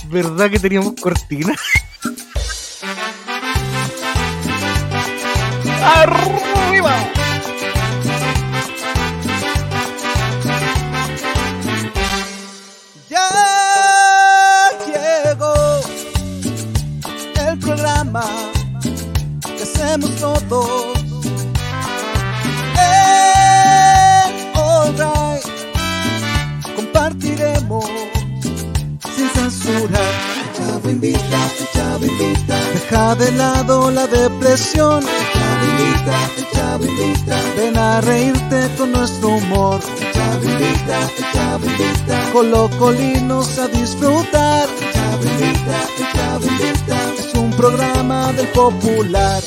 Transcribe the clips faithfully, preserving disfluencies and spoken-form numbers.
¿Verdad que teníamos cortina? ¡Arriba! Ya llegó el programa que hacemos todos. Eh, all right. Compartiremos sin censura. El Chavo invita, el Chavo invita. Deja de lado la depresión. El Chavo invita, el Chavo invita. Ven a reírte con nuestro humor. El Chavo invita, el Chavo invita. Con los colinos a disfrutar. El Chavo invita, el Chavo invita. Es un programa del popular.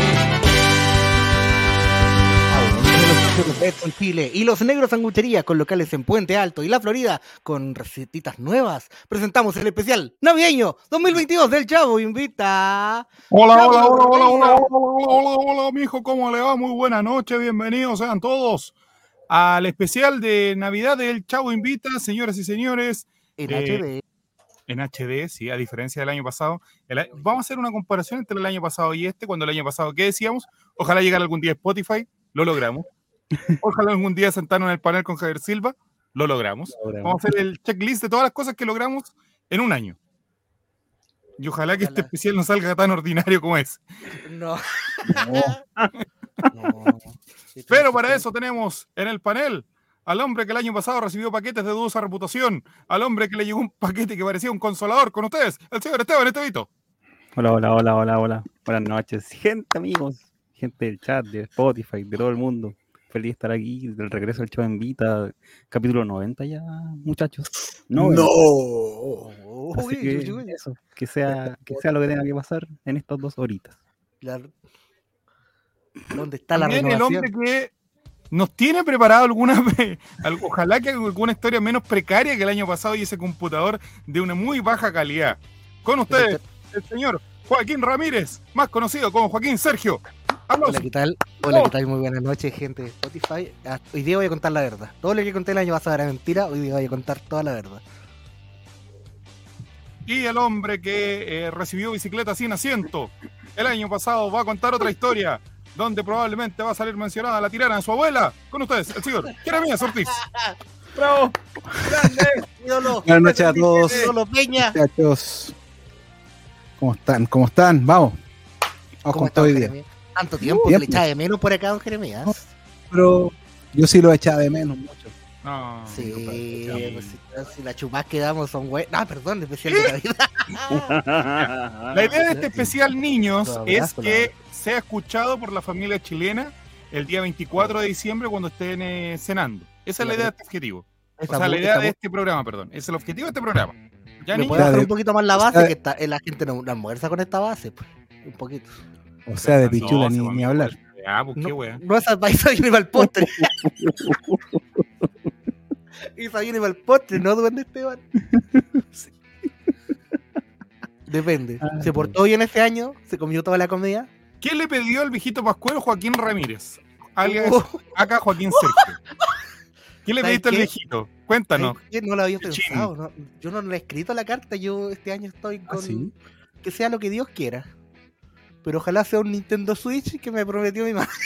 En Chile y Los Negros Sanguchería con locales en Puente Alto y La Florida con recetitas nuevas. Presentamos el especial navideño dos mil veintidós del Chavo Invita. Hola, Chavo, hola, hola, hola, hola, hola. hola, hola, hola, hola, mijo, ¿cómo le va? Muy buena noche, bienvenidos sean todos al especial de Navidad del Chavo Invita, señoras y señores. En eh, H D. En H D, sí, a diferencia del año pasado. El, vamos a hacer una comparación entre el año pasado y este. Cuando el año pasado, ¿qué decíamos? Ojalá llegara algún día a Spotify, lo logramos. Ojalá algún día sentarnos en el panel con Javier Silva, lo logramos. Lo logramos. Vamos a hacer el checklist de todas las cosas que logramos en un año. Y ojalá que Ojalá. este especial no salga tan ordinario como es. No. No. No. Pero para eso tenemos en el panel al hombre que el año pasado recibió paquetes de dudosa reputación, al hombre que le llegó un paquete que parecía un consolador con ustedes, el señor Esteban Estevito. Hola, hola, hola, hola, hola. Buenas noches, gente, amigos, gente del chat, de Spotify, de todo el mundo. Feliz de estar aquí, del regreso del Chavo Invita, capítulo noventa ya, muchachos. No. Así Uy, que uy, uy. eso, que sea, que sea lo que tenga que pasar en estas dos horitas. La- ¿Dónde está la También el renovación? hombre que nos tiene preparado alguna algo, ojalá que alguna historia menos precaria que el año pasado y ese computador de una muy baja calidad. Con ustedes, el señor Joaquín Ramírez, más conocido como Joaquín Sergio. Hola, Aplausos. ¿qué tal? Hola, Oh. ¿qué tal? Muy buenas noches, gente de Spotify. Ah, Hoy día voy a contar la verdad. Todo lo que conté el año pasado era mentira, hoy día voy a contar toda la verdad. Y el hombre que eh, recibió bicicleta sin asiento el año pasado va a contar otra historia donde probablemente va a salir mencionada la tirana de su abuela. Con ustedes, el señor Jeremías Ortiz. ¡Bravo! ¡Grande! ¡Ídolo! Buenas noches a todos. ¡Ídolo Peña! Muchachos, ¿cómo están? ¿Cómo están? Vamos. Vamos ¿Cómo con está, todo don hoy día. Jeremías? Tanto tiempo, Bien, le echaba de menos por acá, don Jeremías. Pero yo sí lo echaba de menos mucho. No, Sí, compadre, pues, si, si las chupas que damos son buenas. Ah, perdón, especial de Navidad. La idea de este especial Niños Todo es abrazo, que sea escuchado por la familia chilena el día veinticuatro de diciembre cuando estén eh, cenando. Esa es la idea de este objetivo. O Esta sea, la bu- idea esta de bu- este programa, perdón. Es el objetivo de este programa. ¿Ya, ¿Me niños? puedes bajar de- un poquito más la o base? sea- Que está, eh, la gente no, no almuerza con esta base, pues. Un poquito. O sea, de No, pichula se ni, va, ni hablar. Ah, pues qué No, wea. no esa paisa viene para el postre. Esa viene para el postre, ¿no, duende Esteban? Sí. Depende. Ah, ¿Se portó bien este año? ¿Se comió toda la comida? ¿Qué le pidió el viejito pascuero Joaquín Ramírez? Alias, Uh, acá Joaquín Sergio. ¿Qué le ¿Sabes pediste al qué? viejito? Cuéntanos. ¿sabes qué? No lo había Chin. pensado. No, yo no le he escrito la carta. Yo este año estoy ¿Ah, con sí? que sea lo que Dios quiera. Pero ojalá sea un Nintendo Switch que me prometió mi madre.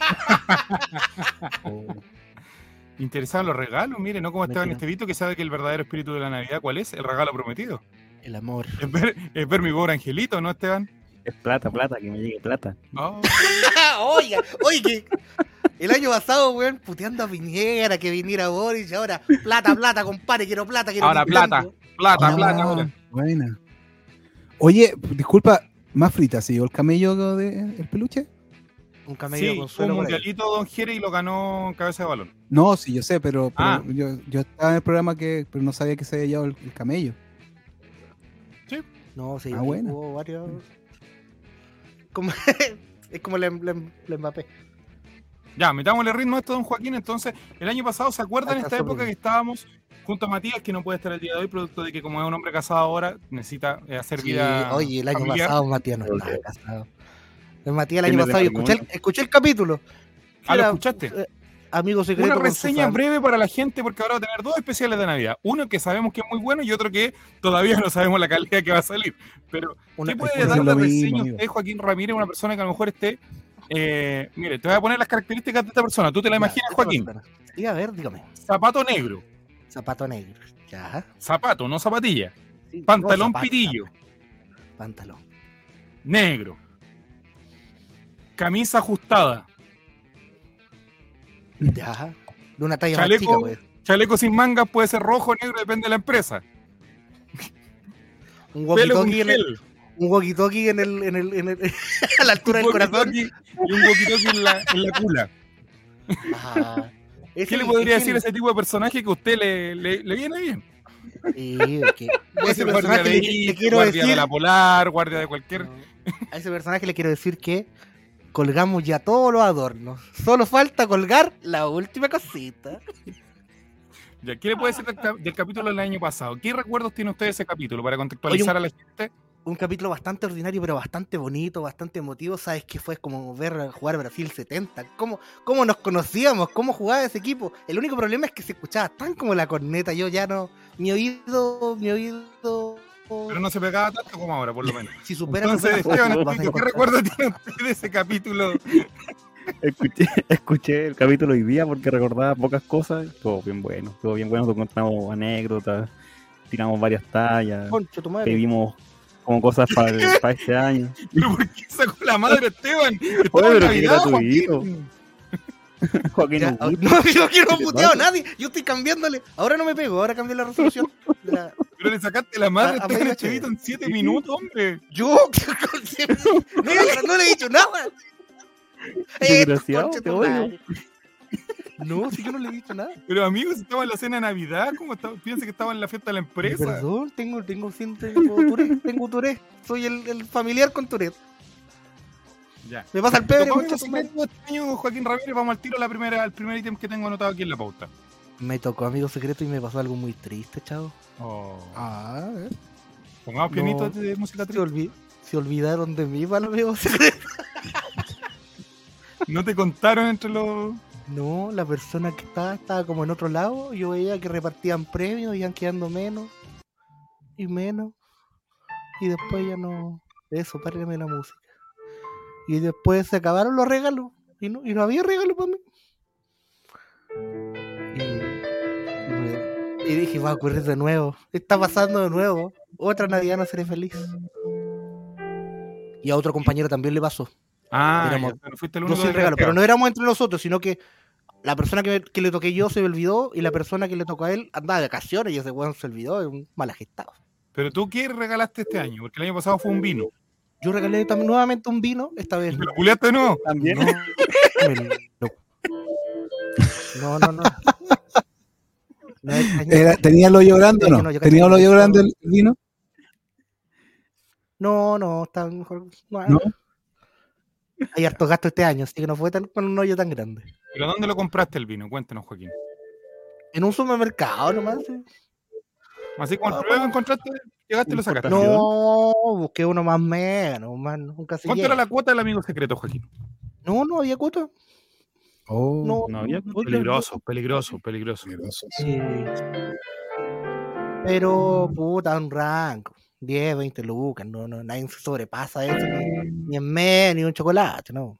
Interesaban los regalos, mire, no como Esteban Mentira. Estevito, que sabe que el verdadero espíritu de la Navidad, ¿cuál es? El regalo prometido. El amor. Es ver, es ver mi pobre angelito, ¿no, Esteban? Es plata, plata, que me llegue plata. Oh. Oiga, oye, que el año pasado, weón, puteando a Piñera, que viniera Boris, y ahora plata, plata, compadre, quiero plata, quiero Ahora Nintendo. plata, plata, Ah, plata. ahora. buena. Oye, disculpa, más frita, ¿se llevó el camello del el peluche? Un camello Sí, con un suelo por ahí. mundialito Don Jere y lo ganó cabeza de balón. No, sí, yo sé, pero, pero Ah. yo, yo estaba en el programa que pero no sabía que se había llevado el, el camello. No, sí, Ah, bueno. hubo varios. Como... es como la, la, la Mbappé. Ya, metámosle ritmo a esto, don Joaquín. Entonces, el año pasado, ¿se acuerdan Alcanzó esta época primero. que estábamos junto a Matías, que no puede estar el día de hoy, producto de que como es un hombre casado ahora, necesita eh, hacer Sí, vida oye, el año familiar? pasado Matías no estaba casado. El Matías el año Tiene pasado, yo matrimonio. escuché el, escuché el capítulo. Ah, ¿lo Era, escuchaste? eh, amigo secreto. Una con reseña Susana. breve para la gente, porque ahora va a tener dos especiales de Navidad. Uno que sabemos que es muy bueno y otro que todavía no sabemos la calidad que va a salir. Pero, Una- ¿qué puede una- dar es de lo mismo, reseña amigo. usted, Joaquín Ramírez, una persona que a lo mejor esté... Eh, mire, te voy a poner las características de esta persona. ¿Tú te la Ya, imaginas, esta Joaquín? persona. Sí, a ver, dígame. Zapato negro. Zapato negro. Ya. Zapato, no zapatilla. Sí, Pantalón no, zapato, pitillo. Pantalón. Negro. Camisa ajustada. Ya. De una talla Chaleco. más chica, pues. Chaleco sin mangas, puede ser rojo o negro, depende de la empresa. Un Pelo con walkie-talkie en el, gel. un walkie-talkie en el, en el, en el a la altura Un del corazón. walkie-talkie y un walkie-talkie en la, en la cula. Ah, ¿Qué ese- le podría ese- decir a ese tipo de personaje que a usted le, le, le viene bien? Sí, es que- Puede ese ser guardia personaje de le, I le T, quiero guardia decir. de la Polar, guardia de cualquier... A ese personaje le quiero decir que colgamos ya todos los adornos. Solo falta colgar la última cosita. Ya, ¿qué le puede decir del, cap- del capítulo del año pasado? ¿Qué recuerdos tiene usted de ese capítulo para contextualizar Oye, a la gente? Un capítulo bastante ordinario, pero bastante bonito, bastante emotivo. ¿Sabes qué fue? Es como ver jugar Brasil setenta. ¿Cómo, ¿Cómo nos conocíamos? ¿Cómo jugaba ese equipo? El único problema es que se escuchaba tan como la corneta. Yo ya no... Mi oído... Mi oído... Pero no se pegaba tanto como ahora, por lo menos. Si supera Entonces, los demás, Esteban, vas a ¿qué encontrar. recuerdo tiene usted de ese capítulo? Escuché, escuché el capítulo hoy día porque recordaba pocas cosas. Estuvo bien bueno, estuvo bien bueno. Encontramos anécdotas, tiramos varias tallas, Concho, tu madre. pedimos como cosas para este año. ¿Pero por qué sacó la madre, Esteban? Oye, Estaba en pero qué Navidad, gratuito. Joaquín. Joaquín Ya, Augusto. no, yo aquí no he ¿Qué muteado a pasa? nadie. Yo estoy cambiándole. Ahora no me pego, ahora cambié la resolución. de la- Pero le sacaste la madre A- a a Esteban medio Estevito chévere. en siete minutos, hombre. Yo, no, le- no le he dicho nada. Eh, Desgraciado, concha te tu odio. madre. No, si yo no le he dicho nada. Pero amigos, estaba en la cena de Navidad, ¿cómo estaba? Piensa que estaba en la fiesta de la empresa. Perdón, tengo, tengo, tengo, tengo Tourette, tengo Tourette. Soy el, el familiar con Tourette. Ya. Me pasa el pebre, Tocó concha amigo tu madre. secreto este año, Joaquín Ramírez, vamos al tiro a la primera, al primer ítem que tengo anotado aquí en la pauta. Me tocó amigo secreto y me pasó algo muy triste, chavo. Oh. Ah, eh. Pongamos No. pianitos de música Se, triste. olvi- se olvidaron de mí para el amigo secreto. No te contaron entre los... No, la persona que estaba estaba como en otro lado. Yo veía que repartían premios, iban quedando menos y menos. Y después ya no. Eso, párame la música. Y después se acabaron los regalos. Y no, y no había regalo para mí. Y, y me- y dije, va a ocurrir de nuevo. Está pasando de nuevo. Otra Navidad no seré feliz. Y a otro compañero también le pasó. Ah, Éramos- ya, pero fuiste el Yo único sin regalo, pero desgraciado. no éramos entre nosotros, sino que la persona que, que le toqué yo se me olvidó y la persona que le tocó a él andaba de vacaciones y ese weón se olvidó, es un mal agestado. Pero tú, ¿qué regalaste este año? Porque el año pasado fue un vino. Yo regalé también nuevamente un vino, esta vez. ¿Y me lo culiaste de nuevo? También. No, me lo- no, no, no. No, este año- Era- ¿Tenía el hoyo grande o No, no? no, yo ¿Tenía el caché hoyo que grande eso- el vino? no, no, está mejor. No, ¿No? Hay hartos gastos este año, así que no fue tan, con un hoyo tan grande. ¿Pero dónde lo compraste el vino? Cuéntanos, Joaquín. En un supermercado nomás. sí. Así como luego encontraste, llegaste y lo sacaste. No, busqué uno más menos, más, nunca se ¿Cuánto llega. era la cuota del amigo secreto, Joaquín? No, no había cuota. Oh, No, no había- oye, Peligroso, peligroso, peligroso. Sí. Pero, puta, un rango. diez, veinte lucas. No, no, nadie se sobrepasa eso. Ni, ni en mes, ni un chocolate, no.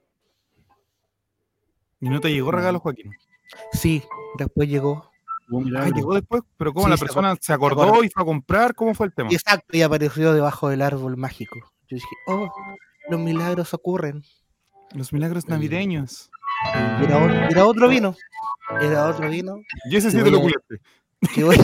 ¿Y no te llegó regalo, Joaquín? Sí, después llegó. Hubo un Ah, milagro. llegó después, pero ¿cómo Sí, la se persona se acordó. acordó y fue a comprar? ¿Cómo fue el tema? Exacto, y apareció debajo del árbol mágico. Yo dije, oh, los milagros ocurren. Los milagros navideños. Y era, o- era otro vino. Era otro vino. Y ese sí Te te lo voy a- culiaste. Que voy-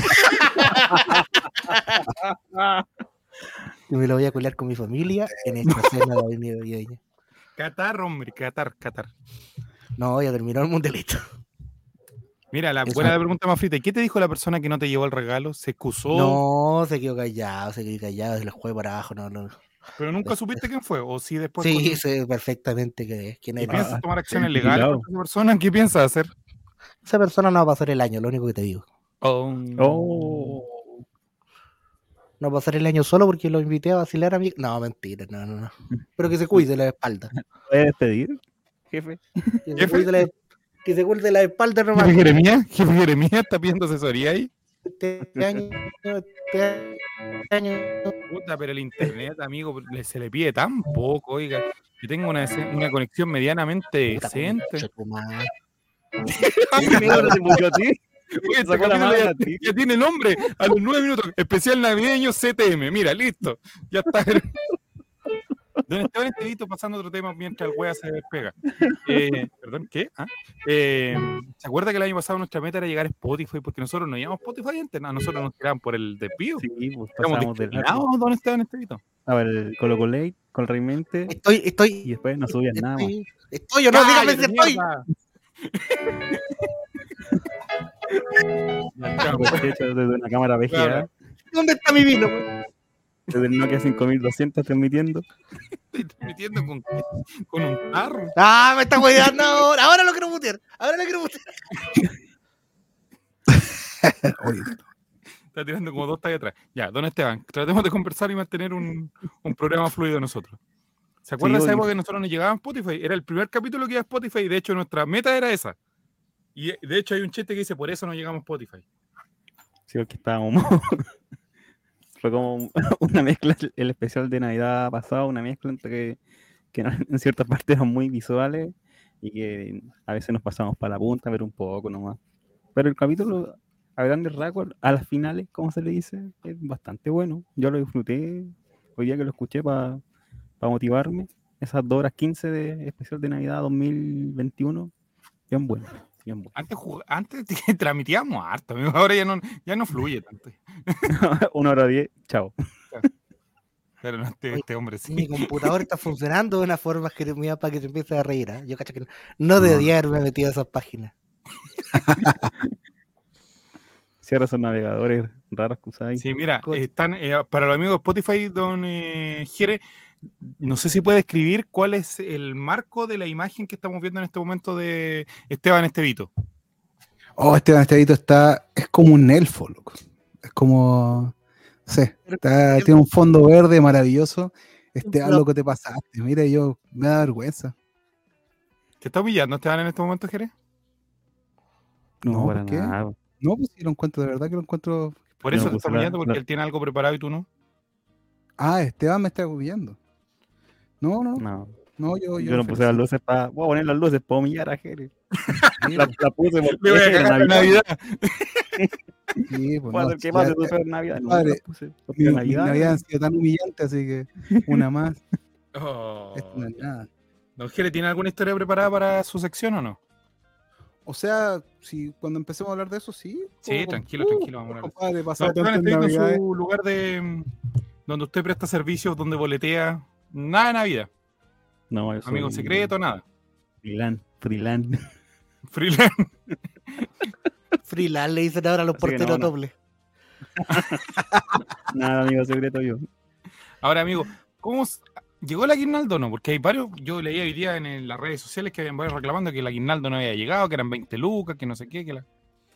y me lo voy a colar con mi familia en esta cena de navideña. Qatar, hombre, Qatar, Qatar. No, ya terminó el mundialito. Mira, la Eso. buena pregunta más frita. ¿Y qué te dijo la persona que no te llevó el regalo? ¿Se excusó? No, se quedó callado, se quedó callado, se lo jugué para abajo, no, no. ¿Pero nunca supiste quién fue? ¿O sí después? Sí, cuando- sé perfectamente que, quién ¿Y era. piensas tomar acciones sí, legales claro. contra esa persona? ¿Qué piensas hacer? Esa persona no va a pasar el año, lo único que te digo. Oh. Oh. No va a pasar el año solo porque lo invité a vacilar a mí. No, mentira, no, no, no. Pero que se cuide la espalda. ¿Puedes despedir, jefe? Que se Jefe. cuide la, que se cuelde la espalda nomás. Jefe Jeremías, jefe Jeremías está pidiendo asesoría ahí. Este año, este año. Puta, pero el internet, amigo, le- se le pide tan poco, oiga. Yo tengo una, dece- una conexión medianamente Puta, decente. concha tu madre. Amigo, no te puso a ti. Oye, este Sacó la capítulo mano ya, a ti. ya tiene nombre a los nueve minutos. Especial navideño C T M. Mira, listo. Ya está. Don Esteban Estevito pasando otro tema mientras el wea se despega. Eh, perdón, ¿qué? ¿Ah? Eh, ¿Se acuerda que el año pasado nuestra meta era llegar a Spotify? Porque nosotros no íbamos a Spotify antes, no, nosotros nos tiraban por el desvío. Sí, pues Éramos pasamos de largo. discriminados, don Esteban Estevito. A ver, Colo Late, con Reymente, Estoy, y estoy. después no subían nada más. Estoy, estoy o no, dígame si ¡Cállate, estoy. mierda! Ya, Con chao. el techo desde una cámara V G A, Claro. ¿Dónde está mi vino? Pues? desde el Nokia cinco mil doscientos transmitiendo. Estoy transmitiendo con, con un tarro. Ah, me está cuidando ahora. Ahora lo quiero mutear. Ahora lo quiero mutear. Está tirando como dos tallas atrás. Ya, don Esteban, tratemos de conversar y mantener un, un programa fluido nosotros. ¿Se acuerda Sí, de esa oye. época que nosotros nos llegábamos a Spotify? Era el primer capítulo que iba a Spotify y de hecho nuestra meta era esa. Y de hecho hay un chiste que dice, por eso no llegamos a Spotify. Sí, porque estábamos. Fue como una mezcla, el especial de Navidad pasado, una mezcla entre que, que en ciertas partes eran muy visuales y que a veces nos pasamos para la punta, pero un poco nomás. Pero el capítulo, a grandes rasgos, a las finales, como se le dice, es bastante bueno. Yo lo disfruté hoy día que lo escuché para motivarme. Esas dos horas quince de especial de Navidad dos mil veintiuno, bien bueno. Bien bueno. Antes, jug- antes transmitíamos harto, amigo. Ahora ya no, ya no fluye tanto. Una hora diez, chao. Pero no, este, este hombre sí. Mi computador está funcionando de una forma que me para que te empieces a reír. ¿eh? Yo cacho que no, no No. debería haberme metido a esas páginas. Cierra esos navegadores raros que usáis. Sí, mira, Cool. están eh, para los amigos de Spotify, don eh, Jere, no sé si puede escribir cuál es el marco de la imagen que estamos viendo en este momento de Esteban Estevito. Oh, Esteban Estevito está, es como un elfo, loco. Es como, no sé, está- tiene un fondo verde maravilloso. Esteban, No. loco, te pasaste. Mira, yo, me da vergüenza. ¿Te está humillando Esteban en este momento, Jere? No, No, para ¿por qué? nada. No, pues sí lo encuentro, de verdad que lo encuentro. Por Yo eso no te está puse la- humillando, porque la- él tiene algo preparado y tú no. Ah, Esteban me está humillando. No, no, No, no, yo, yo yo no puse las luces para. Voy a poner las luces para humillar a Jere. Sí, La, la puse porque Le voy a era cagar la Navidad. sí, pues, Voy a no, hacer que ya- pase tu peor Navidad. No, Padre, las puse porque mi, era mi Navidad. Navidad han sido tan humillante, así que una más. Oh, Esto no es nada. Don Jere, ¿tiene alguna historia preparada para su sección o no? O sea, si cuando empecemos a hablar de eso, sí. Sí, pues, tranquilo, uh, tranquilo, vamos a hablar de compadre, Don pasar Esteban tantas Estevito en navidades. su lugar de mm, donde usted presta servicios, donde boletea, nada de Navidad, No, yo soy amigo secreto, nada. Freelance, freelance. Freelance. Freelance le dicen ahora a los Así que porteros no, no. dobles. Nada, amigo secreto yo. Ahora, amigo, ¿cómo s- llegó el aguinaldo o no? Porque hay varios, yo leía hoy día en el- las redes sociales que habían varios reclamando que el aguinaldo no había llegado, que eran veinte lucas, que no sé qué, que la...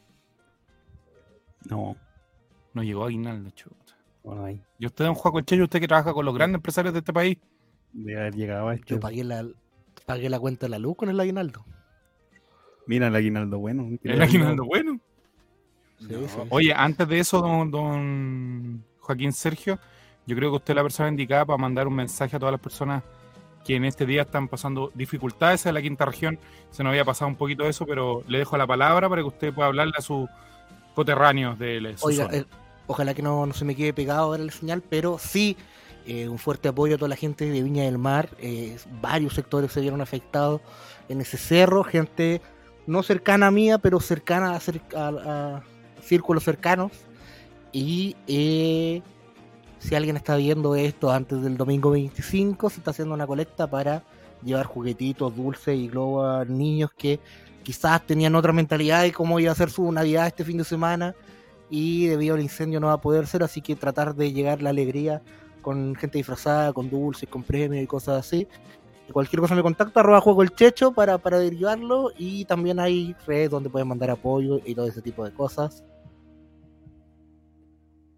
No, no llegó aguinaldo, chuta. no hay. Y usted, don Juan Cheyo, usted que trabaja con los grandes empresarios de este país, De haber llegado a este. Yo pagué la, pagué la cuenta de la luz con el aguinaldo. Mira el aguinaldo bueno. el aguinaldo bueno. Sí, No. sí. Oye, antes de eso, don, don Joaquín Sergio, yo creo que usted es la persona indicada para mandar un mensaje a todas las personas que en este día están pasando dificultades en la quinta región. Se nos había pasado un poquito eso, pero le dejo la palabra para que usted pueda hablarle a sus coterráneos de la- su Oiga, zona. eh, ojalá que no, no se me quede pegado ahora la señal, pero sí eh, un fuerte apoyo a toda la gente de Viña del Mar. Eh, varios sectores se vieron afectados en ese cerro, gente no cercana a mía, pero cercana a, cer- a- a círculos cercanos. Y eh, si alguien está viendo esto antes del domingo veinticinco, se está haciendo una colecta para llevar juguetitos, dulces y globos a niños que quizás tenían otra mentalidad de cómo iba a ser su Navidad este fin de semana y debido al incendio no va a poder ser, así que tratar de llegar la alegría con gente disfrazada, con dulces, con premios y cosas así. Cualquier cosa me contacta, arroba juego el checho para, para derivarlo, y también hay redes donde pueden mandar apoyo y todo ese tipo de cosas.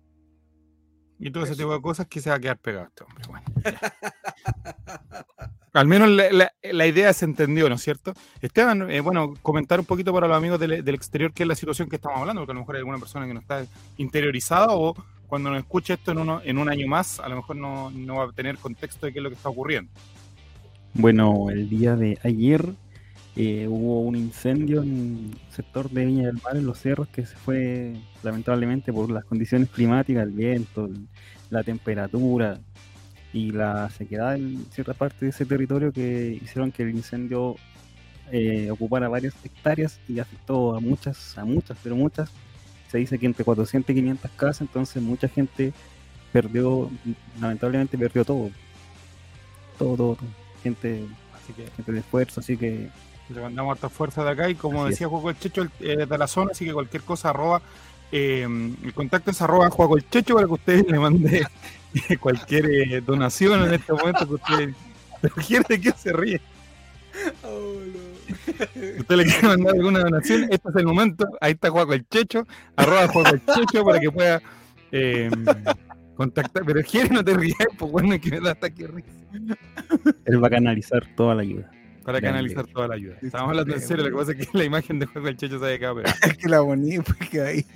Y todo ese tipo de cosas que se va a quedar pegado este hombre. Bueno, ya. Al menos la, la, la idea se entendió, ¿no es cierto? Esteban, eh, bueno, comentar un poquito para los amigos del, del exterior qué es la situación que estamos hablando, porque a lo mejor hay alguna persona que no está interiorizada o cuando nos escuche esto en, uno, en un año más, a lo mejor no, no va a tener contexto de qué es lo que está ocurriendo. Bueno, el día de ayer eh, hubo un incendio en el sector de Viña del Mar, en los cerros, que se fue lamentablemente por las condiciones climáticas, el viento, el, la temperatura y la sequedad en cierta parte de ese territorio que hicieron que el incendio eh, ocupara varias hectáreas y afectó a muchas, a muchas, pero muchas, se dice que entre cuatrocientas y quinientas casas, entonces mucha gente perdió, lamentablemente perdió todo, todo, todo, todo. Gente, así que, gente de esfuerzo, así que le mandamos harta fuerza de acá y como así decía es. Juaco el Checho, eh, de la zona, así que cualquier cosa, arroba, eh, el contacto es arroba Juaco el Checho para que ustedes le mande cualquier eh, donación en este momento que usted ¿de qué se ríe? Oh, no. ¿Usted le quiere mandar alguna donación? Este es el momento, ahí está Juaco el Checho, arroba Juaco el Checho para que pueda eh, contactar, pero Jere, no te rías, pues bueno, que me da hasta que risa. Él va a canalizar toda la ayuda. Para canalizar toda la ayuda. Estamos hablando en serio, lo que pasa es que la imagen de Juaco el Checho se había quedado pegada. Es que la bonita, pues que ahí.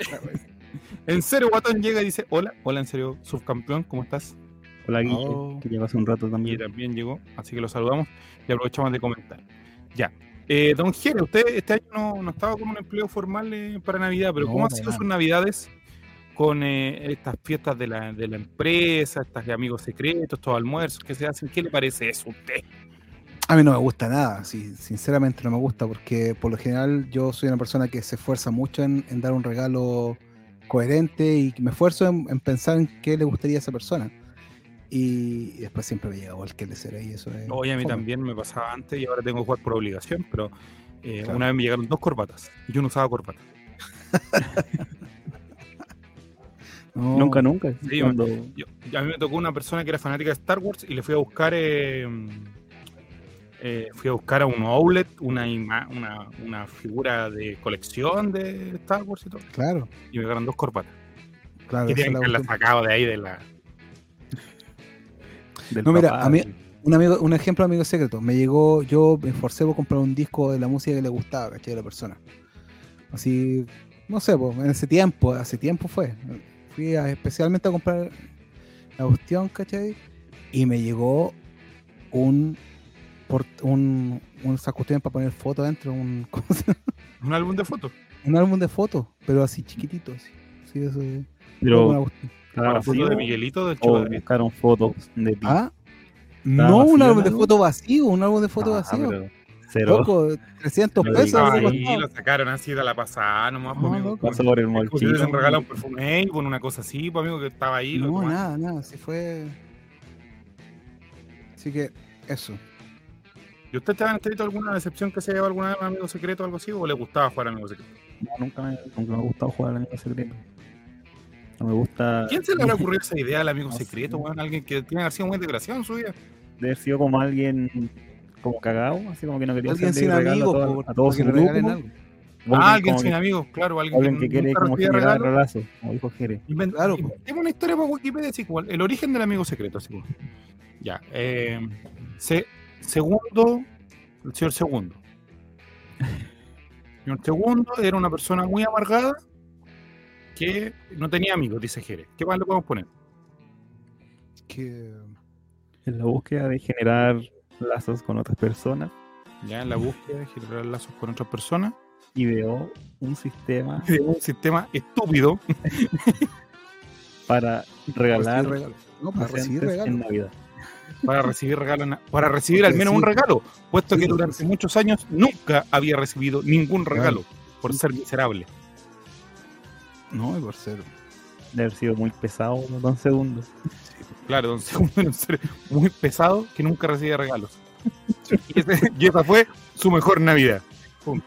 En serio, Guatón llega y dice, hola, hola en serio, subcampeón, ¿cómo estás? Hola Guille, Oh. que llegó hace un rato Y también. también llegó, así que lo saludamos y aprovechamos de comentar. Ya. Eh, don Jere, usted este año no, no estaba con un empleo formal eh, para Navidad, pero No, ¿cómo han para sido nada. sus Navidades con eh, estas fiestas de la, de la empresa, estas de amigos secretos, estos almuerzos que se hacen? ¿Qué le parece eso a usted? A mí no me gusta nada, sí, sinceramente no me gusta, porque por lo general yo soy una persona que se esfuerza mucho en, en dar un regalo coherente y me esfuerzo en, en pensar en qué le gustaría a esa persona. Y, y después siempre me llega cualquier lecera y eso es. Oye, a mí fome. también me pasaba antes y ahora tengo que jugar por obligación, pero eh, Claro. una vez me llegaron dos corbatas y yo no usaba corbata. No, Nunca, nunca. Sí, Cuando- Yo, a mí me tocó una persona que era fanática de Star Wars y le fui a buscar eh, eh, fui a buscar a un outlet una, ima- una, una figura de colección de Star Wars y todo Claro, y me llegaron dos corbatas claro. que esa es tienen la que haberla cuestión. sacado de ahí de la del No, mira, papá, a mí- del- Un amigo, un ejemplo de amigo secreto. Me llegó, yo me esforcé por comprar un disco de la música que le gustaba, ¿cachai? A la persona. Así, no sé, pues, en ese tiempo, hace tiempo fue. Fui a- especialmente a comprar la cuestión, ¿cachai? Y me llegó un, por, un, un esa cuestión para poner fotos dentro, un, ¿cómo se llama? un álbum de fotos. Un álbum de fotos, pero así chiquitito, así. Sí, eso es- Pero una cuestión. estaba La foto vacío, de Miguelito del o Chupadre. buscaron fotos de ti. Ah, ¿Estaba no, un vacío álbum el de álbum? fotos vacío, un álbum de fotos Ah, vacío. pero cero. Loco, trescientos No pesos. digas algo Ahí costaba. lo sacaron así de la pasada nomás, No, pues, amigo. loco. Pasó por el Como si molchito. hubiesen regalado un perfume Avon, una cosa así, pues amigo, que estaba ahí. lo No, que más- nada, nada, sí fue. Así que, eso. ¿Y usted te han tenido alguna decepción que se llevado alguna vez a un amigo secreto o algo así? ¿O le gustaba jugar a amigo secreto? No, nunca me, nunca me ha gustado jugar al amigo secreto. No me gusta. ¿Quién se le habrá ocurrido esa idea al amigo No sé. secreto, weón? Alguien que tiene que haber sido muy desgraciado en su vida. Debe haber sido como alguien como cagado, así como que no quería Alguien hacerle sin regalo amigos, a, todo- por- a todos para que su le regalen grupo. algo. O Ah, alguien como sin que- amigos, claro. Alguien, alguien que quiere nunca como recibía generar regalo. relazo, como dijo Jere. Invent- Claro, po. Inventemos una historia para Wikipedia, así como el origen del amigo secreto. Así como. Ya. Eh, se- segundo, el señor Segundo. El señor Segundo era una persona muy amargada que no tenía amigos, dice Jere. ¿Qué más le podemos poner? Que. En la búsqueda de generar lazos con otras personas, Ya en la búsqueda de generar lazos con otras personas. ideó un sistema De un sistema estúpido para regalar recibir regalo. No, para recibir presentes en regalos. Navidad. para recibir regalos, na- para recibir Porque al menos sí. un regalo, puesto Sí, que porque durante sí. muchos años nunca había recibido ningún Claro. regalo por ser miserable. No, y por ser. De haber sido muy pesado, don Segundo. Claro, don Segundo era un ser muy pesado que nunca recibía regalos. Y, ese- y esa fue su mejor Navidad. Punto.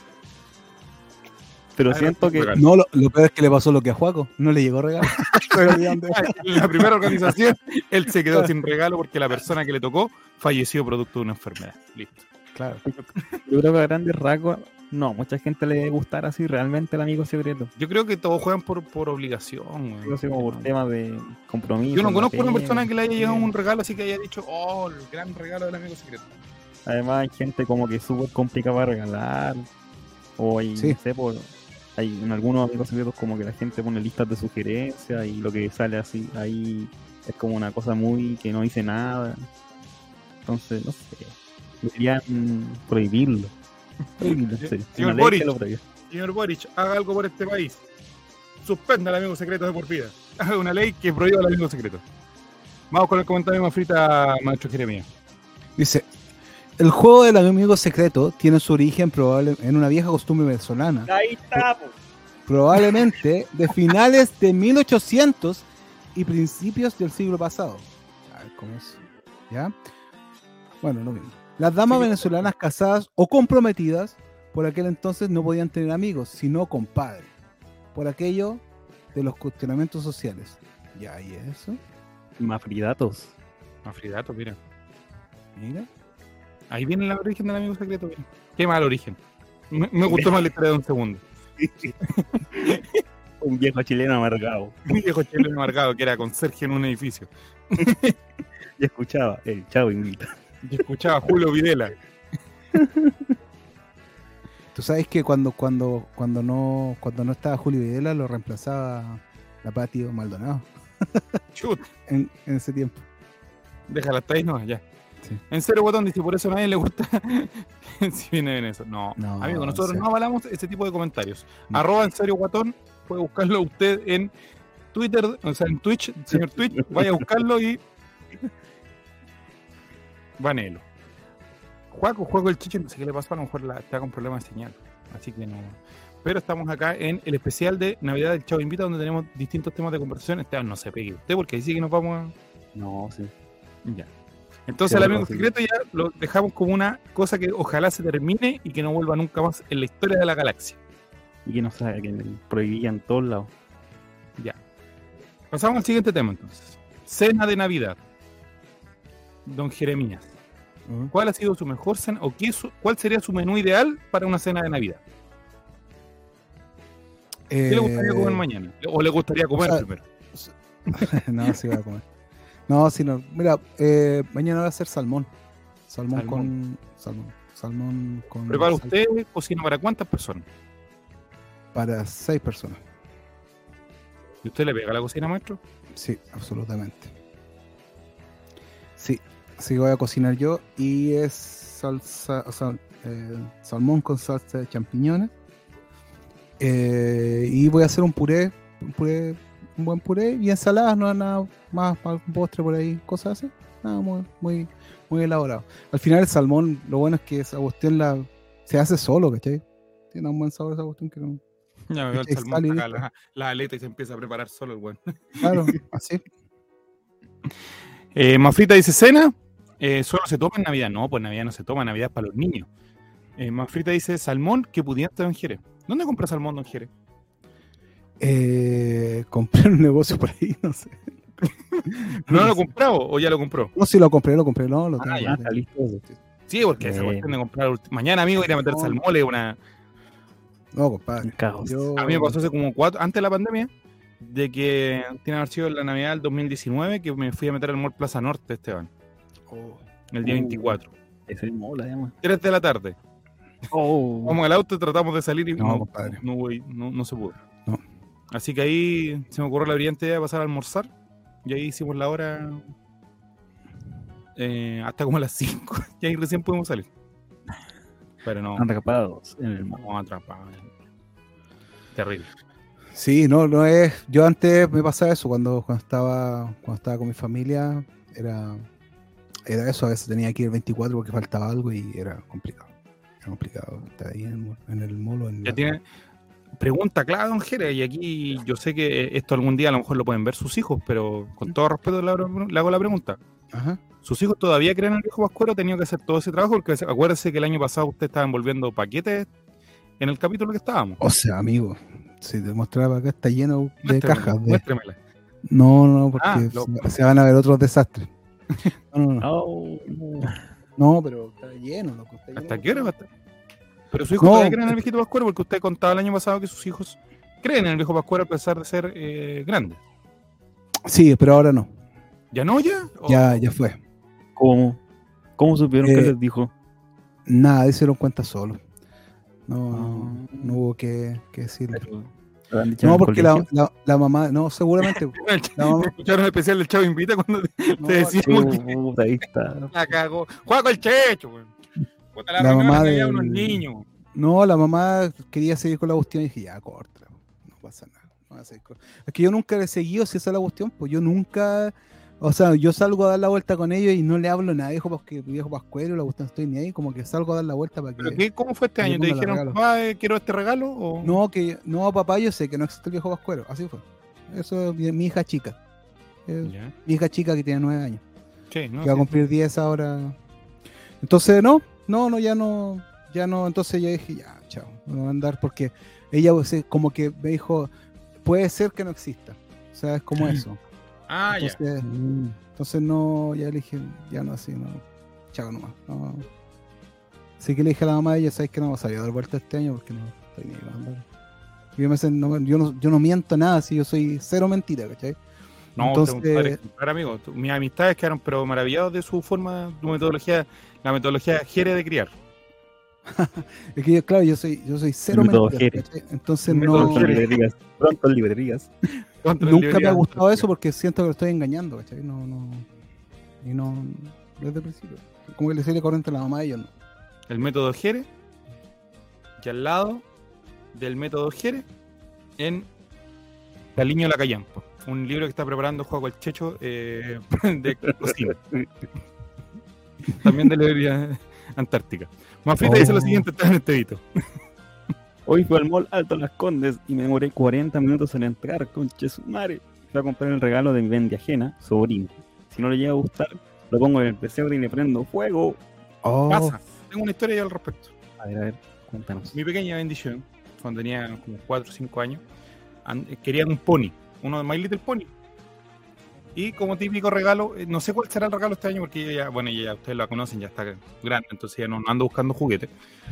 Pero Ah, siento que regalo. No, lo, lo peor es que le pasó lo que a Juaco. No le llegó regalo. Pero olvidan de- En la primera organización, él se quedó sin regalo porque la persona que le tocó falleció producto de una enfermedad. Listo. Claro. yo creo que a grandes rasgos No, mucha gente le debe gustar así realmente el amigo secreto. Yo creo que todos juegan por, por obligación, weón. Yo sé, como por temas de compromiso. Yo no en la conozco una pega, persona que le haya llegado sí. un regalo así que haya dicho, oh, el gran regalo del amigo secreto. Además hay gente como que es súper complicada para regalar. O hay, Sí. no sé, por, hay en algunos amigos secretos como que la gente pone listas de sugerencias y lo que sale así ahí es como una cosa muy que no dice nada. Entonces, no sé, deberían prohibirlo. Prohibirlo, sí. Señor Una ley Boric. que lo prohíba. Señor Boric, haga algo por este país. Suspenda al amigo secreto de por vida. Haga una ley que prohíba al amigo secreto. Vamos con el comentario más frita, maestro Jeremías. Dice, el juego del amigo secreto tiene su origen probable en una vieja costumbre venezolana, Ahí está, po. probablemente de finales de mil ochocientos y principios del siglo pasado. A ver cómo es. ¿Ya? Bueno, lo mismo. Las damas Sí. venezolanas casadas o comprometidas por aquel entonces no podían tener amigos, sino compadres. Por aquello de los cuestionamientos sociales. Ya, ¿y eso? Mafridatos. Mafridato, mira. Mira. Ahí viene el origen del amigo secreto. Mira. Qué mal origen. Me, me gustó más la historia de un segundo. Un viejo chileno amargado. Un viejo chileno amargado que era conserje en un edificio. Y escuchaba, el chavo invita. Y escuchaba a Julio Videla. Tú sabes que cuando, cuando, cuando no, cuando no estaba Julio Videla lo reemplazaba la Pati Maldonado Chut, en, en ese tiempo. déjala hasta ahí, no, ya. Sí. En serio, Guatón dice, por eso a nadie le gusta si viene en eso. No, No, amigo, o nosotros sea. no avalamos ese tipo de comentarios. No. Arroba en serio, Guatón, puede buscarlo usted en Twitter, o sea, en Twitch, señor Twitch, vaya a buscarlo y banelo. Juaco, juego el chiche, no sé qué le pasó, a lo mejor la, está con problemas de señal, así que no. Pero estamos acá en el especial de Navidad del Chavo Invita, donde tenemos distintos temas de conversación. Esteban, no se pegue usted, porque ahí sí que nos vamos a... No, sí. Ya. Entonces, Sí, el amigo sí. secreto ya lo dejamos como una cosa que ojalá se termine y que no vuelva nunca más en la historia de la galaxia. Y que no sabe, que prohibían todos lados. Ya. Pasamos al siguiente tema entonces. Cena de Navidad. Don Jeremías, ¿cuál ha sido su mejor cena o qué su- cuál sería su menú ideal para una cena de Navidad? ¿Qué le gustaría comer mañana? ¿O le gustaría comer o sea, primero? No, sí va a comer. No, sí, no. Mira, eh, mañana va a ser salmón. Salmón, Salmón. con. Salmón. Salmón con. ¿Prepara sal- usted cocina para cuántas personas? Para seis personas. ¿Y usted le pega a la cocina, maestro? Sí, absolutamente. Sí, así que voy a cocinar yo. Y es salsa, o sea, eh, salmón con salsa de champiñones. Eh, y voy a hacer un puré, un puré, un buen puré y ensaladas, no nada más, más un postre por ahí, cosas así. Nada muy, muy, muy elaborado. Al final el salmón, lo bueno es que esa cuestión la, se hace solo, ¿cachai? Tiene un buen sabor esa cuestión que no. Ya me veo el Es salmón, sal y saca listo. la, la aleta y se empieza a preparar solo el buen. Claro, así. Eh, Mafrita dice, ¿cena? Eh, ¿Solo se toma en Navidad? No, pues Navidad no se toma, Navidad es para los niños. Eh, Mafrita dice, salmón, que pudiente don Jere. ¿Dónde compra salmón don Jere? Eh, compré un negocio por ahí, no sé. ¿No lo ha comprado o ya lo compró? No, sí lo compré, lo compré, no, lo Ah, tengo. ya, lo está tengo. listo eso. Sí, porque esa Bueno. cuestión de comprar ulti- mañana, amigo, ir a meterse al mole, una... No, compadre. Un caos. Yo... A mí me pasó hace como cuatro, antes de la pandemia, de que tiene que haber sido la Navidad del dos mil diecinueve, que me fui a meter al mall Plaza Norte, Esteban, Oh. el día Uh. veinticuatro. Es el mola, además. tres de la tarde. Oh. Vamos al auto, tratamos de salir y No, no, compadre. no, voy- no- no se pudo. No. Así que ahí se me ocurrió la brillante idea de pasar a almorzar. Y ahí hicimos la hora eh, hasta como a las cinco. Y ahí recién pudimos salir. Pero no, Atrapados en el mola. no atrapados. Terrible. Sí, no, no es. Yo antes me pasaba eso cuando, cuando estaba cuando estaba con mi familia. Era, era eso, a veces tenía que ir el veinticuatro porque faltaba algo y era complicado. Era complicado estar ahí en el, mall- en el molo. En Ya la- tiene pregunta clave, don Jere, y aquí yo sé que esto algún día a lo mejor lo pueden ver sus hijos, pero con todo respeto le hago le hago la pregunta. Ajá. ¿Sus hijos todavía creen en el viejo Pascuero? ¿Ha tenido que hacer todo ese trabajo? Porque acuérdese que el año pasado usted estaba envolviendo paquetes en el capítulo que estábamos. O sea, amigo, si te mostraba acá está lleno de Muéstremela, cajas. De... muéstremela. No, no, porque Ah, se- loco. se van a ver otros desastres. No, no, no. Oh. No, pero está lleno, loco. Está lleno. ¿Hasta qué hora va a estar? Pero su hijo No. todavía cree en el viejito Pascuero, porque usted contaba el año pasado que sus hijos creen en el viejo Pascuero a pesar de ser eh, grandes. Sí, pero ahora no. ¿Ya no ya? ¿O- Ya, ya fue. ¿Cómo? ¿Cómo supieron Eh, que les dijo? Nada, de eso lo cuenta solo. No, Ah. no hubo que, que decirlo. ¿Lo han dicho en No, el porque la, colegio? la, la mamá, no, seguramente. La mamá, ¿Escucharon el especial del Chavo Invita cuando te, No, te decíamos que Puta, ahí está. la cagó? ¡Juega con el Checho, güey! Puta, la, La reunión mamá que había del- unos niños. no, la mamá quería seguir con la cuestión y dije, ya, corta. No pasa nada. No voy a seguir con- Es que yo nunca le he seguido si esa es la cuestión, pues yo nunca. O sea, yo salgo a dar la vuelta con ellos y no le hablo a nadie, dijo, porque viejo Pascuero, la cuestión estoy ni ahí, como que salgo a dar la vuelta para ¿Pero que. qué, cómo fue este que le año? ¿Te pongan dijeron, regalo. papá, eh, quiero este regalo? O... No, que no, papá, yo sé que no existe el viejo Pascuero. Así fue. Eso es mi, mi hija chica. Es Ya. mi hija chica que tiene nueve años. Sí, ¿no? Que va a Sí. cumplir diez ahora. Entonces, no, no, no, ya no, ya no. Entonces yo dije, ya, chao, no va a andar porque ella o sea, como que me dijo, puede ser que no exista. O sea, es como eso. Ah, ya. Entonces, Mm. entonces no, ya le dije, ya no, así, no, chao nomás. No. Así que le dije a la mamá de ella, sabes que no vamos a salir a dar vuelta este año porque no estoy ni para andar. Yo, me hacen- no, yo, no, yo no miento nada, si yo soy cero mentira, ¿cachai? No, Entonces- usted es un padre ejemplar, amigo. Tu- Mis amistades quedaron pero maravillados de su forma, su metodología, la metodología Jere de criar. Es que yo, claro, yo soy, yo soy cero El método mentira, Jere. ¿cachai? Entonces El método no, Pronto en librerías. Pronto en librerías. Contra el nunca me ha liberal. gustado eso porque siento que lo estoy engañando, ¿cachai? No, no, y no, desde el principio. Como que le sale corriente a la mamá de ellos, no. El método Jere. Y al lado del método Jere, en Caliño Lacayampo. Un libro que está preparando Juaco el Checho eh, de cocina. También de librería antártica. Manfrita Oh. dice lo siguiente, está en este edito. Hoy fui al mall Alto Las Condes y me demoré cuarenta minutos en entrar, conche su madre. Fui a comprar el regalo de mi vendi ajena, sobrino. Si no le llega a gustar, lo pongo en el pesebre y le prendo fuego. Oh, Pasa. Tengo una historia ya al respecto. A ver, a ver, cuéntanos. Mi pequeña bendición, cuando tenía como cuatro o cinco años, an- quería un pony, uno de My Little Pony. Y como típico regalo, eh, no sé cuál será el regalo este año porque ella ya, bueno, ella ya ustedes la conocen, ya está grande, entonces ya no, no ando buscando juguetes.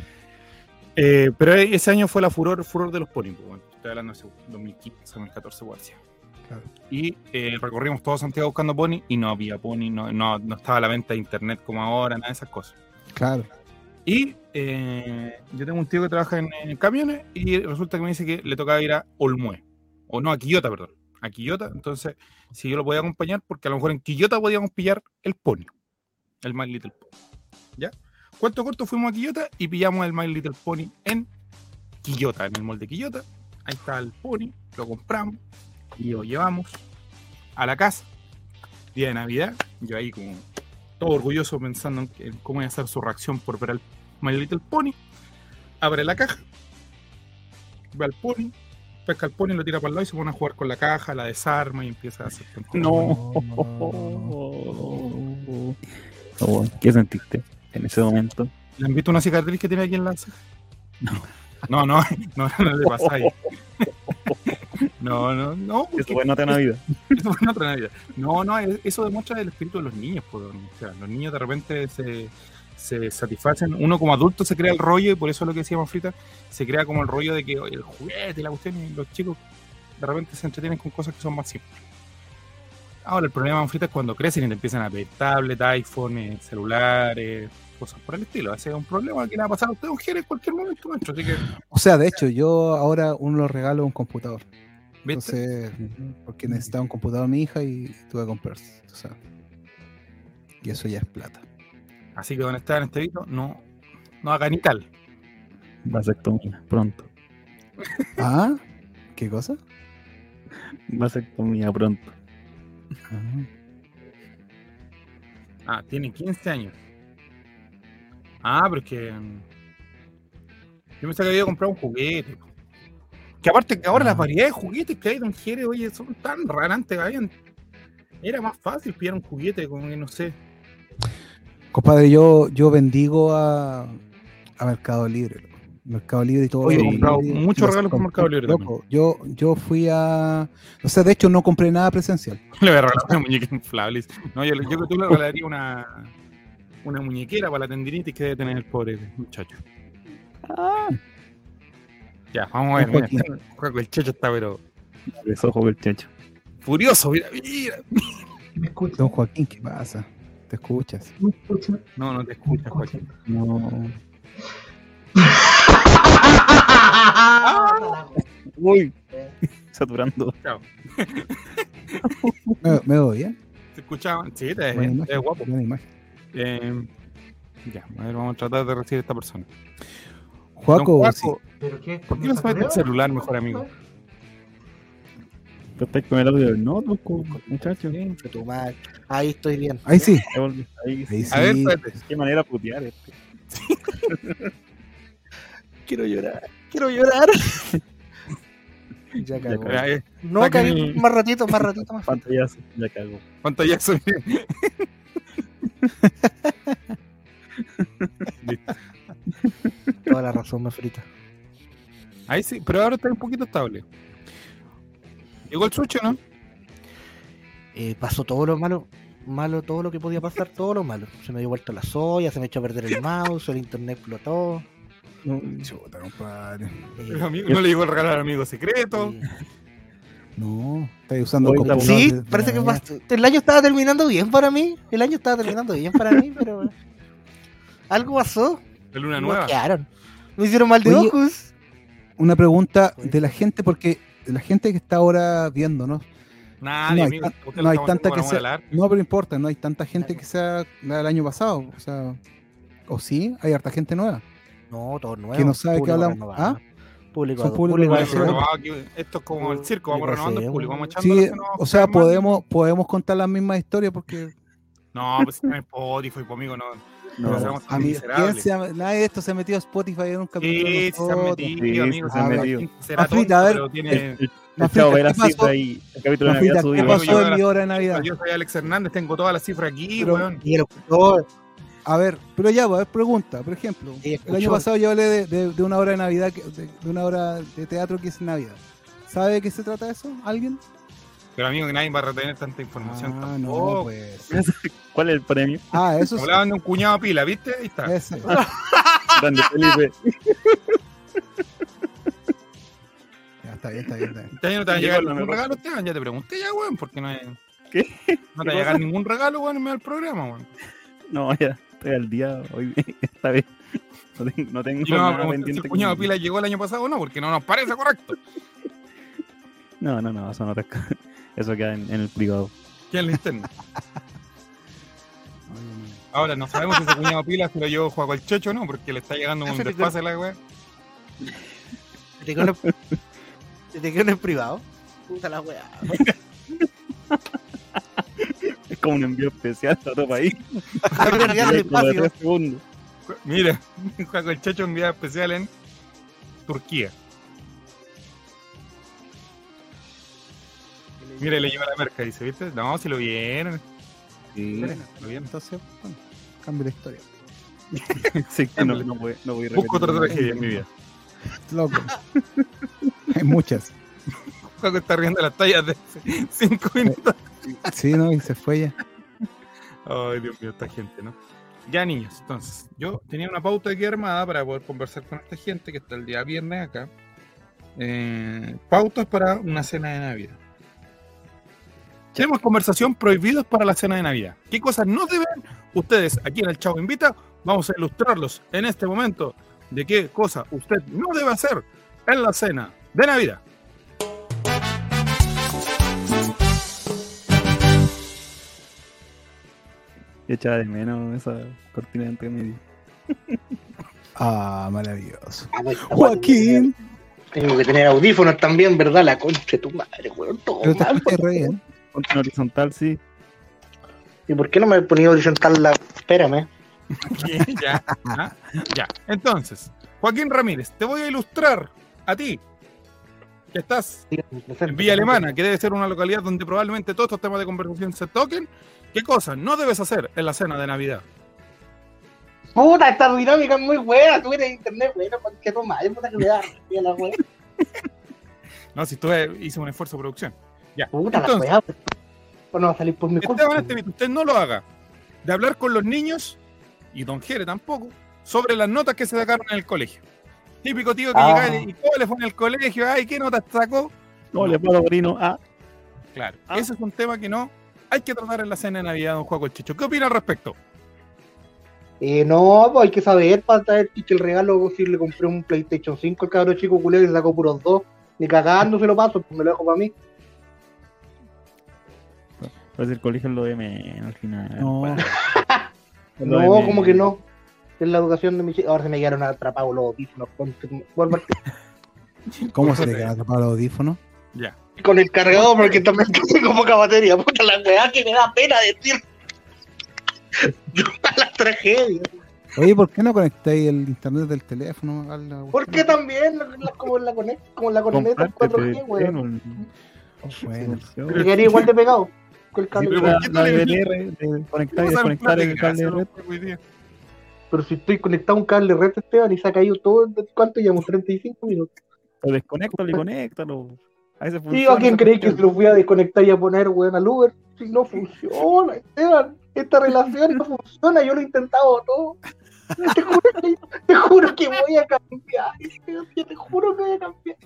Eh, pero ese año fue la furor, furor de los ponies, pues, bueno, estoy hablando de dos mil quince, dos mil catorce, igual, sí. claro. Y eh, recorrimos todo Santiago buscando pony y no había pony, no, no, no estaba a la venta de internet como ahora, nada de esas cosas. Claro. Y eh, yo tengo un tío que trabaja en, en camiones y resulta que me dice que le tocaba ir a Olmué, o no, a Quillota, perdón, a Quillota. Entonces, si yo lo podía acompañar, porque a lo mejor en Quillota podíamos pillar el pony, el My Little Pony. ¿Ya? Cuento corto, fuimos a Quillota y pillamos el My Little Pony en Quillota, en el mall de Quillota. Ahí está el pony, lo compramos y lo llevamos a la casa. Día de Navidad, yo ahí como todo orgulloso pensando en, en cómo iba a ser su reacción por ver al My Little Pony. Abre la caja, ve al pony, pesca al pony, lo tira para el lado y se pone a jugar con la caja, la desarma y empieza a hacer tonterías. No. Oh, ¿qué sentiste en ese momento? ¿Le han visto una cicatriz que tiene aquí en la ceja? No. No, no, no, no le pasa ahí. No, no, no. Eso fue nota de Navidad. Eso fue en otra Navidad. No, no, eso demuestra el espíritu de los niños. Pues, o sea, los niños de repente se, se satisfacen. Uno como adulto se crea el rollo, y por eso es lo que decía Manfrita, se crea como el rollo de que oye, el juguete y la cuestión, y los chicos de repente se entretienen con cosas que son más simples. Ahora, el problema, Manfrita, es cuando crecen y te empiezan a pedir tablet, iPhone, eh, celulares, cosas por el estilo. Ese es un problema que le va a pasar a usted, un en cualquier momento, maestro. Así que, O sea, de hecho, yo ahora uno lo regalo un computador. ¿viste? Entonces, porque necesitaba un computador mi hija y tuve que comprar. O sea, y eso ya es plata. Así que, don Esteban, en este video, no, no haga ni tal. Vasectomía, pronto. ¿Ah? ¿Qué cosa? Vasectomía, pronto. Ah. Ah, tiene quince años. Ah, pero es que. mm, Yo pensaba que había comprado un juguete. Que aparte que ahora Ah. las variedades de juguetes que hay, don Jere, oye, son tan raras. Antes habían- era más fácil pillar un juguete, como que no sé. Compadre, yo, yo bendigo a, a Mercado Libre. loco. Mercado Libre y todo. Oye, he lo comprado libre, muchos los regalos por compré, Mercado Libre loco. Yo, yo fui a. O sea, de hecho, no compré nada presencial. Le voy a regalar una muñeca inflable. No, yo, yo que tú le regalaría una, una muñequera para la tendinitis que debe tener el pobre muchacho. Ah, Ya, vamos a ver. Don Mira, Juaco, el Checho está, pero los ojos del Checho. furioso. Mira, mira. ¿Me escuchan? Don Joaquín, ¿qué pasa? ¿Te escuchas? ¿Me escuchan? No, no te escuchas, Joaquín. No. Uy, saturando. Chao. ¿Me, me veo bien? ¿Te escuchaban? Sí, te ves Buena bien, te ves imagen, guapo. buena imagen. Eh, ya, a ver, vamos a tratar de recibir a esta persona. Joaco, Don sí. Juaco, ¿Pero qué? ¿por qué no se mete el celular, mejor amigo? ¿Tú estás con el audio del notebook, muchachos? Conche tu madre. Ahí estoy bien. Ahí sí. Ahí volví. Ahí sí. Ahí sí. A ver, espérate. Qué manera de putear este. Quiero llorar. Quiero llorar. Ya cagó. Ya, eh, No, saquen cagué. el- Más ratito, más ratito, más. Pantallazo, ya cago. pantallazo. Mire. Listo. Toda la razón, me frita. Ahí sí, pero ahora está un poquito estable. Llegó el sucho, ¿no? Eh, pasó todo lo malo. Malo, todo lo que podía pasar, todo lo malo. Se me dio vuelta la soya, se me echó a perder el mouse, el internet explotó. No, Chuta, compadre. eh, El amigo, no le llegó el regalo al amigo secreto. eh, No, estáis usando Hoy computador Sí, de- de parece que Navidad. pas- el año estaba terminando bien para mí. El año estaba terminando bien para mí, pero eh, algo pasó. De luna Me nueva. bloquearon. Me hicieron mal de Oye, ojos. Una pregunta de la gente, porque la gente que está ahora viéndonos, Nadie, no hay, amigo. tan- Usted no lo hay estamos tanta haciendo que para sea, modelar. no, pero importa, no hay tanta gente que sea la del año pasado, o sea, o sí, hay harta gente nueva. No, todo nuevo. Que no sabe público qué hablamos. renovado. Público, Son público público Bueno, renovado. renovado. pero aquí- esto es como el circo, vamos Público renovando el hacemos. público, vamos echando Sí, los que no o sea, quedan mal. podemos, podemos contar las mismas historias porque No, pues en Spotify, conmigo no. no, Pero seamos tan a mí, miserables. ¿quién se ha- nadie de esto se ha metido a Spotify en un capítulo. Sí, de sí se han nosotros. metido, Sí, amigos. se han sabe, metido. será Afrita, tonto, a ver, pero tiene... El, el Mafrita, chavo ve la ¿qué pasó? cifra y el capítulo de Mafrita, Navidad ¿qué subió. Bueno, pasó yo en la- mi hora de Navidad? Yo soy Alex Hernández, tengo todas las cifras aquí, Pero- weón. Y el locutor, A ver, pero ya, pues, a ver, pregunta, por ejemplo, Sí, el escuchó. año pasado yo hablé de, de- de una obra de Navidad, que- de, de una obra de teatro que es Navidad. ¿Sabe de qué se trata eso? ¿Alguien? Pero amigo, que nadie va a retener tanta información Ah, tampoco. no, pues. ¿Cuál es el premio? Ah, eso sí. Hablaban de un cuñado pila, ¿viste? Ahí está. Ese. Grande Felipe. Ya, está bien, está bien, está bien. Este año no te va a Llegó llegar la ningún mejor. regalo, Esteban. Ya te pregunté ya, weón, porque no, es, ¿Qué? no te va a llegar ningún regalo, weón, en medio del programa, weón. No, ya estoy al día hoy, esta vez. No tengo, no tengo Y no me va a nada preguntar si pendiente. el cuñado con- pila llegó el año pasado o no, porque no nos parece correcto. No, no, no, eso no te- Eso queda en, en el privado. ¿Quién lo interno? Ahora, no sabemos si ese cuñado pila se lo llevó Juaco el Checho o no, porque le está llegando un Ese te- desfase la weón. ¿te quedó en el- te quedó en el privado? Puta la weá. Es como un envío especial a otro país. A ver, ya el Como de espacio. tres segundos. Mira, Juaco el Checho envía especial en Turquía. Mira, le lleva la merca, dice, ¿viste? No, si lo vieron. Sí, Lo vieron. Entonces, bueno, cambio la historia. sí, que no, no voy, no voy a Busco otra repetir. tragedia en mi vida. Loco. Hay muchas. Juaco está riendo las tallas de hace cinco minutos. Sí, ¿no? Y se fue ya. Ay, Dios mío, esta gente, ¿no? Ya, niños, entonces, yo tenía una pauta aquí armada para poder conversar con esta gente que está el día viernes acá. Eh, pautas para una cena de Navidad. Tenemos conversación prohibidos para la cena de Navidad. ¿Qué cosas no deben ustedes aquí en el Chavo Invita? Vamos a ilustrarlos en este momento de qué cosa usted no debe hacer en la cena de Navidad. Echaba de menos esa cortina de entre medio. Ah, maravilloso. Ah, pues, Joaquín. Tengo que tener audífonos también, ¿verdad? La concha de tu madre, weón. Todo Pero te mal. escuchas re bien. Ponte en horizontal, sí. ¿Y por qué no me he ponido horizontal la... Espérame. ya, ¿ah? ya. Entonces, Joaquín Ramírez, te voy a ilustrar a ti, que estás en Villa Alemana, que debe ser una localidad donde probablemente todos estos temas de conversación se toquen. ¿Qué cosas no debes hacer en la cena de Navidad? Puta, esta dinámica es muy buena. Tú eres internet, bueno, ¿por qué toma? Puta que me da rabia la weá. No, si tú eh, hice un esfuerzo de producción. Ya. Puta la Entonces, weá. Pues no va a salir por mi culpa. Esteban Estevito, usted no lo haga. De hablar con los niños, y Don Jere tampoco, sobre las notas que se sacaron en el colegio. Típico tío que Ah. llegaba y ¿cómo le fue en el colegio? Ay, ¿qué notas sacó? No, le puedo Borino. Ah, Claro, Ah. ese es un tema que no hay que tratar en la cena de Navidad, don Juaco el Checho. ¿Qué opina al respecto? Eh, no, pues hay que saber para saber que el regalo, si le compré un PlayStation cinco al cabrón chico culero y le sacó puros dos, ni cagando se lo paso, pues me lo dejo para mí. pues el colegio es lo de menos al final. No. Es lo de No, menos. como que no. Es la educación de mi chico. Ahora se me quedaron atrapados los audífonos. Con, vuelvo al- ¿Cómo se le queda atrapado el audífono? Ya. con el cargador porque también tengo poca batería. Puta la weá que me da pena decir. La tragedia. Oye, ¿por qué no conectáis el internet del teléfono a la ¿Por qué también? La- como la conecta, como la conecta cuatro G, weón. Bueno, Me quedaría igual de pegado. Con el cable. Sí, pero La, ¿por qué la no le- D V R, de conectar y Vamos a dar un plan desconectar de el cable gracia, de red. don Juaco, hoy día. Pero si estoy conectado a un cable red, Esteban, y se ha caído todo. ¿Cuánto llevamos? treinta y cinco minutos. O desconéctalo y conéctalo. A veces Sí, funciona. ¿a quién esa cree que se cuestión. lo fui a desconectar y a poner, weón, al Uber? Si no funciona, Esteban. Esta relación no funciona, yo lo he intentado todo. Te juro que, te juro que voy a cambiar. Esteban, yo te juro que voy a cambiar.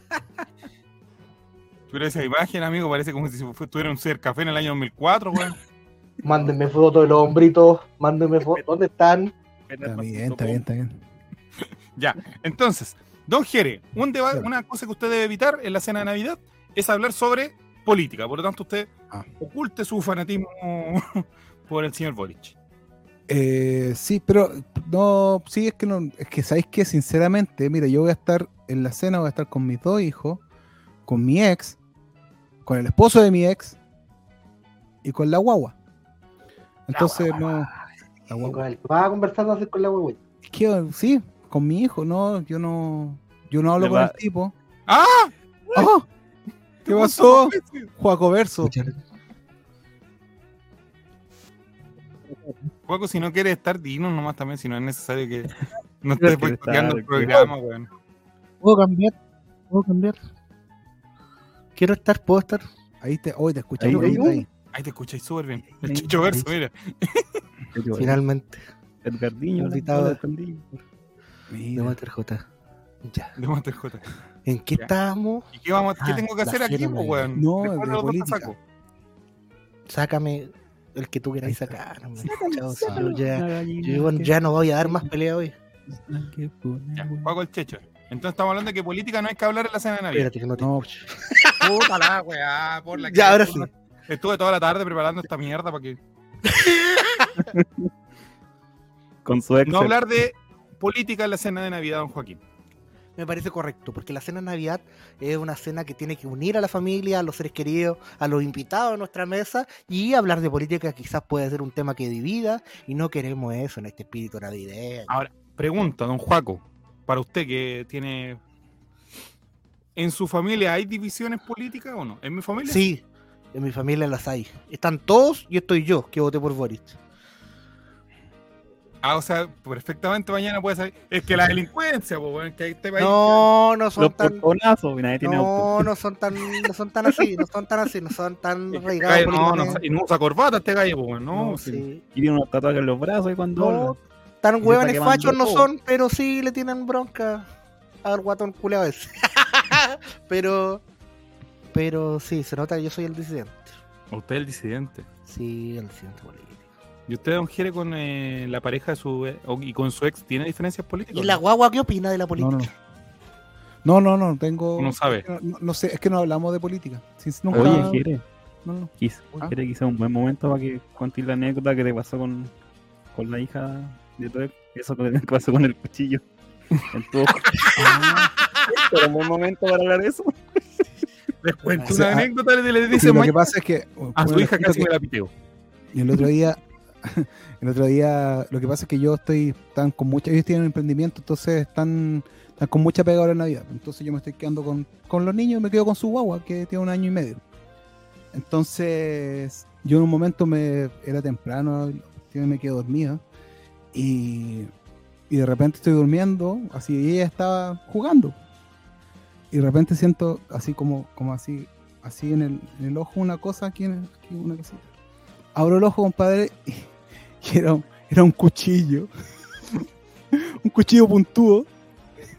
Pero esa imagen, amigo, parece como si fue- tuviera un cibercafé en el año dos mil cuatro, weón. Mándenme fotos de los hombritos, mándenme fotos. ¿Dónde están? está bien, está bien, está bien. Ya, entonces, don Jere, un deba- una cosa que usted debe evitar en la cena de Navidad es hablar sobre política. Por lo tanto, usted Ah. oculte su fanatismo por el señor Boric. Eh, sí, pero no, sí, es que no, es que sabéis que sinceramente, mira, yo voy a estar en la cena, voy a estar con mis dos hijos, con mi ex, con el esposo de mi ex y con la guagua. Entonces, no, la guagua. Con el que vas a conversar no hacer con la huevita. Es que, sí, con mi hijo, no, yo no, yo no hablo Le con va- el tipo. ¡Ah! ¡Oh! ¿Qué pasó? Juaco Verso. Juaco, si no quiere estar, dinos nomás también, si no es necesario que no Quiero estés estar, boicoteando el quiero- programa, weón. ¿Puedo cambiar? ¿Puedo cambiar? Quiero estar, puedo estar. Ahí te, hoy te escucho Ahí, ahí, ahí. ahí. Ahí te escucháis súper bien. El Ahí, Chicho Verso, mira. Finalmente. Edgardiño, Invitado. la- Edgardiño. De Mira. Master J. Ya. De Monster J. ¿En qué Ya. estábamos? ¿Y qué, vamos, qué Ah, tengo que la hacer aquí, cena, po, weón? no, Después de los dos política. saco. Sácame el que tú queráis sacar. hombre. Chao, sácalo. yo ya, Una gallina yo que- ya no voy a dar más pelea hoy. que pone Ya, huevo. Juaco el Checho. Entonces estamos hablando de que política no hay que hablar en la cena de Navidad. Espérate que no te No, escucho. Puta la weá, por la que- Ya, ahora sí. Estuve toda la tarde preparando esta mierda para que Con su ex. no hablar de política en la cena de Navidad, don Joaquín. Me parece correcto, porque la cena de Navidad es una cena que tiene que unir a la familia, a los seres queridos, a los invitados a nuestra mesa, y hablar de política quizás puede ser un tema que divida, y no queremos eso en este espíritu navideño. Ahora, pregunta, don Juaco, para usted que tiene... ¿En su familia hay divisiones políticas o no? ¿En mi familia? Sí, en mi familia las hay. Están todos y estoy yo, que voté por Boric. Ah, o sea, perfectamente mañana puede salir. Es que la delincuencia, po, weón, que este país... No, no son Los tan... portonazos, y nadie tiene auto. No, no son tan, no son tan así, no son tan así, no son tan Este arraigados gallo, no, no, políticamente. y no usa corbata este gallo, po, weón, no, No, sí. sí. Y tiene unos tatuajes en los brazos y cuando No, habla. tan está huevones quemando fachos no todo. son, pero sí le tienen bronca al guatón culeado ese. pero, pero sí, se nota que yo soy el disidente. Usted es el disidente. Sí, el disidente político. ¿Y usted, don Jere, con eh, la pareja de su e- o- y con su ex, tiene diferencias políticas? ¿Y la guagua qué opina de la no, política? no. No, no, no, tengo. No sabe. No, no sé, es que no hablamos de política. Sin- nunca- Oye, Jere, no, no. quiz- Ah. Jere, quizá un buen momento para que contes la anécdota que te pasó con, con la hija de tu ex. Eso que te pasó con el cuchillo en tu ojo. Ah, Pero un buen momento para hablar de eso. Les cuento O sea, una anécdota, le, le sí, dice lo que mañana pasa es que. a su bueno, hija les casi cuento me la piteo. que- Y el otro día. El otro día, lo que pasa es que yo estoy. Están con mucha. Ellos tienen un emprendimiento, entonces están. Están con mucha pega ahora en Navidad. Entonces yo me estoy quedando con, con los niños y me quedo con su guagua, que tiene un año y medio. Entonces, yo en un momento me era temprano, yo me quedo dormido. Y, y de repente estoy durmiendo, así, y ella estaba jugando. Y de repente siento así como, como así, así en el, en el ojo una cosa, aquí, en el- aquí una cosita. Abro el ojo, compadre, y, y era, un- era un cuchillo. Un cuchillo puntudo.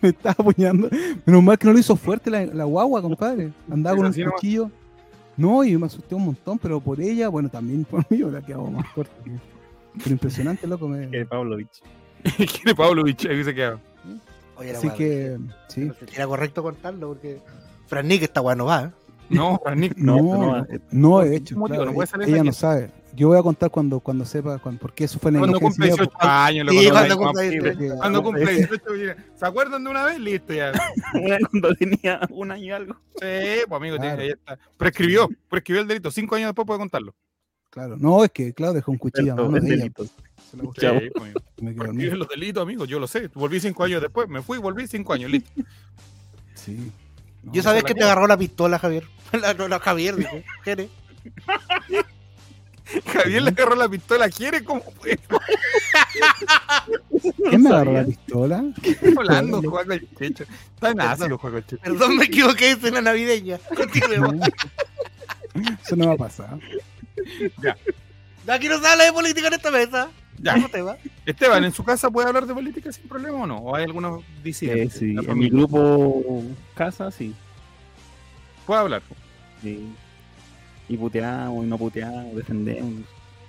me estaba apuñando. Menos mal que no lo hizo fuerte la, la guagua, compadre. Andaba con un Así nomás. cuchillo. No, y me asusté un montón, pero por ella, bueno, también por mí, la que hago más corta. Pero impresionante, loco. Me... Que Pavlovich. ¿Quién es Pavlovich? Ahí se queda. Oye, la Así weá, que, sí. era correcto contarlo porque Fran Nick esta weá no va, ¿eh? No, Nick, No, no, no, no, no, por de ningún hecho, motivo, claro, no puede salir ella de no aquí. sabe. Yo voy a contar cuando, cuando sepa, cuando, porque eso fue Cuando cumple negligencia dieciocho años, Sí, lo cuando conozco. cumple mía, porque- Cuando cumple dieciocho, mira, ¿se acuerdan de una vez? Listo, ya. Cuando tenía un año y algo. Sí, pues amigo, Claro. tiene- ahí está. Prescribió, prescribió el delito. Cinco años después puede contarlo. Claro, no, es que, claro, dejó un cuchillo a Experto mano en de ella. delitos. Se la Sí, buscó, pues, amigo. me quedó Prescriben los delitos, amigo, yo lo sé. Volví cinco años después, me fui, volví cinco años, listo. Sí. No, Yo sabes la que te mierda. agarró la pistola, Javier. La, no, la Javier, dijo. Jere. Javier le agarró la pistola, ¿quiere? ¿Cómo fue? ¿Quién me agarró la pistola? Hablando, Juaco el Checho. Está en ácido, Juaco el Checho. Perdón, me equivoqué, es una navideña. Continuemos. No. Eso no va a pasar. Aquí no se habla de política en esta mesa. Ya. Otro tema. Esteban, ¿en su casa puede hablar de política sin problema o no? ¿O hay algunos Eh, disidentes? sí, La en mi familia. grupo casa, sí. Puede hablar. sí. Y puteamos, y no puteamos, defendemos.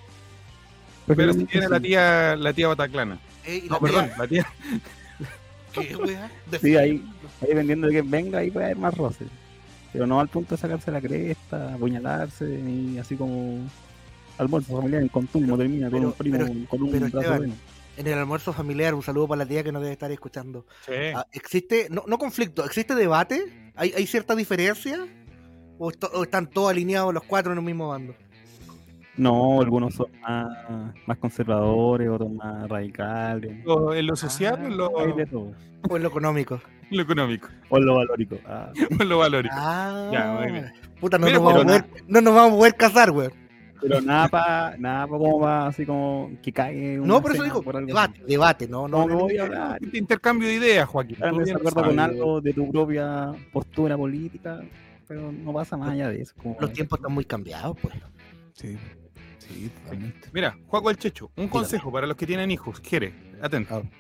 Pero si Preferiblemente tiene la sí. tía, la tía Bataclana. Eh, y No, la perdón, tía- la tía. ¿Qué, weá? Sí, ahí, ahí dependiendo de quién venga, ahí puede haber más roces. Pero no al punto de sacarse la cresta, apuñalarse, ni así como almuerzo familiar en consumo termina con Pero- un primo pero- con un pero, brazo Esteban, bueno. En el almuerzo familiar, un saludo para la tía que nos debe estar escuchando. Sí. Ah, ¿Existe, no, no conflicto, existe debate? ¿Hay, hay cierta diferencia? ¿O, esto- o están todos alineados los cuatro en un mismo bando? No, algunos son más, más conservadores, otros más radicales. Lo- en lo social o en lo, Hay de todo. ¿O en lo económico? en lo económico? O en lo valórico. Ah, O en lo valórico. Ah, Ya, muy bien. puta, no, Mira, nos vamos a pero poder, no nos vamos a poder casar, weón. pero nada para nada pa como va así como que cae una No, por eso cena digo, por algo debate, así. debate, no, no. No, no voy a hablar. Este intercambio de ideas, Joaquín. Estar en Tú bien desacuerdo sabes. con algo de tu propia postura política, pero no pasa más allá de eso. Como... Los tiempos están muy cambiados, pues. Sí, sí, totalmente. Mira, Juaco el Checho, un consejo para los que tienen hijos. Quiere, atento. Ah.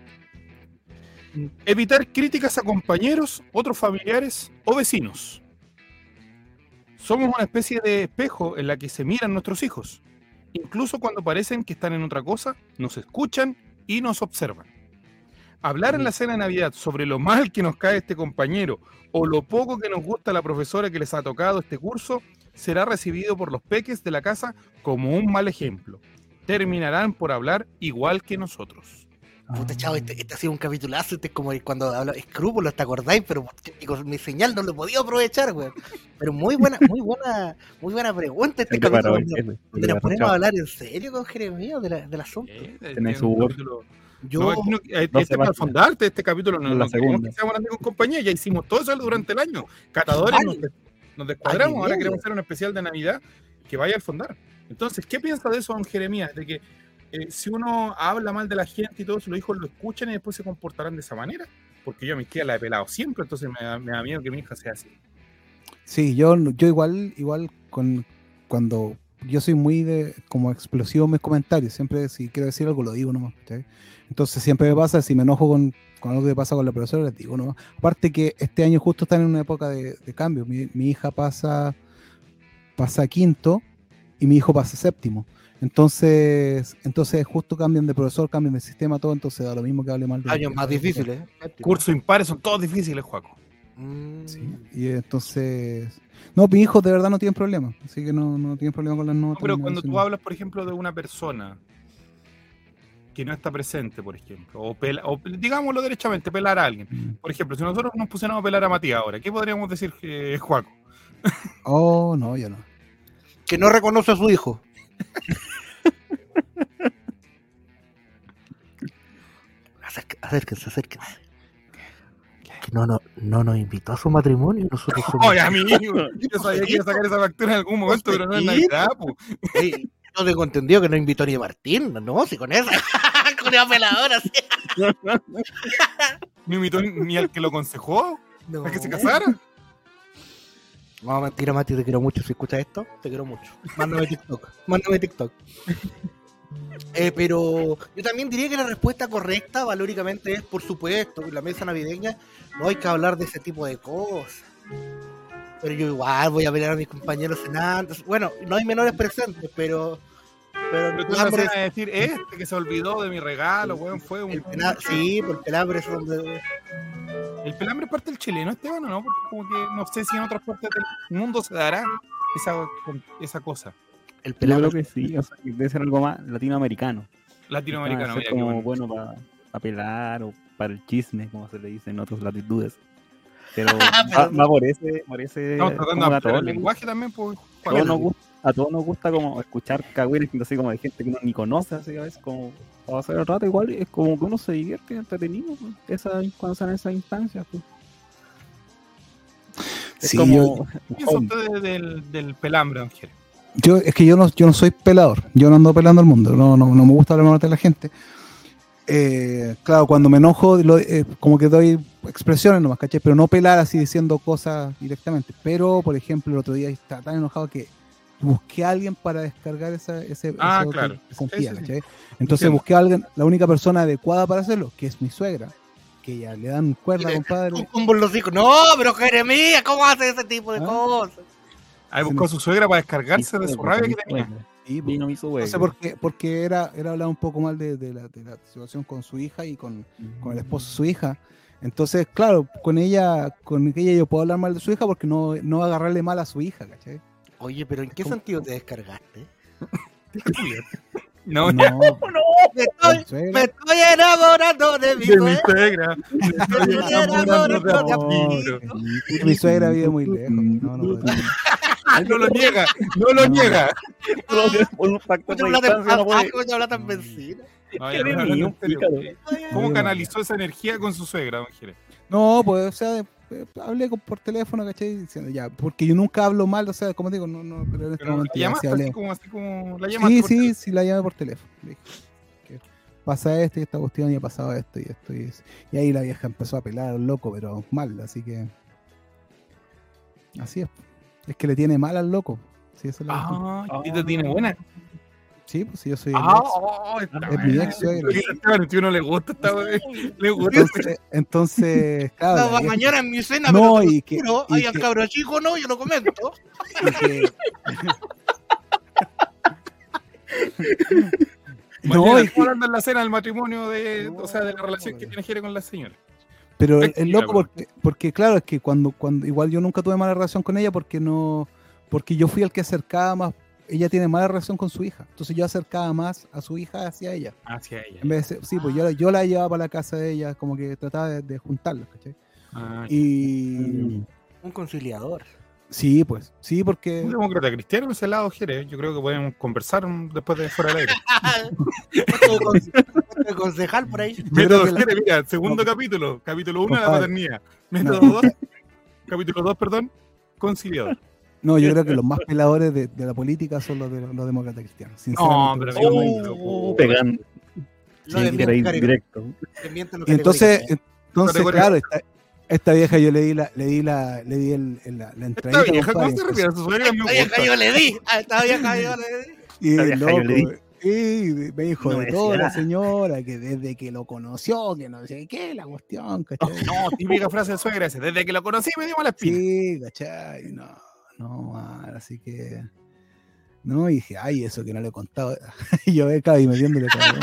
Evitar críticas a compañeros, otros familiares o vecinos. Somos una especie de espejo en la que se miran nuestros hijos. Incluso cuando parecen que están en otra cosa, nos escuchan y nos observan. Hablar en la cena de Navidad sobre lo mal que nos cae este compañero o lo poco que nos gusta la profesora que les ha tocado este curso será recibido por los peques de la casa como un mal ejemplo. Terminarán por hablar igual que nosotros. Puta, chavo, este, este ha sido un capitulazo. Este es como cuando habla escrúpulos, ¿te acordáis? Pero con mi señal no lo podía aprovechar, weón. Pero muy buena, muy buena, muy buena pregunta este Se preparó capítulo. el Donde, jefe, se donde nos preparó, ponemos chao. a hablar en serio con Jeremías de la, del asunto. Eh, Tenés tiene su un Word. capítulo- Yo, No, aquí no- este doce es para páginas. fondarte este capítulo, no, En la no queremos segunda. que seamos amigos en compañía, ya hicimos todo eso durante el año. Catadores Vale. nos, des- nos descuadramos, Año y ahora medio. queremos hacer un especial de Navidad que vaya al fondar. Entonces, ¿qué piensa de eso, don Jeremías? De que eh, si uno habla mal de la gente y todo eso, los hijos lo escuchan y después se comportarán de esa manera. Porque yo a mis tías la he pelado siempre, entonces me da, me da miedo que mi hija sea así. Sí, yo, yo igual, igual con cuando yo soy muy de como explosivo en mis comentarios, siempre si quiero decir algo lo digo nomás, ¿cachai? Entonces siempre me pasa, si me enojo con, con algo que pasa con la profesora, les digo nomás. Aparte que este año justo están en una época de, de cambio, mi, mi hija pasa, pasa quinto y mi hijo pasa séptimo. Entonces, entonces justo cambian de profesor, cambian de sistema, todo, entonces da lo mismo que hable mal de años más difíciles, ¿eh? Cursos impares son todos difíciles, Juaco. Mm. Sí, y entonces... No, mi hijo de verdad no tiene problema, así que no, no tiene problema con las No, notas. pero ni nada cuando de tú eso, hablas, por ejemplo, de una persona que no está presente, por ejemplo, o, pela- o digámoslo derechamente, pelar a alguien. no. Por ejemplo, si nosotros nos pusiéramos a pelar a Matías ahora, ¿qué podríamos decir, eh, Juaco? Oh, no, ya no. Que no reconoce a su hijo. Acérquense, acérquense, acérquense. Que no, no, no nos invitó a su matrimonio. Nosotros somos. Oye, amigo, yo sabía que iba a sacar esa factura en algún momento, pero no en Navidad, po. Ey, yo tengo entendido que no invitó ni a Martín, no, si con esa, con esa peladora, sí. No invitó ni al que lo aconsejó No. a que se casara. No, mentira, Mati, te quiero mucho. Si escuchas esto, te quiero mucho. Mándame TikTok. Mándame TikTok. Eh, pero yo también diría que la respuesta correcta, valóricamente, es, por supuesto, en la mesa navideña no hay que hablar de ese tipo de cosas. Pero yo igual voy a ver a mis compañeros cenando. Bueno, no hay menores presentes, pero... Pero, Pero tú el vas pelambre, a decir, este que se olvidó de mi regalo, weón, fue un... el pela- sí, por el pelambre es donde... ¿El pelambre es parte del chileno, Esteban, o no? Porque como que no sé si en otras partes del mundo se dará esa, esa cosa. El Yo pelambre creo que sí, o sea, que debe ser algo más latinoamericano. Latinoamericano, Debe mira ser qué como bueno. bueno para pelar o para el chisme, como se le dice en otras latitudes. Pero Pero va, no. va por ese, por ese Estamos tratando como de a ampliar todos el les lenguaje también, pues, a todos nos gusta, a todos nos gusta como escuchar cagüines así como de gente que uno ni conoce, así a veces como para hacer el rato, igual es como que uno se divierte, entretenido, pues, esa, cuando están en esas instancias, pues. Es Sí, como yo, ¿Qué piensa usted del, del pelambre, Ángel? yo, es que yo no, yo no soy pelador, yo no ando pelando al mundo, no, no, no me gusta hablar mal de la gente. Eh, claro, cuando me enojo, lo- eh, como que doy expresiones nomás, ¿cachai? Pero no pelar así diciendo cosas directamente. Pero, por ejemplo, el otro día estaba tan enojado que busqué a alguien para descargar esa, ese, Ah, eso claro. que- que sentía, Sí, sí, sí. ¿cachai? Entonces Entiendo. busqué a alguien, la única persona adecuada para hacerlo, que es mi suegra, que ya le dan cuerda, compadre. con los hijos. No, pero Jeremías, ¿cómo hace ese tipo de Ah. cosas? Ahí buscó a su suegra para descargarse de su suegra, rabia mi que tenía. suegra. Sí, pues. Vino mi suegra. No sé por qué, porque era, era hablar un poco mal de, de la, de la situación con su hija y con, con el esposo de su hija. Entonces, claro, con ella, con ella yo puedo hablar mal de su hija porque no, no agarrarle mal a su hija, ¿cachai? Oye, pero ¿en qué ¿Cómo? sentido te descargaste? No, No, Me con estoy, suegra. me estoy enamorando de mi de mi suegra. suegra. Me estoy estoy enamorando de enamorando de Arturo. Que mi suegra vive muy lejos. No, no, no. Ah, no lo niega, no lo No. niega. Por un factor Mucha de plata en distancia no puede- mucha plata en benzina. No, ¿Qué ya, de pero mí? hablando en serio, Explícalo. ¿cómo Oye, canalizó esa energía con su suegra, don Jerez? No, pues, o sea, eh, hablé con- por teléfono, ¿cachai? Diciendo ya, porque yo nunca hablo mal, o sea, como digo, no, no, pero en este Pero la momento ya sí llamaste hablé. así como, así como la llamaste Sí, por sí, teléfono. sí, la llamé por teléfono. Le dije que pasa esto y esta cuestión y ha pasado esto y esto y eso. Y ahí la vieja empezó a pelar al loco, pero mal, así que... Así es. Es que le tiene mal al loco. Sí, eso es la cuestión. Ah, y te tiene buena. Sí, pues sí, yo soy el Ah, ex. oh, está Es mi buena. ex suegra. Oye, Esteban, si uno le gusta esta wea, le gusta. Entonces, entonces claro, la La vieja- mañana en mi cena, No, pero te lo y que- juro, y hay al que- cabro chico, no, yo lo comento. y que- Mañana No, y estamos que- hablando en la cena del matrimonio, de, No, o sea, de la relación no, que no. tiene Jere con la señora. pero el, el Explica, loco, weón. porque, porque claro, es que cuando, cuando igual yo nunca tuve mala relación con ella porque no, porque yo fui el que acercaba más, ella tiene mala relación con su hija, entonces yo acercaba más a su hija hacia ella. Hacia ella. En vez de ser- sí, pues yo, la- yo la llevaba para la casa de ella, como que trataba de, de juntarlos, ¿cachai? Ah, Y Un conciliador. sí, pues, sí, porque un demócrata cristiano en ese lado, Jere. Yo creo que podemos conversar un- después de fuera del aire. Puesto de conce- puesto de concejal por ahí. yo Método creo que la- Jere, mira, segundo No. capítulo. Capítulo uno, la Compadre. paternidad. Método No. dos, capítulo dos, perdón, conciliador. no, yo creo que los más peladores de, de la política son los de los, los demócratas cristianos. No, sinceramente. pero Yo amigo, no- muy loco. Pegando. No Sí, le que era miento, directo. le miento lo Y entonces, categórico. entonces Categoría. claro, esta, esta vieja yo le di la, le di la, le di el, el- la, la Esta entradita, vieja, ¿cómo compadre, se refiere a su suegra? Me Esta vieja gusta. yo le di, a esta vieja yo le di. y Esta vieja yo le di. loco, y me dijo No de me todo decía la nada. señora, que desde que lo conoció, que no sé qué, la cuestión, ¿cachai? No, típica frase de suegra ese. Desde que lo conocí me dio mala espina. Sí, ¿cachai? No, no, mal, así que... No, y dije, ay, eso que no le he contado. Y yo acá y metiéndole cabrón.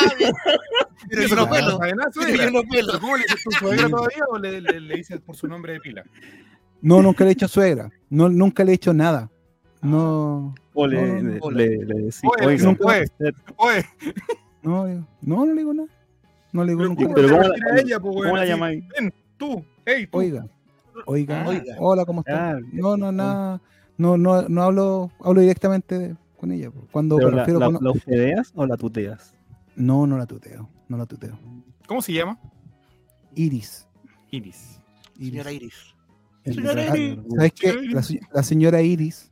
Pero yo no Claro. pelo. sabe nada, Pero suegra. yo no pelo. ¿Pero ¿Cómo le dices tu suegra todavía o le, le, le dices por su nombre de pila? No, nunca le he hecho suegra. No, nunca le he hecho nada. No, O le, No, no, le, no. le, le decís, Oye, oiga, nunca- oye, usted- Oye, no, yo- no, no le digo nada. No le digo pero nunca. ¿cómo Pero te ¿cómo la- refieres a ella, po, ¿cómo weón? la Así, llamáis? Ven, tú, hey, tú. Oiga, oiga, Oiga. hola, ¿cómo estás? Ah, No, no, nada. No, no, no hablo, hablo directamente con ella. po. Cuando ¿Pero me la, refiero la, con- la ustedeas o la tuteas? No, no la tuteo. No la tuteo. ¿Cómo se llama? Iris. Iris. Iris. Señora Iris. El- Señora ah, Iris. ¿Sabes qué? Señora La, Iris. se- la señora Iris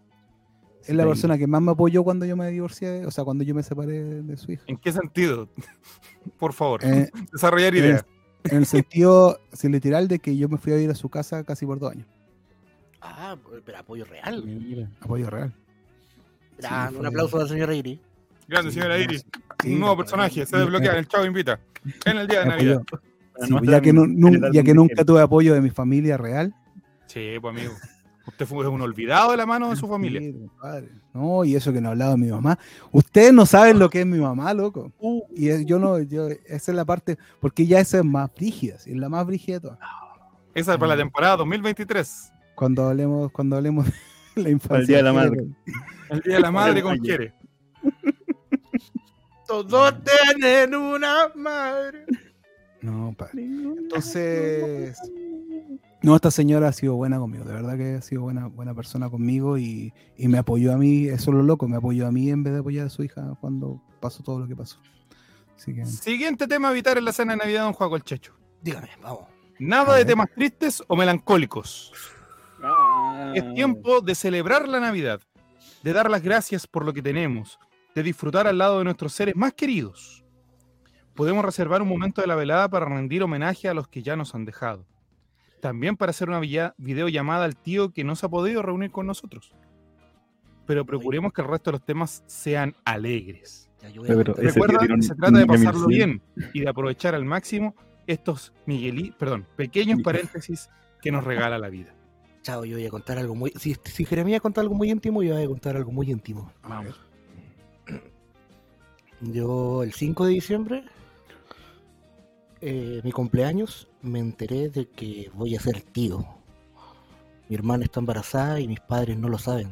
es la Sí. persona que más me apoyó cuando yo me divorcié, o sea, cuando yo me separé de, de su hija. ¿En qué sentido? Por favor, Eh, desarrollar en, ideas. en el sentido así, literal de que yo me fui a vivir a su casa casi por dos años. Ah, pero apoyo real. Mira. Apoyo real. Ah, Sí, un fue- aplauso a la señora Iris. Grande, Sí, señora no, Iris. sí, Un nuevo no, personaje, se no, desbloquea en no, el Chavo Invita. En el día de me Navidad. apoyó. Para Sí, no pues ya, que, estar nu- nu- generando ya que un nunca ejemplo. tuve apoyo de mi familia real. Sí, pues amigo. Usted fue un olvidado de la mano de su familia. Sí, compadre. No, y eso que no hablaba de mi mamá. Ustedes no saben lo que es mi mamá, loco. Y es- yo no, yo, esa es la parte, porque ya esa es más brígida, sí, es la más brígida de todas. Esa es para la temporada dos mil veintitrés. Cuando hablemos, cuando hablemos de la infancia. Para el Día de la Madre. El Día de la Madre con Oye. quiere. Todos tienen una madre. No, padre. Entonces, no, esta señora ha sido buena conmigo, de verdad que ha sido buena, buena persona conmigo y, y me apoyó a mí, eso es lo loco, me apoyó a mí en vez de apoyar a su hija cuando pasó todo lo que pasó. Así que, Siguiente tema a evitar en la cena de Navidad, don Juaco el Checho. Dígame, vamos. Nada A de ver. temas tristes o melancólicos. Ah. Es tiempo de celebrar la Navidad, de dar las gracias por lo que tenemos, de disfrutar al lado de nuestros seres más queridos. Podemos reservar un momento de la velada para rendir homenaje a los que ya nos han dejado. También para hacer una villa- videollamada al tío que no se ha podido reunir con nosotros. Pero procuremos que el resto de los temas sean alegres. Ya, yo voy a Pero contar- ese tío Recuerda tiene un- que se trata de un pasarlo mil bien cien. y de aprovechar al máximo estos Miguelí, perdón, pequeños paréntesis que nos regala la vida. Chao, yo voy a contar algo muy... Si, si Jeremías cuenta algo muy íntimo, yo voy a contar algo muy íntimo. Vamos. Yo el cinco de diciembre, eh, mi cumpleaños, me enteré de que voy a ser tío. Mi hermana está embarazada y mis padres no lo saben.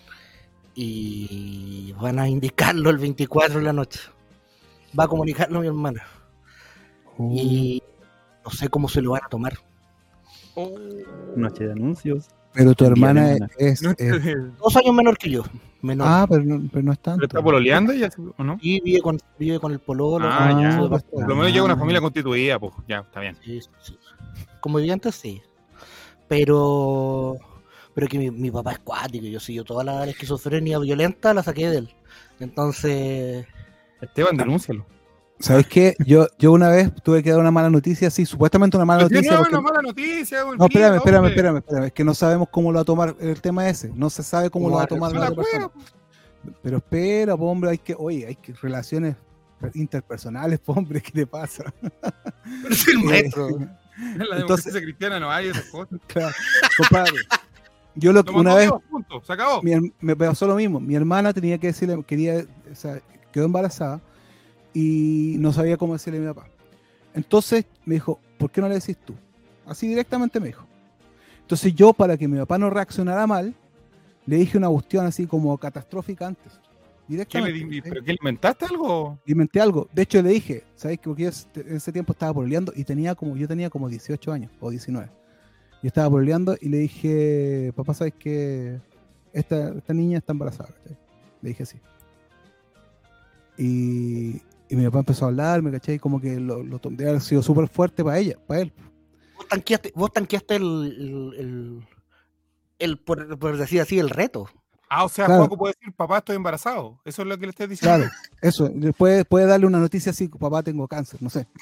Y van a indicarlo el veinticuatro de la noche. Va a comunicarlo a mi hermana. uh, Y no sé cómo se lo van a tomar. Noche de anuncios. pero tu Día de hermana hermana. es, No, es- pero Dos años menor que yo. Menor. ah, pero no, pero no es tanto. está pololeando ya, ¿o no? Y vive con, vive con el pololo. Ah, con- ya. con- pues, Por lo menos llega una ah. familia constituida, pues ya, está bien. Sí, sí, sí. Como vivía antes, sí. Pero pero que mi, mi papá es cuático. Yo sí, yo toda la esquizofrenia violenta la saqué de él. Entonces, Esteban, denúncialo. ¿Sabes qué? Yo, yo una vez tuve que dar una mala noticia, sí, supuestamente una mala Pero noticia. no, porque- una mala noticia, un No, espérame, tío, espérame, hombre. espérame, espérame. Es que no sabemos cómo lo va a tomar el tema ese. No se sabe cómo lo va a tomar la Una otra persona. cueva, Pero espera, po, hombre, hay que, oye, hay que relaciones interpersonales, po, hombre, ¿qué te pasa? es el metro. En la Entonces- democracia cristiana no hay esas cosas. Claro, compadre. Yo lo, Lo una mandó vez Dios, punto, se acabó. mi her- me pasó lo mismo. Mi hermana tenía que decirle, quería, o sea, quedó embarazada y no sabía cómo decirle a mi papá. Entonces me dijo, ¿por qué no le decís tú? Así directamente me dijo. Entonces yo, para que mi papá no reaccionara mal, le dije una cuestión así como catastrófica antes. ¿Qué le Directamente. di- ¿Pero qué le inventaste algo? Le inventé algo. De hecho, le dije, ¿sabes? Que porque yo este- en ese tiempo estaba pololeando y tenía como, yo tenía como dieciocho años o diecinueve. Yo estaba pololeando y le dije, papá, ¿sabes qué? Esta, esta niña está embarazada. ¿cachai? Le dije así. Y, y mi papá empezó a hablar, me caché, como que lo, lo tom- debe haber sido súper fuerte para ella, para él. Vos tanqueaste, vos tanqueaste el, el, el, el, por, por decir así, el reto. Ah, o sea, Claro. Juaco puede decir, papá, estoy embarazado. Eso es lo que le estás diciendo. Claro, eso. Puede, puede darle una noticia así, papá, tengo cáncer, no sé.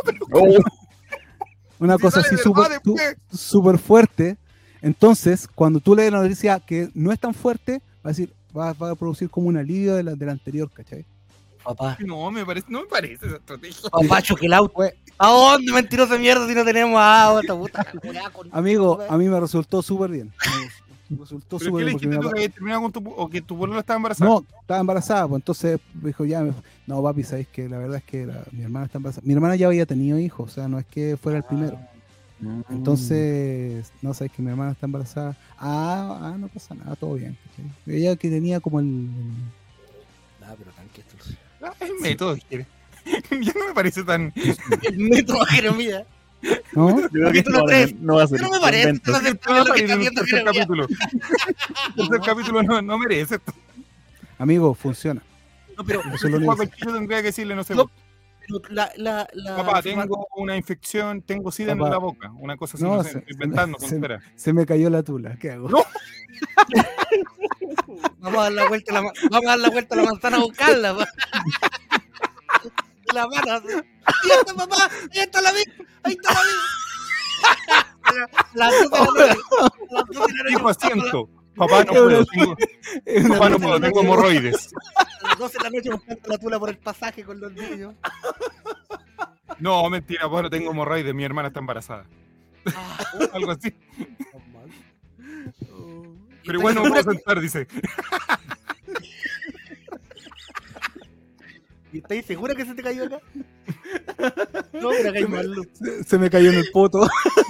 Una Si cosa sale así verdad súper su- después. súper fuerte. Entonces, cuando tú lees la noticia que no es tan fuerte, va a decir, va, va a producir como un alivio de la, de la anterior, ¿cachai? Papá, No, me parece, no me parece esa estrategia. papá, choque el auto. Fue- ¿A dónde, mentiroso de mierda, si no tenemos agua? Esta puta calculada con- Amigo, a mí me resultó súper bien. Me resultó ¿Pero súper qué le bien. porque dijiste mi tú que papá- habías terminado con tu... o que tu pueblo estaba embarazada? No, estaba embarazada, pues entonces me dijo, ya, me- no, papi, sabéis que la verdad es que la- mi hermana está embarazada. Mi hermana ya había tenido hijos, o sea, no es que fuera el primero. Entonces, no sabéis que mi hermana está embarazada. Ah, ah, no pasa nada, todo bien. ¿cachai? Ella que tenía como el. el- Ah, pero tanqueaste. Ah, el método, quiere. Ya no me parece tan... El metro a Jeremías. ¿No? Yo creo que Capítulo no, va a- tres. no va a ser No me parece. invento. No sé No va a lo que salir está en el viendo tercer Jeremías. capítulo. El tercer capítulo no, no merece esto. Amigo, funciona. No, pero, Eso es lo único Juaco que el Chico tendría que decirle, no sé, No, pero la, la, la, papá, tengo una infección, tengo sida en Papá. la boca. Una cosa así, No, no, sé, se- estoy inventando, se- tontera. se me cayó la tula. ¿Qué hago? No. Vamos a dar la vuelta a la, ma- vamos a dar la vuelta a la manzana a buscarla. pa. La mano así. Ahí está, papá. Ahí está la vida. Ahí está la vida. Las dos de la noche. Las dos de la noche. Tipo asiento. Papá, no puedo, tengo, Es una papá, no tula. puedo, tengo hemorroides. las doce de la noche buscando la tula por el pasaje con los niños. No, mentira, pues no tengo hemorroides, mi hermana está embarazada. Algo así. Pero igual no me puedo sentar, dice. ¿Y estáis segura que se te cayó acá? No, pero acá hay más luz. Se, se me cayó en el poto.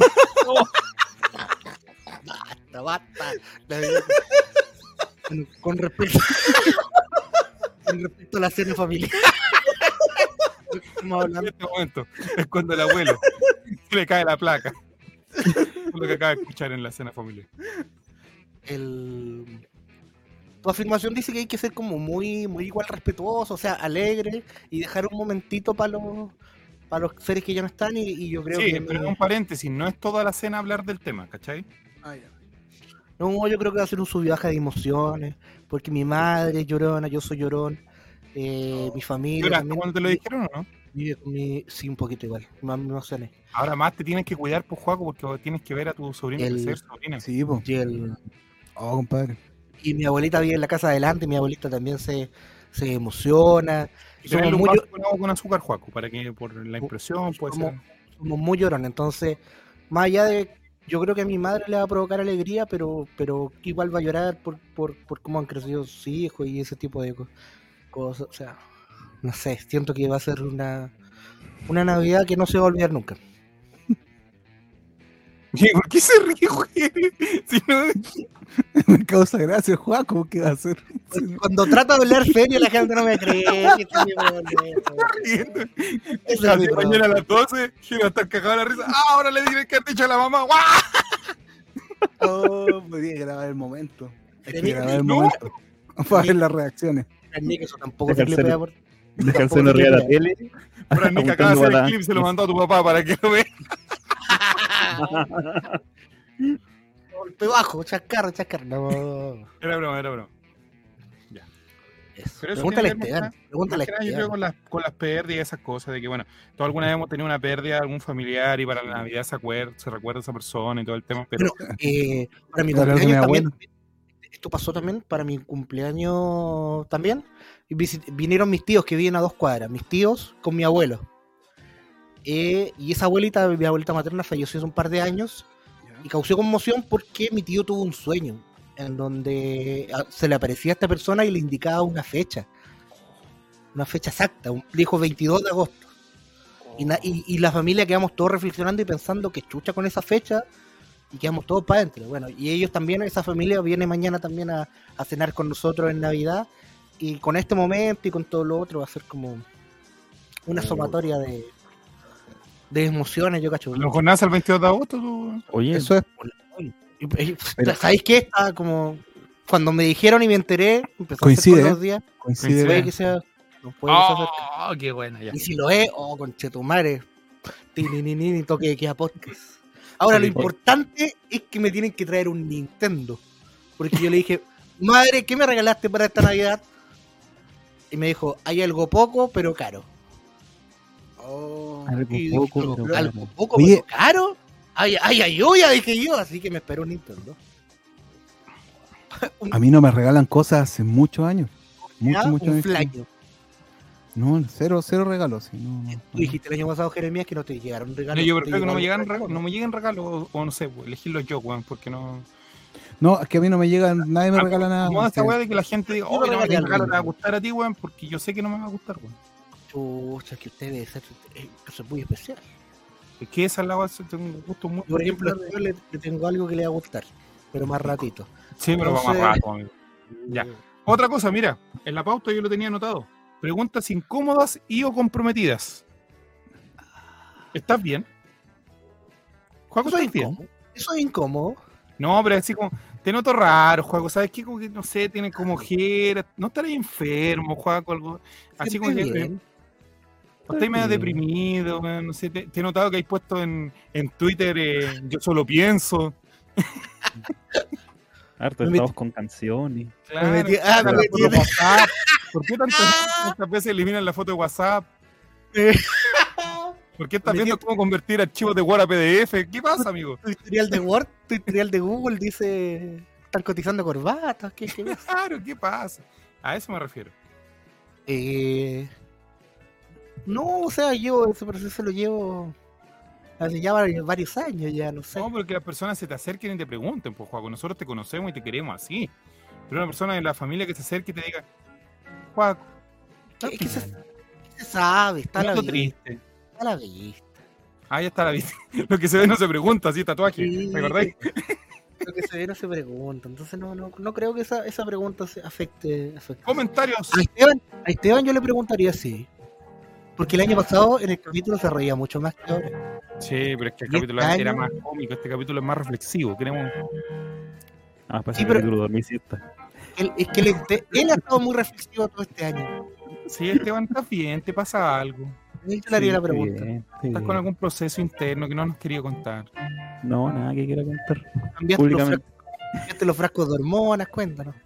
Basta, basta. La verdad, con, con respecto con respecto a la cena familiar. Estamos En hablando. este momento es cuando el abuelo se le cae la placa. Es lo que acaba de escuchar en la cena familiar. El... Tu afirmación dice que hay que ser como muy, muy igual respetuoso, o sea, alegre y dejar un momentito para los para los seres que ya no están y, y yo creo Sí, que pero me- un paréntesis, no es toda la cena hablar del tema, ¿cachai? Ah, ya. no, yo creo que va a ser un sub y baja de emociones, porque mi madre es llorona, yo soy llorón, eh, mi familia ¿Lloraste también cuando te lo dijeron o no? vive con mi, sí, un poquito igual, más me emocioné. Ahora más te tienes que cuidar, pues, Juaco, porque tienes que ver a tu sobrino El- crecer, sobrina. Sí, po. Y, el, Oh, compadre. y mi abuelita vive en la casa adelante, mi abuelita también se, se emociona, Y somos tenerle un muy, vaso con agua con azúcar, Juaco, para que por la impresión puede somos- ser. somos muy llorones, entonces, más allá de, yo creo que a mi madre le va a provocar alegría, pero pero igual va a llorar por, por, por cómo han crecido sus hijos y ese tipo de co- cosas, o sea, no sé, siento que va a ser una, una Navidad que no se va a olvidar nunca. ¿Y por qué se ríe, güey? Si no, Me causa gracia, Juaco, ¿qué va a hacer? Cuando trato de hablar serio la gente no me cree. que este es mi problema. riendo. Ese La es mi tía problema. mañana a las doce, Giro va a estar cagado de la risa. ¡Ah, ahora le diré que han dicho a la mamá! ¡Guau! Oh, podría grabar el momento. Hay que Tenía- grabar el no. momento. Para ver las reacciones. Ni que eso tampoco Deja se le el pega celu- por. Deja el seno arriba de la tele. Pero Nick acaba de hacer el clip y se lo mandó a tu papá para que lo vea. Golpe bajo, chascarro, chascarro. No. Era broma, era broma. Eso. Pero eso Pregúntale a tiene que ver Esteban. más- Pregúntale a Más que nada, yo creo Esteban. con las, con las pérdidas y esas cosas, de que bueno, todos alguna vez hemos tenido una pérdida de algún familiar y para la Navidad se, acuerda, se recuerda a esa persona y todo el tema, pero Bueno, eh, para mi Voy a hablar con mi cumpleaños también. abuelo. Esto pasó también para mi cumpleaños también. Y visit- vinieron mis tíos que viven a dos cuadras. Mis tíos con mi abuelo. Eh, y esa abuelita, mi abuelita materna, falleció hace un par de años. Y causó conmoción porque mi tío tuvo un sueño en donde ah, se le aparecía a esta persona y le indicaba una fecha. Una fecha exacta. Un, dijo veintidós de agosto. Y, na- y, y la familia quedamos todos reflexionando y pensando que chucha con esa fecha. Y quedamos todos para adentro. Bueno, y ellos también, esa familia viene mañana también a, a cenar con nosotros en Navidad. Y con este momento y con todo lo otro va a ser como una sumatoria de, de emociones, yo cacho. ¿lo jornadas el veintidós de agosto? Tú? Oye, Eso es. Y- y- Pero- ¿Sabéis qué? Estaba como. Cuando me dijeron y me enteré, empezó Coincide, a ser todos los días. Coincide. Puede que sea. No puede que sea cerca. ¡Oh, qué buena! Ya. Y si lo es, oh, conchetumare. Tininini, toque de queda podcast. Ahora, lo Oye, importante es que me tienen que traer un Nintendo. Porque yo le dije, madre, ¿qué me regalaste para esta Navidad? Y me dijo, hay algo poco, pero caro. Oh, Algo y dije, poco, "¿Algo- pero algo caro". poco, Oye. pero caro. Ay, ay, ay, yo ya dije yo, así que me espero un Nintendo. A mí no me regalan cosas hace muchos años. Muchos, Ya, muchos un años. flaño. No, cero, cero regalos. Sí, no, no, Tú no. dijiste el año pasado, Jeremías, que no te llegaron No, regalos. yo te prefiero que no me, llegaron llegan regalos, no me lleguen regalos, o, o no sé, pues, elegirlos yo, weón, porque no. No, es que a mí no me llegan, nadie me regala nada. No, esa Sí. weá de que la gente diga, Yo oh, me no, regalé el algo. regalo te va a gustar a ti, weón, porque yo sé que no me va a gustar, weón. Chucha, que usted debe ser eh, que es muy especial. Es que esa es la base, tengo un gusto muy. Yo, por ejemplo, yo le, le tengo algo que le va a gustar, pero más ratito. Sí, pero va más entonces- rato, amigo. Ya. Otra cosa, mira, en la pauta yo lo tenía anotado. Preguntas incómodas y o comprometidas. ¿Estás bien? Juaco, Eso es ¿estás bien? incómodo. Eso es incómodo. No, pero así como, te noto raro, Juaco, ¿sabes qué? Como que, no sé, tiene como ojeras, no estarás enfermo, Juaco, algo así como Siempre que... bien. o estás medio bien. deprimido, weón, no sé, te, te he notado que hay puesto en, en Twitter, eh, yo solo pienso. harto Me estamos con canciones. Claro, metí- ah, me la metí foto en- de WhatsApp. ¿Por qué tantas, tantas veces eliminan la foto de WhatsApp? ¿Por qué estás Me metí- viendo cómo convertir archivos de Word a P D F? ¿Qué pasa, amigo? Tu historial de Word, tu historial de Google dice, están cotizando corbatas. ¿Qué, qué ves? Claro, ¿qué pasa? A eso me refiero. Eh, no, o sea, yo ese proceso lo llevo hace ya varios, varios años, ya no sé. No, porque las personas se te acerquen y te pregunten, pues, Juaco, nosotros te conocemos y te queremos así. Pero una persona de la familia que se acerque y te diga, Juaco, Es que se, se sabe, está a la noto vista. triste. Está a la vista. Ah, ya está la vista. Lo que se ve no se pregunta, así tatuaje, Sí. ¿te acordáis? Lo que se ve no se pregunta. Entonces no, no, no creo que esa, esa pregunta se afecte, afecte. Comentarios. A Esteban, a Esteban yo le preguntaría sí. Porque el año pasado en el capítulo se reía mucho más que ahora. Sí, pero es que el ¿Y capítulo este era año? más cómico, este capítulo es más reflexivo. Queremos... Ah, para Sí, ese pero- capítulo dormí siesta. Él, es que él, él ha estado muy reflexivo todo este año. Sí, Esteban, estás bien, te pasa algo. Yo le haría Sí, la pregunta. bien, sí, Estás con bien. algún proceso interno que no nos quería contar. No, nada que quiera contar. Cambiaste los, Públicamente. frascos, cambiaste los frascos de hormonas, cuéntanos.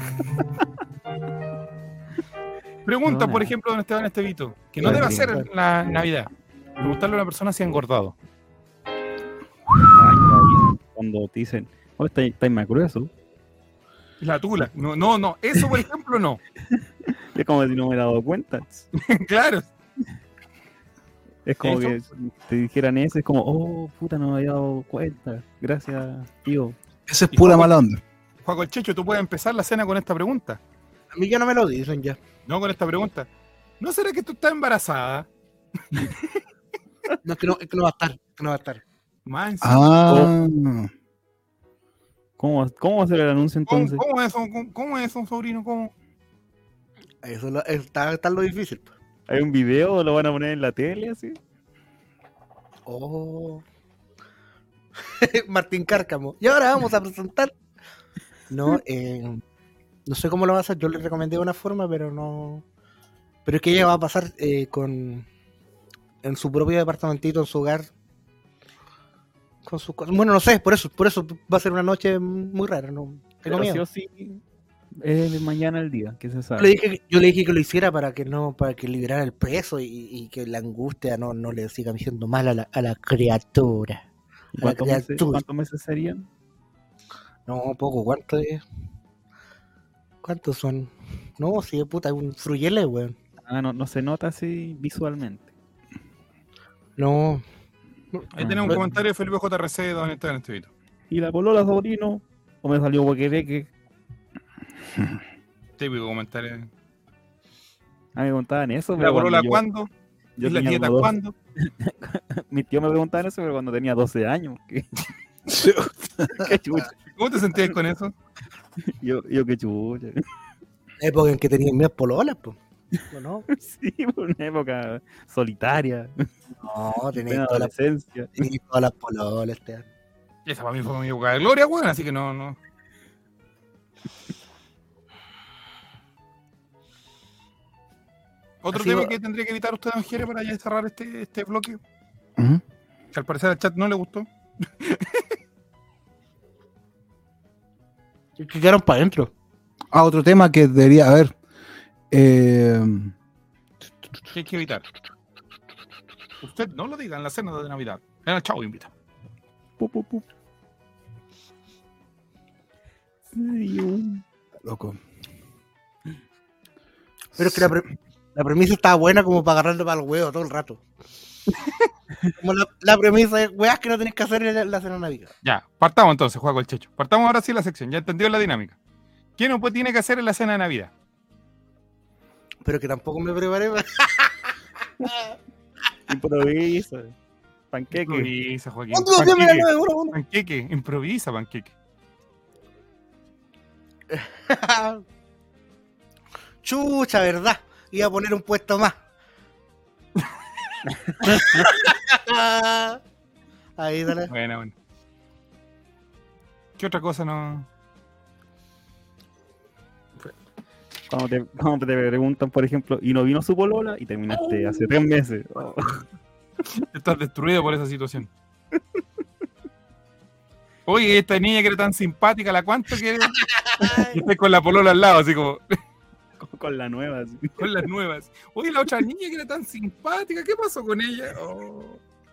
Pregunta, No, por nada. ejemplo, don Esteban Estevito, que no Sí, debe sí. hacer la Navidad. Preguntarle a una persona si ha engordado. Ay, David, cuando te dicen, oh, estáis estáis más grueso. La tula. No, no, no. Eso, por ejemplo, no. Es como si no me hubiera dado cuenta. Claro. Es como ¿Eso? que si te dijeran eso, es como, oh, puta, no me había dado cuenta. Gracias, tío. Esa es ¿Y pura cómo? mala onda. Juaco el Checho, tú puedes empezar la cena con esta pregunta. A mí ya no me lo dicen ya. No, con esta pregunta. ¿No será que tú estás embarazada? No, es que no, es que no va a estar. Que no va a estar. Man, Ah, ¿Cómo, ¿Cómo va a ser el anuncio ¿Cómo, entonces? cómo es eso? ¿Cómo, cómo es eso, sobrino? ¿Cómo? Eso es lo- está, está lo difícil. Pues. ¿Hay un video o lo van a poner en la tele así? Oh. Martín Cárcamo. Y ahora vamos a presentar. No, eh, no sé cómo lo va a hacer. Yo le recomendé una forma, pero no. Pero es que ella va a pasar eh, con. En su propio departamentito, en su hogar. Con sus cosas. Bueno, no sé, por eso, por eso va a ser una noche muy rara, no. Tengo Pero sí miedo. o sí, es mañana el día, que se Yo sabe. le, dije que, yo le dije que lo hiciera para que no, para que liberara el peso y, y que la angustia no, no le siga haciendo mal a la, a la criatura. ¿Y a la ¿Cuántos meses, criatura. ¿Cuántos meses serían? No, poco, ¿cuánto es? ¿Cuántos son? No, sí, puta, es un fruyele, weón. Ah, no, no se nota así visualmente. No. Ahí tenemos un comentario de Felipe J R C de don Esteban Estevito. ¿Y la polola, sobrino? ¿O me salió huequereque? Típico comentario. A mí me contaban eso, ¿La pero cuando polola yo- cuándo? yo ¿Y la tenía dieta como dos- cuándo? Mis tíos me preguntaban eso, pero cuando tenía doce años. ¿Qué, qué chucha? ¿Cómo te sentías con eso? Yo, yo qué chucha. Época en que tenían mías pololas, pues. No, Sí, por una época solitaria, no, tenías plena todas las, adolescencia. tenías todas las pololas, te. Esa para mí fue mi época de gloria, weón, así que no, no. Otro Así tema va- que tendría que evitar usted, don Jere, para ya cerrar este, este bloque, ujú. que al parecer al chat no le gustó. Que quedaron para adentro. Ah, otro tema que debería haber. Eh, ¿Qué hay que evitar? Usted no lo diga en la cena de Navidad. En el chavo invita. Pu, pu, pu. Sí, un- loco. Pero es que la, pre- la premisa estaba buena como para agarrarle para el huevo todo el rato. Como la, la premisa es weas que no tenés que hacer en la, la cena navideña. Ya, partamos entonces, Juaco el Checho. Partamos ahora sí la sección, ya entendió la dinámica. ¿Qué no puede- tiene que hacer en la cena de Navidad? Pero que tampoco me preparé para... Improvisa. Panqueque. Improvisa, Joaquín. ¡Oh, Dios, mira, Panqueque, nueve, uno, uno! panqueque, improvisa, panqueque. Chucha, ¿verdad? Iba a poner un puesto más. Ahí, dale. Bueno, bueno. ¿Qué otra cosa no? Cuando te, cuando te preguntan, por ejemplo, ¿y no vino su polola? Y terminaste hace tres meses. Oh. Estás destruido por esa situación. Oye, esta niña que era tan simpática, ¿la cuánto quiere? Y estoy con la polola al lado, así como, Con- Con la nueva, así. con las nuevas. Oye, la otra niña que era tan simpática, ¿qué pasó con ella? Oh.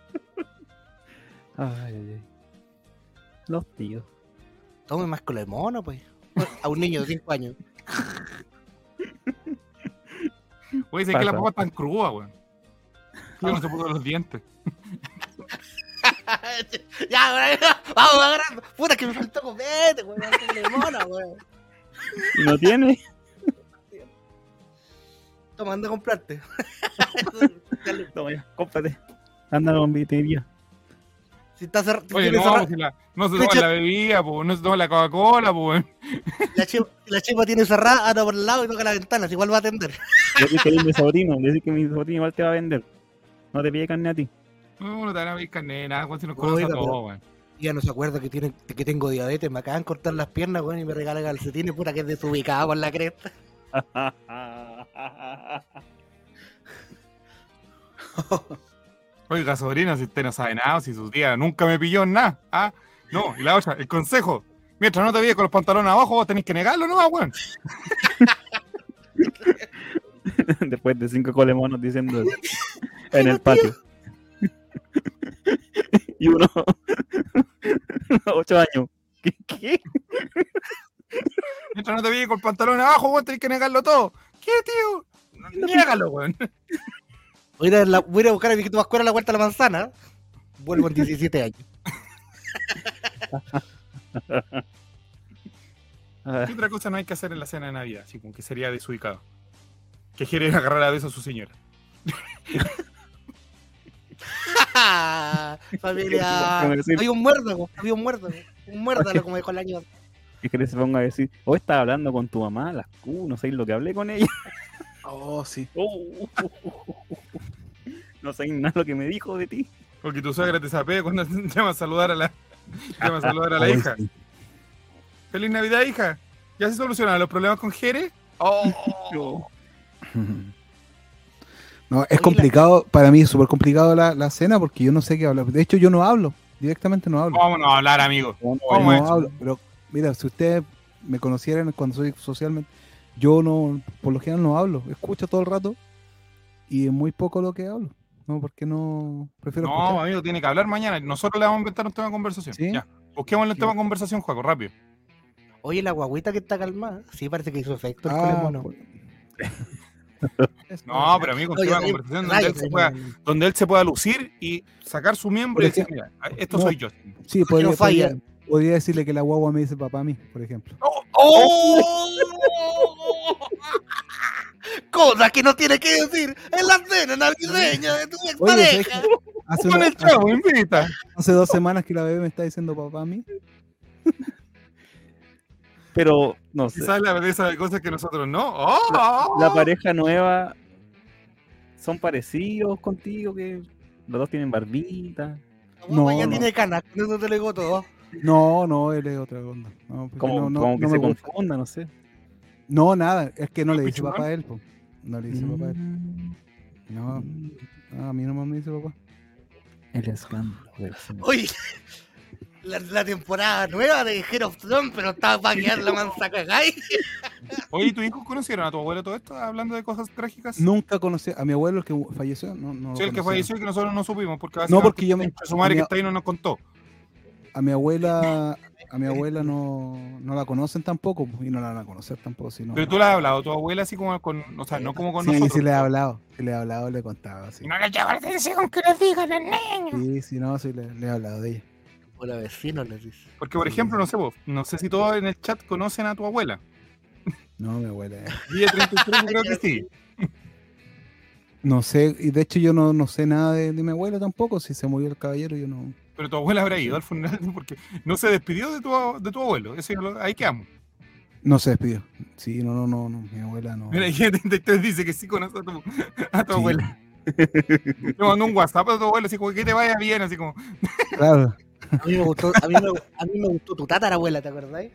Ay, ay, ay. Los tíos. Tome más con el mono, pues. A un niño de cinco años. Oye, sé que las papas están crudas, weón. Yo no se puso los dientes. Ya, weón, vamos agarrando. Puta, que me faltó copete, weón. De mona, weón. ¿Y no tiene? Toma, anda a comprarte. Toma ya, cómprate. Anda a la confitería. Si está cerrado. Oye, no, si la, no se toma la bebida, pues, no se toma la Coca-Cola, pues. La chiva, la chiva tiene cerrada, anda por el lado y toca la ventana, si igual va a atender. Le decís que es mi sobrino, le decís que mi sobrino igual te va a vender. No te pide carne a ti. No, no te van a pedir carne, nada, weón, si nos Oiga, conoce a pero- todos, weón. Ya no se acuerda que tiene, que tengo diabetes, me acaban de cortar las piernas, weón, y me regalan calcetines, puta que es desubicado por la cresta. Oiga, sobrino, si usted no sabe nada, si su tía nunca me pilló en nada. Ah, no, y la otra, el consejo. Mientras no te veas con los pantalones abajo, vos tenés que negarlo, ¿no, weón? Después de cinco colemonos diciendo eso, en el patio. Y uno, ocho años. ¿Qué? ¿Qué? Mientras no te veas con los pantalones abajo, vos tenés que negarlo todo. ¿Qué, tío? No, niégalo, weón. Voy a, ir a la- voy a ir a buscar a mi hijito Pascual a la vuelta de la manzana. Vuelvo en diecisiete años. Ah, ¿Qué otra cosa no hay que hacer en la cena de Navidad? Así como que sería desubicado. Que quiere agarrar a besos a su señora. Familia. Como decir- Había un muérdago, había un muérdago. Un muérdalo, como dijo el año. y que se ponga a decir, oh, estaba hablando con tu mamá, las Q, no sé lo que hablé con ella. Oh, sí. Oh, no sé nada lo que me dijo de ti. Porque tu suegra te sapea cuando llama a saludar a la, llama a saludar a la hija. ¡Feliz Navidad, hija! ¿Ya se solucionaron los problemas con Jere? ¡Oh! No, es complicado, para mí es súper complicado la, la cena porque yo no sé qué hablar. De hecho, yo no hablo, directamente no hablo. Vámonos a hablar, amigo. No, ¿Cómo es? hablo, pero mira, si ustedes me conocieran cuando soy socialmente, yo no, por lo general no hablo, escucho todo el rato y es muy poco lo que hablo. No, porque no prefiero No, escuchar. amigo, tiene que hablar mañana. Nosotros le vamos a inventar un tema de conversación. ¿Sí? Ya. Busquémosle un tema de conversación, Juaco, rápido. Oye, la guaguita que está calmada. Sí, parece que hizo efecto el Ah, colemono. pues. No, pero amigo, un Oye, tema de oye, conversación donde él, se rayos, pueda, no, no. donde él se pueda lucir y sacar su miembro Por y decir, ejemplo, mira, esto no. soy yo. Sí, podría, no falla. podría, podría decirle que la guagua me dice papá a mí, por ejemplo. ¡Oh! Cosas que no tiene que decir en la cena navideña de tu Oye, ¿sabes expareja. qué? Hace, Con una- el chavo, invita. hace dos semanas que la bebé me está diciendo papá a mí. Pero, no sé, Quizás la belleza de cosas que nosotros no. ¡Oh! la pareja nueva son parecidos contigo, que los dos tienen barbita. La guagua No, ya no. tiene canas, con eso te lo digo todo. No, no, él es otra onda. No, porque Como, no, no, como no que me se gusta. confunda, no sé. No, nada, es que no ¿No le es dice pichugón? papá a él, po. No le dice papá a él. Mm, No, no, a mí nomás me dice papá. El escándalo de la semana. Oye, la, la temporada nueva de Game of Thrones, pero estaba para quedar la mansa cagay. Oye, ¿tus hijos conocieron a tu abuelo todo esto? Hablando de cosas trágicas. Nunca conocí a mi abuelo, el que falleció. No, no lo Sí, el que conocía. falleció y que nosotros no supimos. Porque No, porque yo me- su madre mi- que está ahí no nos contó. A mi abuela, a mi abuela no, no la conocen tampoco po, y no la van a conocer tampoco. Si no, Pero tú le has hablado a tu abuela así como con. O sea, no como con sí, nosotros. sí le he hablado, sí le he hablado, le he contado. Sí, Y no le lleva la atención que le digan al niño. sí, sí, no, sí le, le he hablado de ella. Hola, vecino, les dice. Porque, por ejemplo, no sé vos, no sé si todos en el chat conocen a tu abuela. No, mi abuela. eh. Día treinta y tres, yo creo que sí. No sé, y de hecho yo no, no sé nada de, de mi abuela tampoco. Si se murió el caballero, yo no. Pero tu abuela habrá ido al funeral porque no se despidió de tu, de tu abuelo. Eso ya lo- ahí quedamos. No se despidió. Sí, no, no, no, no, mi abuela no. Mira, y treinta y tres dice que sí conoce a tu, a tu Sí. abuela. Le mandó un WhatsApp a tu abuela, así como que te vaya bien, así como. Claro. A mí me gustó, a mí me, a mí me gustó tu tatarabuela, ¿te acordáis?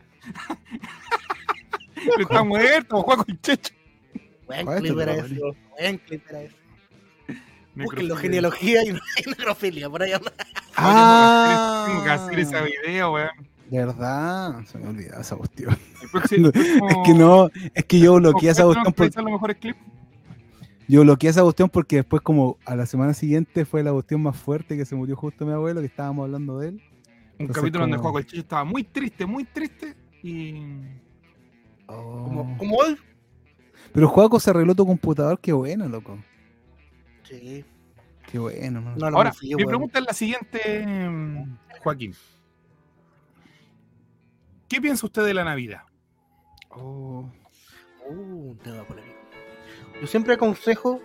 Pero está muerto, Juaco y Checho. Buen ¿Cuál es clip tu era tatarabuela? ese. Buen clip era ese. Búsquenlo, Necrofilia. genealogía y necrofilia, por ahí anda. Ah, Tengo que hacer ese video, weón. de verdad, se me olvidaba esa cuestión. El próximo- Es que no, es que yo bloqueé esa ¿Cómo cuestión por- actualizar los mejores clips? yo bloqueé esa cuestión porque después como a la semana siguiente fue la cuestión más fuerte que se murió justo mi abuelo, que estábamos hablando de él. Un Entonces, capítulo donde como- Juaco el Checho estaba muy triste, muy triste. Y. Como, Oh. como hoy. Pero Juaco se arregló tu computador, qué bueno, loco. Sí. Qué bueno, ¿no? No, no Ahora, me fío, mi weón. pregunta es la siguiente, mm, Joaquín. ¿Qué piensa usted de la Navidad? Oh, Uh, un tema polémico. Yo siempre aconsejo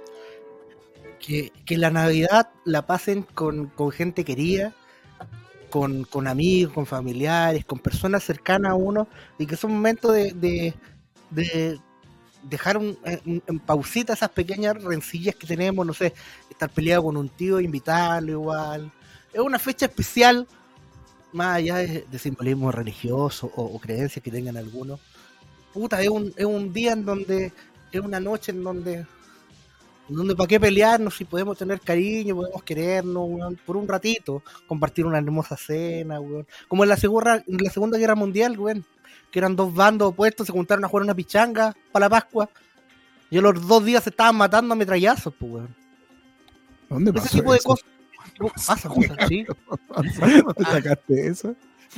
que, que la Navidad la pasen con, con gente querida, con, con amigos, con familiares, con personas cercanas a uno, y que son momentos de, de, de dejar un, en, en pausita esas pequeñas rencillas que tenemos, no sé, estar peleado con un tío, invitarlo igual. Es una fecha especial, más allá de, de simbolismo religioso o, o creencias que tengan algunos. Puta, es un, es un día en donde, es una noche en donde, en donde para qué pelearnos si podemos tener cariño, podemos querernos, weón, por un ratito, compartir una hermosa cena, weón. Como en la segunda, en la Segunda Guerra Mundial, weón, que eran dos bandos opuestos, se juntaron a jugar una pichanga para la Pascua, y a los dos días se estaban matando a metrallazos, pues, weón. ¿dónde Ese pasó tipo de eso? cosas. Pasa, pasa, sí. ¿Dónde sacaste eso?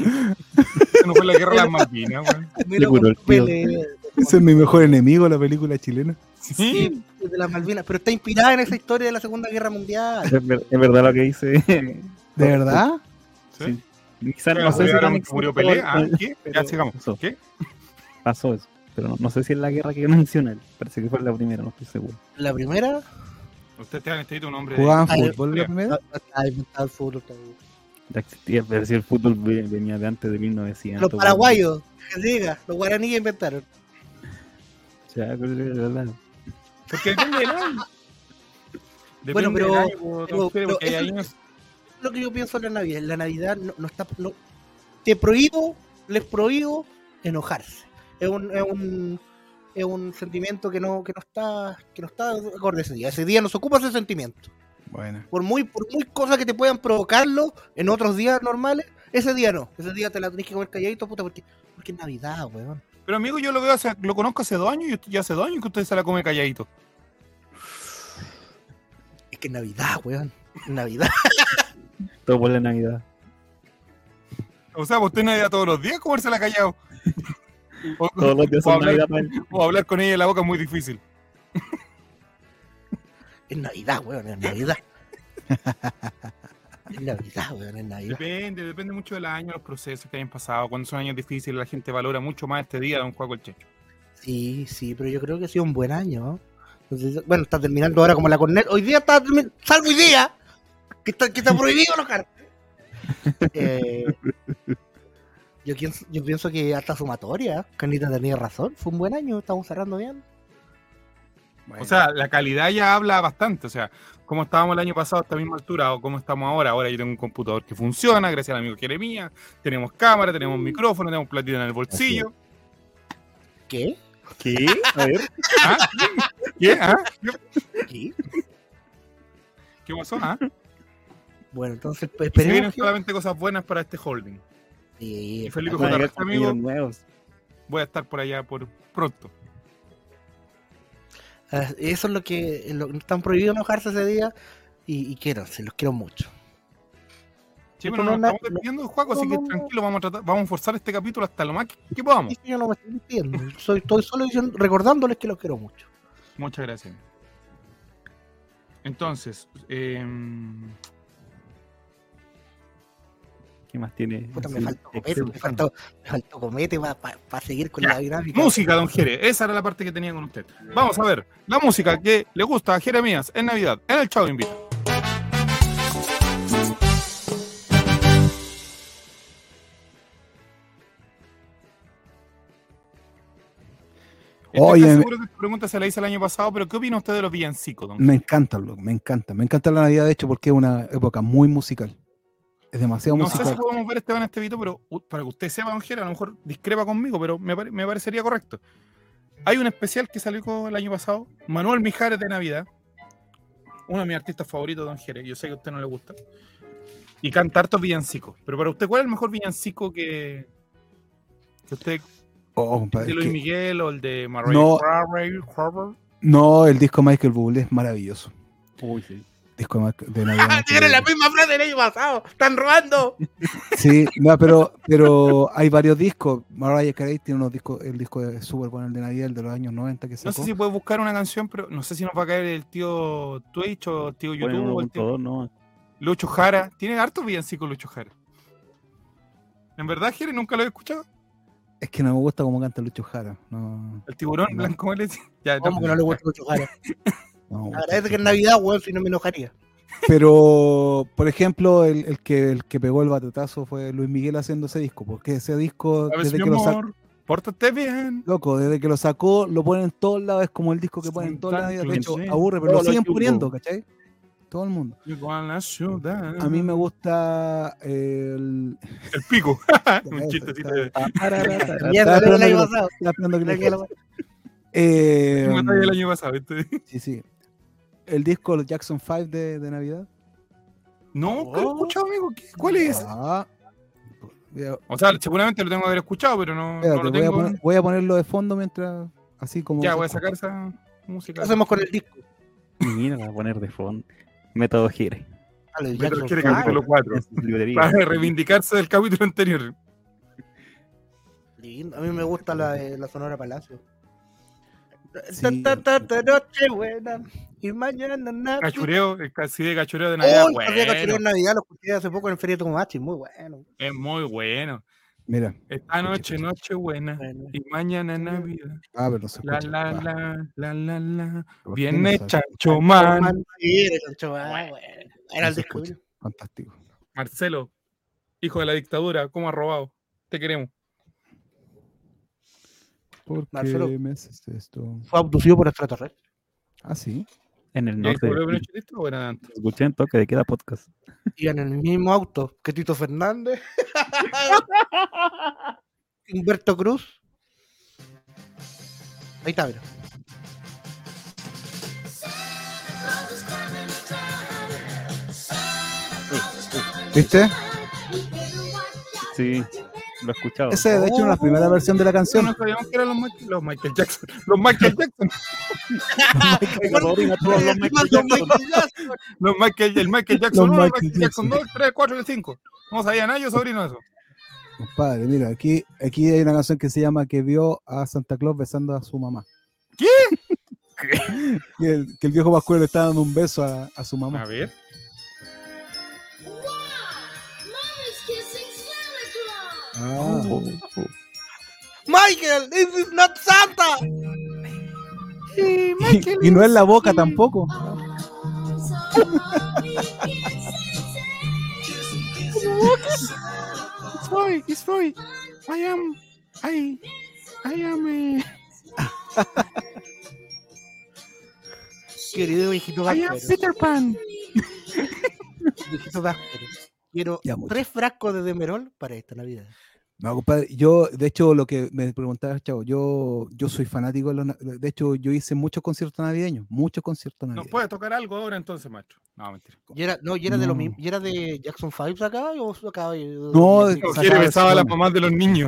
No fue la guerra de las Malvinas, weón. Mira, curó el tío. pelea, Ese es mi mejor enemigo, la película chilena. Sí. sí, de las Malvinas, pero está inspirada en esa historia de la Segunda Guerra Mundial. Es, ver- es verdad lo que dice. ¿De verdad? Sí. Quizás Pero no sé si murió- tan murió exacto, Pelé. Ah, ¿qué? Ya pero sigamos. pasó. ¿Qué? Pasó eso. Pero no, no sé si es la guerra que menciona él. Parece que fue la primera, no estoy seguro. La primera, Usted te ha necesitado un hombre ¿Jugaban Ay, fútbol la primera? ah, inventado el fútbol, está bien. Ya existía, pero si el fútbol ve- venía de antes de mil novecientos. Los paraguayos, que se diga, los guaraníes inventaron. Ya, pero es verdad. Porque depende del año. Depende Bueno, pero- del año, po, pero- don Jere, pero porque hay eso- años. Lo que yo pienso en la Navidad, la Navidad no, no está, no, te prohíbo, les prohíbo enojarse. Es un, es un, es un sentimiento que no, que no está, que no está acorde a ese día. Ese día no se ocupa ese sentimiento. Bueno. Por muy, por muy cosas que te puedan provocarlo en otros días normales, ese día no. Ese día te la tenés que comer calladito, puta, porque, porque es Navidad, weón. Pero amigo, yo lo veo, hace- lo conozco hace dos años y usted ya hace dos años que usted se la come calladito. Es que es Navidad, weón. Es Navidad. Todo por la Navidad. O sea, usted Navidad todos los días comérsela callado. O, Todos los días o son hablar, Navidad para él. o hablar con ella en la boca es muy difícil. Es Navidad, weón, es Navidad. Es Navidad, weón, es Navidad. Depende, depende mucho del año, los procesos que hayan pasado. Cuando son años difíciles, la gente valora mucho más este día, don Juaco el Checho. Sí, sí, pero yo creo que ha sido un buen año, ¿no? Entonces, bueno, está terminando ahora como la corneta. Hoy día está termi- salvo hoy día, que está, que está prohibido enojar. Eh, yo, pienso, yo pienso que hasta sumatoria, ¿eh? Canita tenía razón, fue un buen año, estamos cerrando bien. O sea, la calidad ya habla bastante. O sea, cómo estábamos el año pasado a esta misma altura o cómo estamos ahora. Ahora yo tengo un computador que funciona, gracias al amigo Jeremías. Tenemos cámara, tenemos micrófono, tenemos platino en el bolsillo. ¿Qué? ¿Qué? A ver. ¿Ah? ¿Qué? ¿Ah? ¿Qué? ¿Qué pasó? ¿Ah? Bueno, entonces pues, Se vienen esperemos que... solamente cosas buenas para este holding. Sí, Y Felipe Van a J. llegar Resta, amigo, contenidos nuevos. voy a estar por allá por pronto. ah, eso es lo que lo, están prohibidos enojarse ese día y, y quiero, se los quiero mucho. Sí, Esto pero no no es nos na- estamos despidiendo, Juaco, así no, que no, no. tranquilo, vamos a tratar, vamos a forzar este capítulo hasta lo más que, que podamos. Y yo no me estoy despidiendo, soy, estoy solo diciendo- recordándoles que los quiero mucho. Muchas gracias. Entonces, eh, ¿Qué más tiene? Puta, me Sí, faltó comete, Excel. me faltó, me faltó comete para seguir con Ya, la dinámica. música, don Jere, esa era la parte que tenía con usted. Vamos a ver, la música que le gusta a Jeremías en Navidad, en el Chavo Invita. Estoy Oye, casi me- seguro que esta pregunta se la hice el año pasado, pero ¿qué opina usted de los villancicos, don? Me encanta, loco, me encanta. Me encanta la Navidad, de hecho, porque es una época muy musical. Es demasiado No sé musical. si podemos ver Esteban Estevito, pero uh, para que usted sepa, don Jere, a lo mejor discrepa conmigo, pero me, pare- me parecería correcto. Hay un especial que salió con- el año pasado, Manuel Mijares de Navidad, uno de mis artistas favoritos, don Jere, yo sé que a usted no le gusta, y canta hartos villancicos. Pero para usted, ¿cuál es el mejor villancico que, que usted, Oh, el compadre, de es Luis que- Miguel o el de Mariah No. Carey? Carey? No, el disco Michael Bublé es maravilloso. Uy, sí. disco de, de Navidad. más Tienen la querido. misma frase del año pasado. ¡Están robando! Sí, no, pero, pero hay varios discos. Mariah Carey tiene unos discos, el disco es súper bueno, el de Navidad, el de los años noventa que sacó. No sé si puedes buscar una canción, pero no sé si nos va a caer el tío Twitch o el tío Ponen YouTube o uno el punto tío dos, no. Lucho Jara. Tiene hartos villancicos Lucho Jara. ¿En verdad, Jere? ¿Nunca lo he escuchado? Es que no me gusta cómo canta Lucho Jara. No, El tiburón No. blanco, ¿cómo le decía? Ya, ¿Cómo que no le gusta mucho Jara? no me gusta Agradece Lucho que es Jara. Navidad, weón, si no me enojaría. Pero, por ejemplo, el, el que el que pegó el batatazo fue Luis Miguel haciendo ese disco, porque ese disco, ¿Sabes, desde mi que lo sacó, amor? Pórtate bien. loco, desde que lo sacó, lo ponen en todos lados, es como el disco que ponen en todos Santa lados, de hecho, Claus. aburre, pero Todo lo lo siguen que hubo. poniendo, ¿cachai? Todo el mundo. Llegó a la ciudad. A mí me gusta el... El pico. Un chistecito de... Mierda, Estaba el año esperando que- pasado. estaba esperando que La le- que la- Eh, Me mataba el año pasado, ¿viste? sí, sí. El disco los Jackson five de, de Navidad. No, ¿qué lo he escuchado, amigo? ¿Qué- ¿Cuál es? Ah, voy O sea, seguramente lo tengo que haber escuchado, pero no, no espérate, lo voy, a tengo. poner- voy a ponerlo de fondo mientras, así como... Ya, se voy a escucha. sacar esa música. ¿Qué hacemos con el disco? Mira, la voy a poner de fondo. Método Gire. A lo de Metal Jackson Gear five. capítulo cuatro. En sus librerías. Para reivindicarse del capítulo anterior. Lindo. A mí me gusta la de la Sonora Palacio. Sí. Ta, ta, ta, ta, noche buena y mañana nada. Cachureo, el casi de cachureo de Navidad. Oh, el Café de Cachureo en Bueno, Navidad lo escuché hace poco en el Feria de Tomomachi, muy bueno. es muy bueno. Mira. Esta noche, escucha. noche buena. Bueno. Y mañana Navidad. Ah, pero no se La, escucha. la, Va. la, la, la, la. ¿Por qué Viene no sabe? Chancho Man. Sí, de Chancho Man, bueno. Era No el se disco. escucha. Fantástico. Marcelo, hijo de la dictadura, ¿cómo ha robado? Te queremos. ¿Por Marcelo. qué me haces esto? Fue abducido por extraterrestres. Ah, sí. En el ¿Ya norte. descubrió de Chile. Pinochetista o era de antes? Escuché en toque de queda podcast. Iban en el mismo auto que Tito Fernández. Humberto Cruz. Ahí está, mira. ¿Viste? Sí, lo he escuchado. Esa de hecho era la primera versión de la No, canción. no sabíamos que eran los Michael, los Michael Jackson. Los Michael Jackson. Los Michael, el Michael Jackson Los uno, el Michael Michael Jackson Jackson. dos, tres, cuatro y cinco. No sabía nada, yo sobrino de eso. Compadre, mira, aquí, aquí hay una canción que se llama Que vio a Santa Claus besando a su mamá. ¿Qué? Que el, que el viejo Pascual le está dando un beso a, a su mamá. A ver. Ah, Michael, this is not Santa. y, y no es la boca tampoco. It's boy, it's boy. I am, I, I am. eh, Querido viejito I am Vázquez. Peter Pan. Viejito Vázquez. Quiero Ya, mucho. tres frascos de Demerol para esta Navidad. No, compadre, yo, de hecho, lo que me preguntaba, chavo, yo, yo soy fanático de los, na- de hecho, yo hice muchos conciertos navideños, muchos conciertos ¿Nos navideños. puede tocar algo ahora entonces, maestro? No, mentira. ¿Y era, no, ¿y era de lo No. mismo? ¿Y era de Jackson five acá o acá? No, de, de- No, Saca quiere besaba a las versiones. mamás de los niños.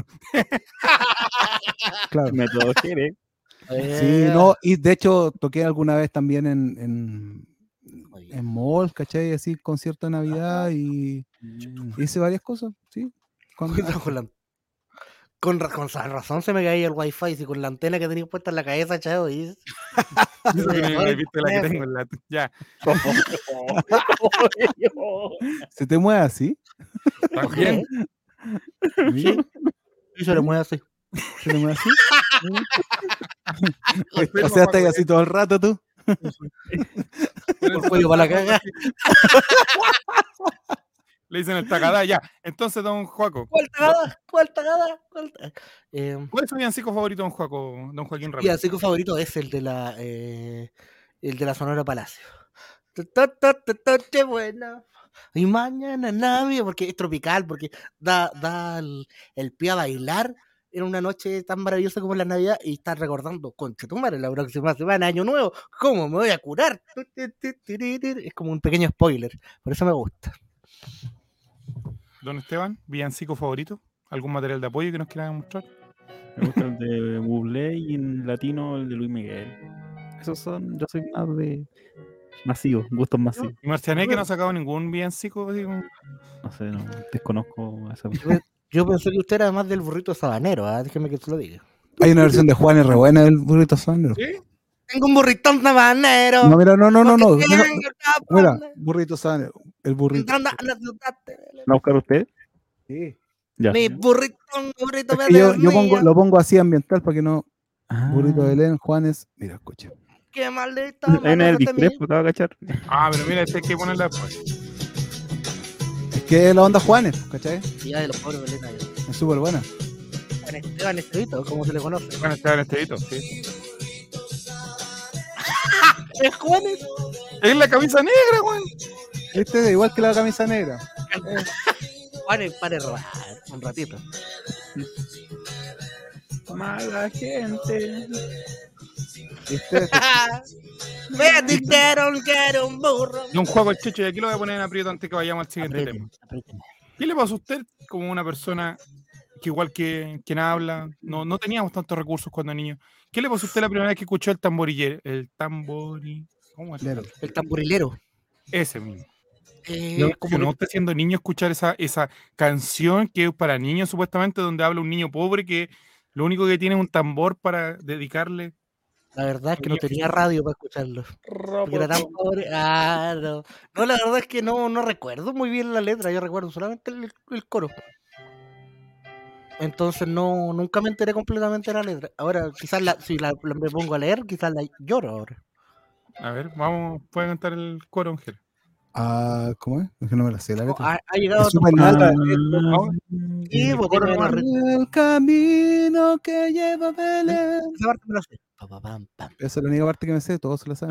Claro. Método Gire. Sí, no, y de hecho toqué alguna vez también en, en, en mall, ¿cachai? Así, concierto de Navidad y hice varias cosas, sí. Con- Cuidado con, la, con, ra- con esa razón se me caía el wifi, si con la antena que tenía puesta en la cabeza, chavo. Y... Eso que no he visto la que tengo en la. Ya. ¿Se te mueve así? También. ¿Sí? Y se le mueve así. ¿Se te mueve así? Confirmo, O sea, estás Paco, así todo el rato tú. Por cuello para la caga. Le dicen el tacadá, ya. Entonces, don Juaco, ¿Cuál tagada? ¿Cuál tagada? ¿Cuál tagada? Eh, ¿cuál es su villancico favorito, don Juaco, don Joaquín y Ramírez? así que favorito es el de la eh, el de la Sonora Palacio. Ta, ta, ta, ta, ta, qué buena. Y mañana Navidad, porque es tropical, porque da, da el, el pie a bailar en una noche tan maravillosa como la Navidad y estás recordando, concha tu madre, la próxima semana, año nuevo, ¿cómo me voy a curar? Es como un pequeño spoiler, por eso me gusta. Don Esteban, villancico favorito, algún material de apoyo que nos quieran mostrar. Me gusta el de Bublé y en latino el de Luis Miguel. Esos son, yo soy más de Masivo, gustos masivos. Y Marcianeque no ha sacado ningún villancico. Así como... No sé, no, desconozco esa Yo, pe- yo pensé que usted era más del burrito sabanero, ¿ah? Déjeme que te lo diga. Hay una versión de Juan re buena del burrito sabanero. ¿Sí? Tengo un burritón sabanero. No, mira, no, no, no, no. porque Mira, tengo mira, sabanero. burrito sabanero. El burrito. Anda, anda, andate. ¿Va a buscar usted? Sí. Ya. Mi burritón, burrito Es que yo, verde yo pongo, mía. lo pongo así ambiental para que no. Ah. Burrito de Belén, Juanes. Mira, escucha. Qué maldita Hay una mano del que te Discrepo, mía. acaba de cachar. Ah, pero mira, este hay que ponerla después. Es que es la onda Juanes, ¿cachai? Ya de los pobres Belén ahí. Es súper buena. Juan Esteban Estevito, como se le conoce. Bueno, está en este edito, sí. ¿Es Juanes? Es la camisa negra, weón. Este es igual que la camisa negra. Juanes, para robar un ratito. Mala gente. Este, Me dijeron que era un burro. Y un juego al checho, y aquí lo voy a poner en aprieto antes que vayamos al siguiente tema. Apriéteme, apriéteme. ¿Qué le pasó a usted como una persona que igual que quien habla, no, no teníamos tantos recursos cuando niño? ¿Qué le pasó a usted la primera vez que escuchó el tamborillero? El tambori... ¿Cómo es? Claro. El tamborilero. Ese mismo. Eh, No, como no que- está siendo niño escuchar esa, esa canción que es para niños supuestamente, donde habla un niño pobre que lo único que tiene es un tambor para dedicarle. La verdad es que no tenía radio para escucharlo. Porque era tan pobre. Ah, no. No, la verdad es que no, no recuerdo muy bien la letra. Yo recuerdo solamente el, el coro. Entonces no, nunca me enteré completamente de la letra. Ahora, quizás la, si la, la- me pongo a leer, quizás la lloro ahora. A ver, vamos, puede cantar el coro, Ángel. ah, ¿cómo es? Es que no me la sé la No, letra. ha, ha llegado Es a tu súper palabra. larga. Vamos. Sí, el pues, coro tiene nomás. una re- El camino que lleva a Belén. esa parte me la sé. Pa, pa, pam, pam. Esa es la única parte que me sé, todos se la saben.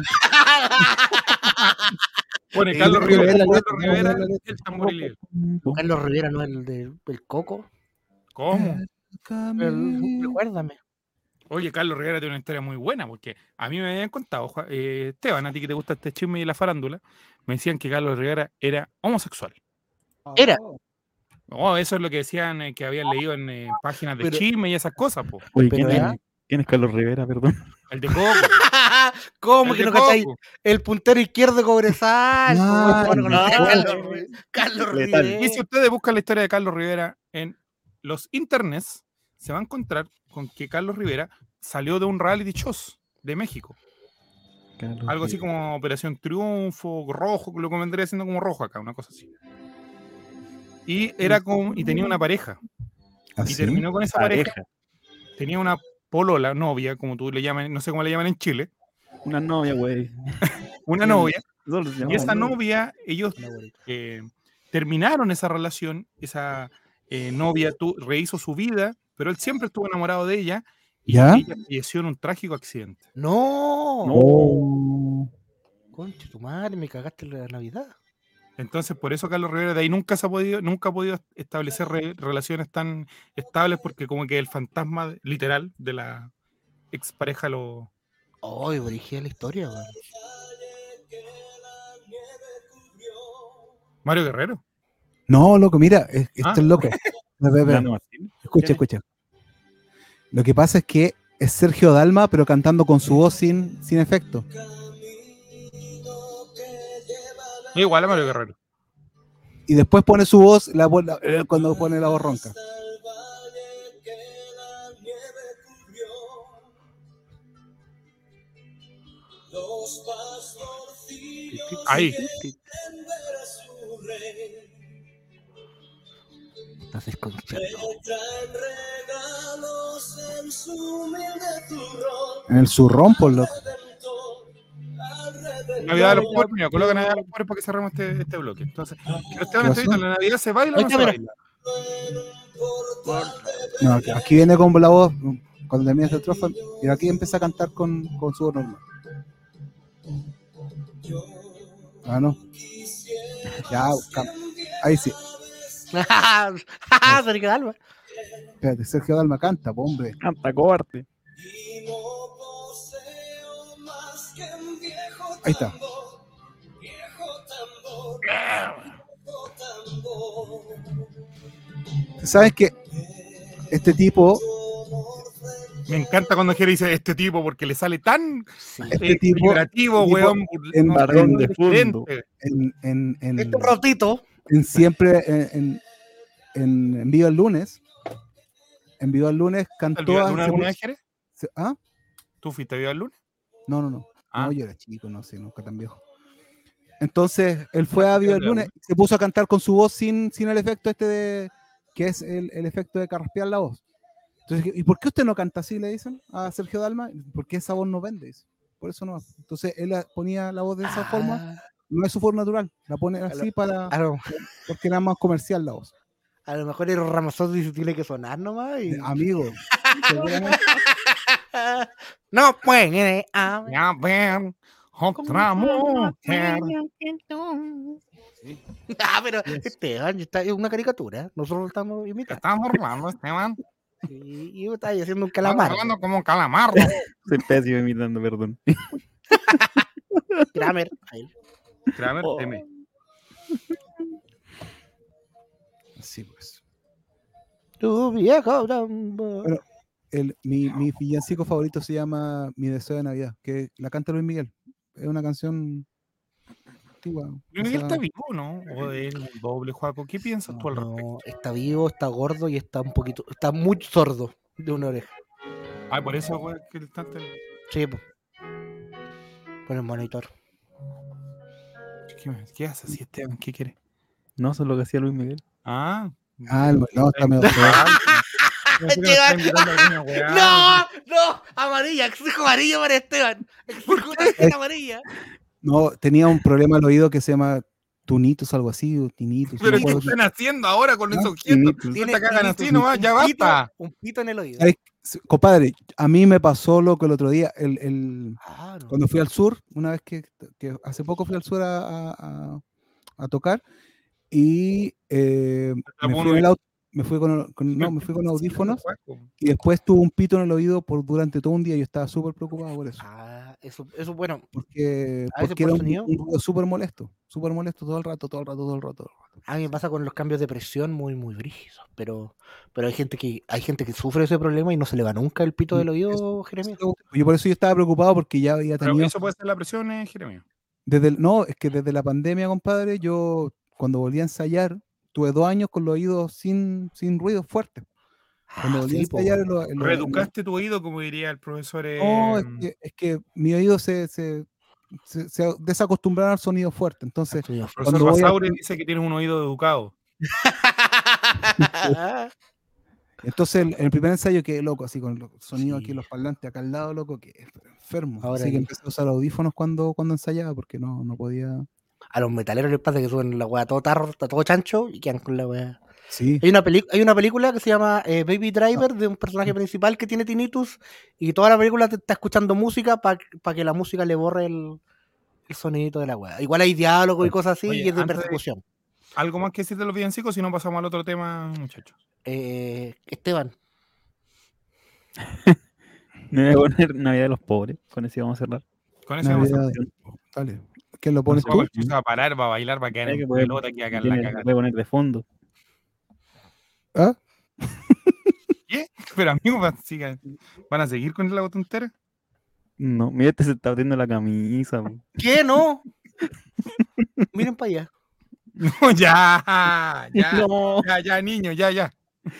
Pone Sí, Carlos no, Rivera, no, no, Carlos no, Rivera, no, no, no. el tamborilero. Carlos Rivera no es el del el Coco. ¿Cómo? El El- camino. recuérdame. Oye, Carlos Rivera tiene una historia muy buena, porque a mí me habían contado, Juan- eh, Esteban, a ti que te gusta este chisme y la farándula, me decían que Carlos Rivera era homosexual. Era. No, eso es lo que decían eh, que habían leído en eh, páginas de Pero- chisme y esas cosas, po. Oye, Pero ¿quién, era- es, ¿quién es Carlos Rivera, perdón? El de Coco. ¿Cómo el que de no cacháis? Coco. El puntero izquierdo de Cobresal. Ah, ¿Cómo no conocés a no. Carlos, Ri- Carlos Letal. Rivera. Y si ustedes buscan la historia de Carlos Rivera en los internets, se va a encontrar con que Carlos Rivera salió de un reality show de México. Carlos Algo así Rivera. como Operación Triunfo, Rojo, lo que vendría siendo como Rojo acá, una cosa así. Y era como, y tenía una pareja. Y ¿Así? terminó con esa pareja. Pareja. Tenía una polola, novia, como tú le llaman, no sé cómo le llaman en Chile. Una novia, güey. Una Sí. novia. Nosotros le Y llamamos esa novia. novia, ellos Una abuelita. eh, terminaron esa relación, esa eh, novia tu, rehizo su vida, pero él siempre estuvo enamorado de ella y ¿Ya? ella falleció en un trágico accidente. No. No. Oh. Concha, tu madre, me cagaste la Navidad. Entonces, por eso Carlos Rivera de ahí nunca se ha podido, nunca ha podido establecer re- relaciones tan estables, porque como que el fantasma literal de la expareja lo... Ay, origen la historia, weón. Mario Guerrero. No, loco, mira, es- esto Ah. es loco. Ve, ve, ve. Fernando Martín. Escucha, ¿Qué? escucha. Lo que pasa es que es Sergio Dalma, pero cantando con su voz sin, sin efecto. Igual a Mario Guerrero. Y después pone su voz la, voz- la- eh, cuando pone la voz ronca. Ahí. Estás desconcertado. En el zurrón, por loco. Navidad de los pobres, mira, coloca Navidad de los pobres para que cerremos este, este bloque. Entonces, quiero estar ¿Qué en pasó? ¿la Navidad se baila o Ahí no está, se mira. baila? No, aquí- aquí viene con la voz, cuando termina esta estrofa, y aquí empieza a cantar con, con su voz normal. Ah, no. Ya, cam- ahí sí. Sergio Dalma. Espérate, Sergio Dalma canta, po, hombre. Canta cobarde. Ahí está. ¿Sabes que este tipo Me encanta cuando Jere dice este tipo porque le sale tan Este eh, tipo- vibrativo, este tipo weón. en- no, en- no, de fondo. diferente. En, en, en, Este rotito. en siempre en, en, en, en Viva el Lunes. En Viva el Lunes ¿El cantó. Viva el a- Lunes se alguna puso- vez, Jere? se- ¿Ah? ¿Tú fuiste a Viva el Lunes? No, no, no. Ah. No, yo era chico, no sé, nunca tan viejo. Entonces, él fue No, a Viva el creo que Lunes y se puso a cantar con su voz sin, sin el efecto este de. Que es el, el efecto de carraspear la voz. Entonces, ¿y por qué usted no canta así? Le dicen a Sergio Dalma. Porque esa voz no vende. Dice. Por eso no. Entonces, él la- ponía la voz de esa forma. No es su voz natural. La pone así para. A lo, Porque era más comercial la voz. a lo mejor el Ramazotti se tiene que sonar nomás. Y... Amigo. seguramente. No puede haber Ya ven, otra mujer. Ah, pero Esteban, está, es una caricatura. Nosotros lo estamos ¿Qué imitando. estás burlando, Esteban? Y, y está ahí haciendo un Estás calamar. hablando como un calamarro. Soy pésimo imitando, perdón. Kramer. Ahí. Kramer, Oh. teme. Sí, pues. Tu viejo tambor. Bueno, El, mi, mi villancico favorito se llama Mi Deseo de Navidad, que la canta Luis Miguel. Es una canción antigua. Luis Miguel o sea, está vivo, ¿no? O es un doble, Juaco. ¿Qué piensas tú al respecto? No, está vivo, está gordo y está un poquito, está muy sordo de una oreja. Ay, por eso, güey, que el tanto. Sí, po. Con el monitor. ¿Qué, qué haces así, Esteban? ¿Qué quiere? No, eso es lo que hacía Luis Miguel. Ah. Ah, el- no, está medio feo. Pensé que nos está invitando a alguna weá. No, no, amarilla, exijo amarilla para Esteban. Exijo tarjeta amarilla. No, tenía un problema al oído que se llama tunitus, algo así, o tinitus. Pero no ¿qué puedo- están haciendo ahora con Ah, esos gestos? Tiene- No te cagan así tiene nomás, ya un pito- basta. Un pito en el oído. Ay, compadre, a mí me pasó loco el otro día, el, el- Ah, no. cuando fui al sur, una vez que, que hace poco fui al sur a, a- a- a tocar, y eh, me, fui en el auto, me fui con, con- no, me fui con audífonos, y después tuve un pito en el oído por durante todo un día. Yo estaba súper preocupado por eso, Ah, eso, eso bueno. porque, ¿A veces porque por era un, sonido? un ruido súper molesto, súper molesto todo el rato, todo el rato, todo el rato. Todo el rato. A mí me pasa con los cambios de presión muy, muy brígidos. Pero, pero hay gente que hay gente que sufre ese problema y no se le va nunca el pito del oído, Jeremías. Yo por eso yo estaba preocupado porque ya había Pero tenido... eso puede ser la presión, eh, Jeremías. Desde el- no, es que desde la pandemia, compadre, yo cuando volví a ensayar, tuve dos años con los oídos sin, sin ruido fuerte. Cuando Ah, volví sí, a po. ensayar en lo- en lo- en lo- Reeducaste tu oído, como diría el profesor. eh, No, es que, es que mi oído se, se, se, se desacostumbraron al sonido fuerte. Entonces, el profesor cuando voy a- Basauri dice que tienes un oído educado. entonces el, el primer ensayo quedé loco, así con los sonidos aquí en los parlantes acá al lado, loco, que enfermo. Ahora así que ya. empecé a usar audífonos cuando, cuando ensayaba porque no, no podía. A los metaleros les pasa que suben la weá todo tarro, está todo chancho y quedan con la weá. Sí. Hay una, peli- hay una película que se llama eh, Baby Driver de un personaje principal que tiene tinnitus y toda la película te está escuchando música para que la música le borre el, el sonidito de la weá. Igual hay diálogo y cosas así Oye, y es de antes de- persecución. ¿Algo más que decir de los villancicos? Si no, pasamos al otro tema, muchachos. Eh, Esteban, Me voy a poner Navidad de los pobres. Con eso vamos a cerrar. Con eso vamos a Navidad. Dale. ¿Quién lo pones sé, tú? Se va a parar, va a bailar, va a quedar Hay que en poner- pelota aquí acá en Tiene- la lo cagada. voy a poner de fondo. ¿Ah? ¿Qué? Pero amigos, ¿van a seguir- ¿van a seguir con la tontera? No, mira, este se está abriendo la camisa. po. ¿qué no? Miren para allá. No, ya, ya, No. ya, ya, niño, ya, ya.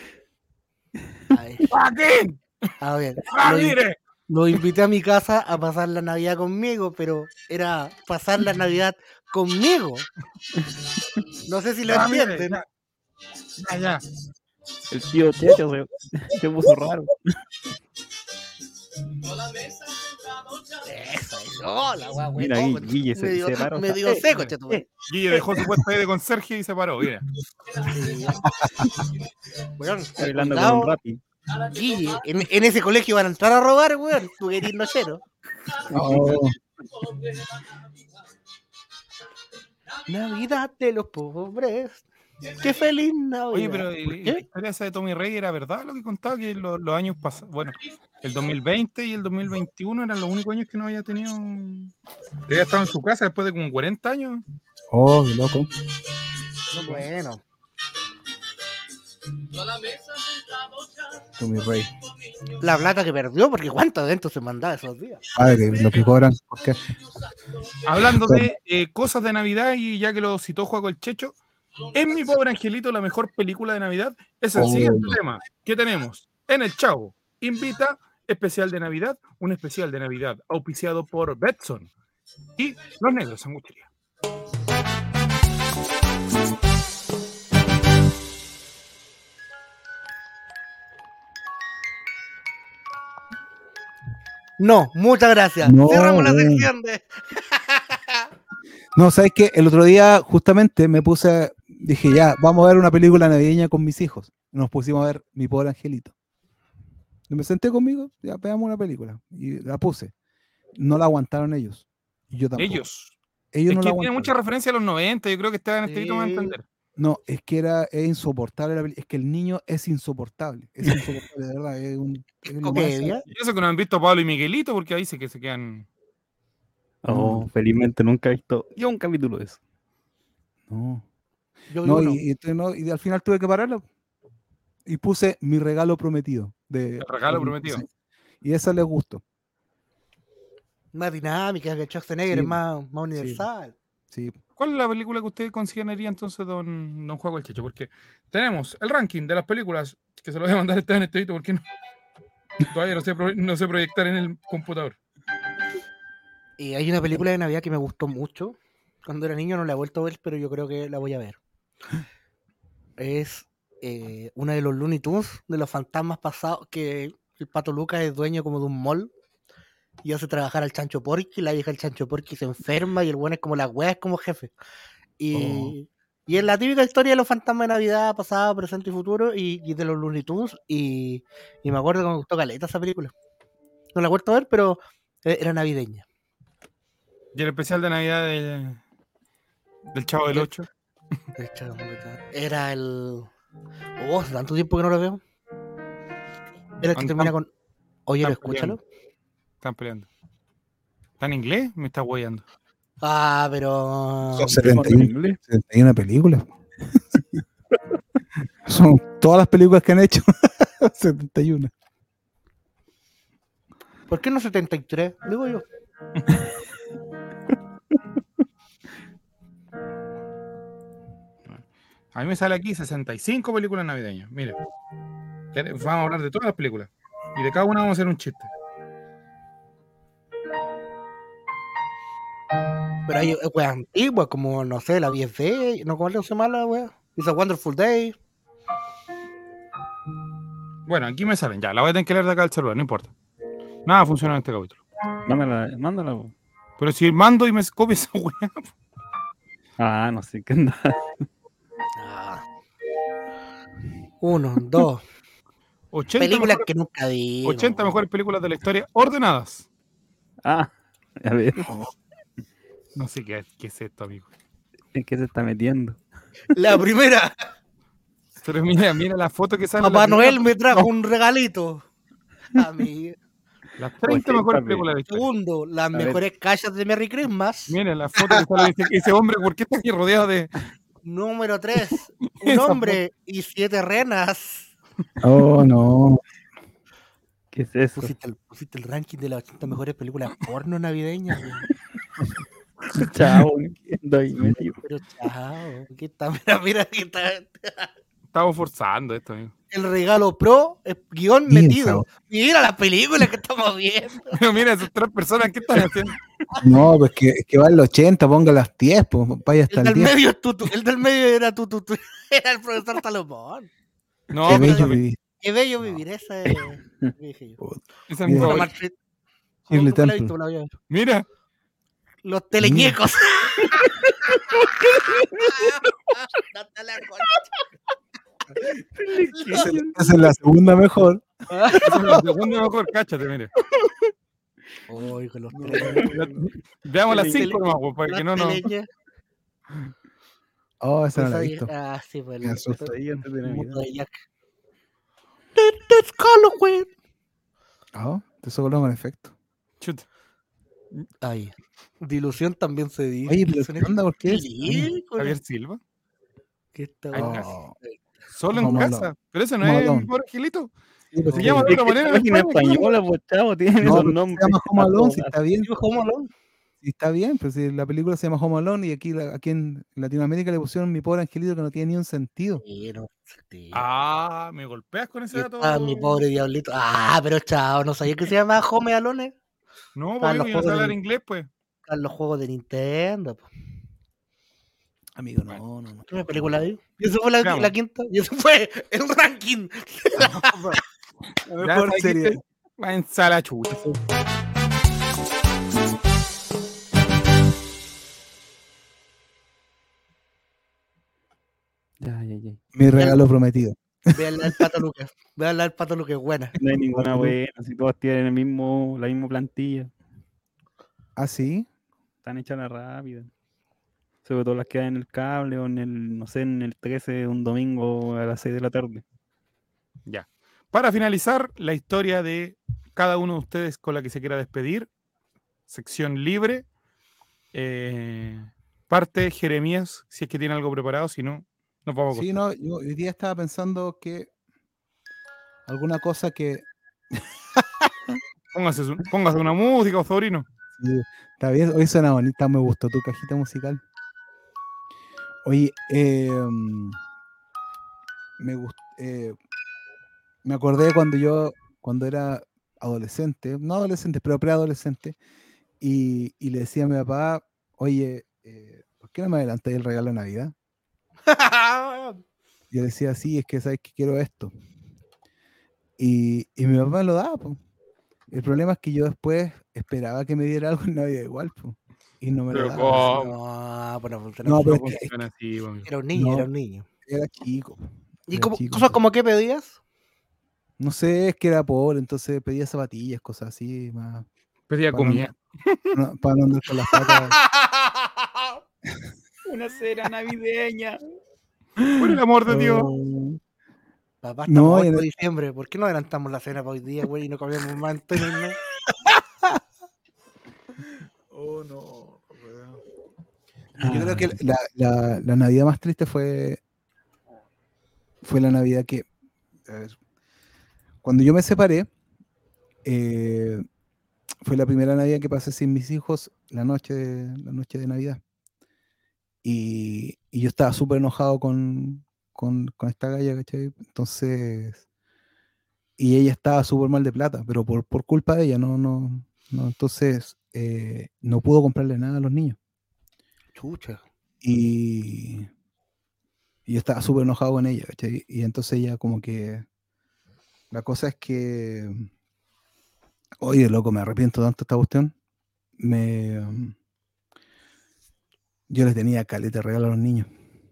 Ay, ¡Joaquín! a ver, lo, in- ¡Ramírez! lo invité a mi casa a pasar la Navidad conmigo, pero era pasar la Navidad conmigo. No sé si lo ¡Ramírez! entienden. Ya, ya. El tío Checho se, se puso raro. Esa es. Hola, guau, güey. Mira ahí, Oh, Guille se- me dio, se paró. me dio Eh, seco, eh, cheto. eh. Guille dejó su puesto ahí de conserje y se paró, mira. Weón, Está hablando con cuidado, un rapi. Guille, en, en ese colegio van a entrar a robar, weón. Tú querís nochero. No. Navidad de los pobres. Qué feliz Navidad. Oye, pero ¿Por eh, la qué? historia esa de Tommy Rey era verdad lo que contaba, que lo- los años pasados, bueno, el dos mil veinte y el dos mil veintiuno eran los únicos años que no había tenido. Que había estado en su casa después de como cuarenta años. Oh, qué loco. Bueno. Tú, mi rey. La plata que perdió, porque cuánto adentro se mandaba esos días. Padre, lo que cobran. ¿Por qué? Hablando de eh, cosas de Navidad, y ya que lo citó Juaco el Checho, ¿es Mi Pobre Angelito la mejor película de Navidad? Es el Oh. siguiente tema que tenemos en el Chavo. Invita especial de Navidad, un especial de Navidad auspiciado por Betson y Los Negros Sanguchería. No, muchas gracias. No, Cerramos la no. sección de. No, ¿sabes qué? El otro día justamente me puse, dije ya, vamos a ver una película navideña con mis hijos. Nos pusimos a ver Mi Pobre Angelito. Y me senté conmigo, ya veamos una película. Y la puse. No la aguantaron ellos. Y yo tampoco. Ellos. Ellos Es no la que tiene aguantaron. mucha referencia a los noventa, yo creo que Esteban Sí. Estevito me va a entender. No, es que era es insoportable la peli- Es que el niño es insoportable. Es insoportable, de verdad. Es un, es lo más Comedia. desagradable. Y eso que no han visto a Pablo y Miguelito, porque ahí sí que se quedan. Oh, No. felizmente nunca he visto yo un capítulo de eso. No. Yo vi No, uno. y, y entonces no, y al final tuve que pararlo. Y puse Mi Regalo Prometido. De, El regalo prometido. sí. Y esa les gustó. Más dinámica, que Schwarzenegger Sí. es más, más universal. Sí. ¿Cuál es la película que usted consideraría entonces, don, don Juaco el Checho? Porque tenemos el ranking de las películas, que se lo voy a mandar a Esteban Estevito porque no, todavía no sé, pro- no sé proyectar en el computador. Y hay una película de Navidad que me gustó mucho. Cuando era niño no la he vuelto a ver, pero yo creo que la voy a ver. Es eh, una de los Looney Tunes, de los fantasmas pasados, que el Pato Lucas es dueño como de un mall y hace trabajar al Chancho Porky, la hija del Chancho Porky se enferma y el bueno es como la wea, es como jefe. Y, y es la típica historia de los fantasmas de Navidad, pasado, presente y futuro, y, y de los Looney Tunes. Y, y me acuerdo que me gustó caleta esa película. No la he vuelto a ver, pero eh, era navideña. Y el especial de Navidad de- del Chavo del ¿Qué? Ocho. De hecho, era el. Oh, hace tanto tiempo que no lo veo. Era el que Están- termina con. Oye, están escúchalo. Están peleando. ¿Está en inglés? Me está hueando. Ah, pero. Son setenta y uno, setenta y una películas. Son todas las películas que han hecho. setenta y uno. ¿Por qué no setenta y tres? Digo yo. A mí me sale aquí sesenta y cinco películas navideñas. Mire, vamos a hablar de todas las películas. Y de cada una vamos a hacer un chiste. Pero hay eh, weas antiguas, como, no sé, la diez D. ¿No cómo se llama la wea? It's a Wonderful Day. Bueno, aquí me salen. Ya, la voy a tener que leer de acá al celular, no importa. Nada funciona en este capítulo. Mándala, mándala. po. Pero si mando y me copia esa weá. Ah, no sé qué anda. Ah. Uno, dos. ochenta, Películas mejores, que nunca vi. ochenta mejores películas de la historia ordenadas. Ah, a ver, No sé qué, qué es esto, amigo. ¿en qué se está metiendo? La primera. Pero mira, mira la foto que sale. Papá la Noel primera- me trajo un regalito. A mí. Las treinta Oye, mejores papi. películas de la historia. Segundo, las ver. mejores calles de Merry Christmas. Mira la foto que sale. Ese, ese hombre, ¿por qué está aquí rodeado de. Número tres, un Esa hombre y siete renas. Oh, no. ¿Qué es eso? Pusiste el, pusiste el ranking de las ochenta mejores películas porno navideñas. güey. Chao, no entiendo ahí metido. Pero chao, ¿qué está? Mira, mira, ¿qué está? Estamos forzando esto, amigo. El regalo pro, es guión Bien, metido. Sao. Mira las películas que estamos viendo. Pero mira, esas tres personas, ¿qué están haciendo? No, pues que, es que va el ochenta, ponga las diez, pues vaya hasta El el del diez. medio es tu, tu- el del medio era tu, tu, tu- era el profesor Salomón. No, Qué pero bello esa- vivir. Qué bello vivir, esa es. dije yo. esa es Bien. mi Bueno, favorita. Martrit, Shirley ¿nunca la he Temple. visto? La voy a ver. Mira, Los teleñecos. No te la Esa esa es la segunda mejor. esa es la segunda mejor, cáchate, mire. Uy, con los teleñecos. Veamos las Tele- cinco nomás, pues, para que no Los nos. teleñecos. Oh, esa no Pues la he ahí- visto. Ah, sí, pues. Me el- asusta. Ahí antes de el Navidad. mundo de Jack. That- That's Halloween. Oh, eso con con efecto. Chut. Ahí. Dilución también se dice. Oye, pero Son ¿qué onda? ¿Por qué es? ridículos. Javier Silva. ¿Qué está Ay, bueno? casi. Oh, Solo en Home casa. Alone. Pero ese no Home es Alone. mi pobre angelito. Sí, pues, Se sí. llama de Es otra que manera esta en página España. ¿qué española, pues, chavo, tiene No, esos pero nombres. se llama Home a Alone, todo si gas. está bien. ¿Sí, Home Alone? Sí, está bien, pues si la película se llama Home Alone y aquí, la- aquí en Latinoamérica le pusieron Mi Pobre Angelito que no tiene ni un sentido. Sí, no, sí. Ah, me golpeas con ese Y dato. está mi pobre diablito. Ah, pero chao, no sabía que se llama Home Alone. No, Estaban porque los yo no sé juegos de hablar Nin- inglés, pues. estaban los juegos de Nintendo. Po. Amigo, Bueno. no, no, no. ¿Qué película vi? Y eso fue la, Veamos. la quinta. Y eso fue el ranking. La Ya mejor sabes serie. que te- Va en sala chucha. Ya, ya, ya. Mi regalo prometido. Vean la del Pato Lucas. Vean la del Pato Lucas, buena. No hay ninguna Cuatro. buena, si todas tienen el mismo, la misma plantilla. ¿Ah, sí? Están hechas las rápidas. Sobre todo las que hay en el cable o en el, no sé, en el trece un domingo a las seis de la tarde. Ya. Para finalizar, la historia de cada uno de ustedes con la que se quiera despedir. Sección libre. Eh, parte Jeremías, si es que tiene algo preparado, si no, nos vamos a Sí, acostar. no, yo hoy día estaba pensando que alguna cosa que Póngase, su- póngase una música, sobrino. sí, está bien, hoy suena bonita, me gustó tu cajita musical. Oye, eh, me gustó, eh, me acordé cuando yo, cuando era adolescente, no adolescente, pero preadolescente, y, y le decía a mi papá, oye, eh, ¿por qué no me adelanté el regalo de Navidad? Yo decía, sí, es que sabes que quiero esto. Y, y mi papá me lo daba, po. El problema es que yo después esperaba que me diera algo en Navidad igual, po, y no me lo Pero daba. ¿cómo? No, pues no funciona No, así. pero No es que, es funciona así, amigo. Era un niño, no. era un niño. que era chico, po, ¿Y era cómo, chico, cosas entonces- como qué pedías? no sé, es que era pobre, entonces pedía zapatillas, cosas así, más, Pedía para no, comida. no- para no andar con las patas. Una cena navideña. Por el amor de Dios. Oh, Papá, No, estamos y ocho no- de diciembre. ¿Por qué no adelantamos la cena para hoy día, güey, y no comemos más en todo el mes? oh, no, yo creo que la, la- la Navidad más triste fue, fue la Navidad que, a ver, cuando yo me separé, eh, fue la primera Navidad que pasé sin mis hijos la noche de, la noche de Navidad. Y, y yo estaba súper enojado con, con, con esta galla, ¿cachai? Entonces, y ella estaba súper mal de plata, pero por, por culpa de ella, no, no, no, entonces eh, no pudo comprarle nada a los niños. Chucha. Y, y yo estaba súper enojado con ella, ¿cachai? Y entonces ella como que, la cosa es que, oye, loco, me arrepiento tanto de esta cuestión. Me, um, yo les tenía caleta de regalo a los niños.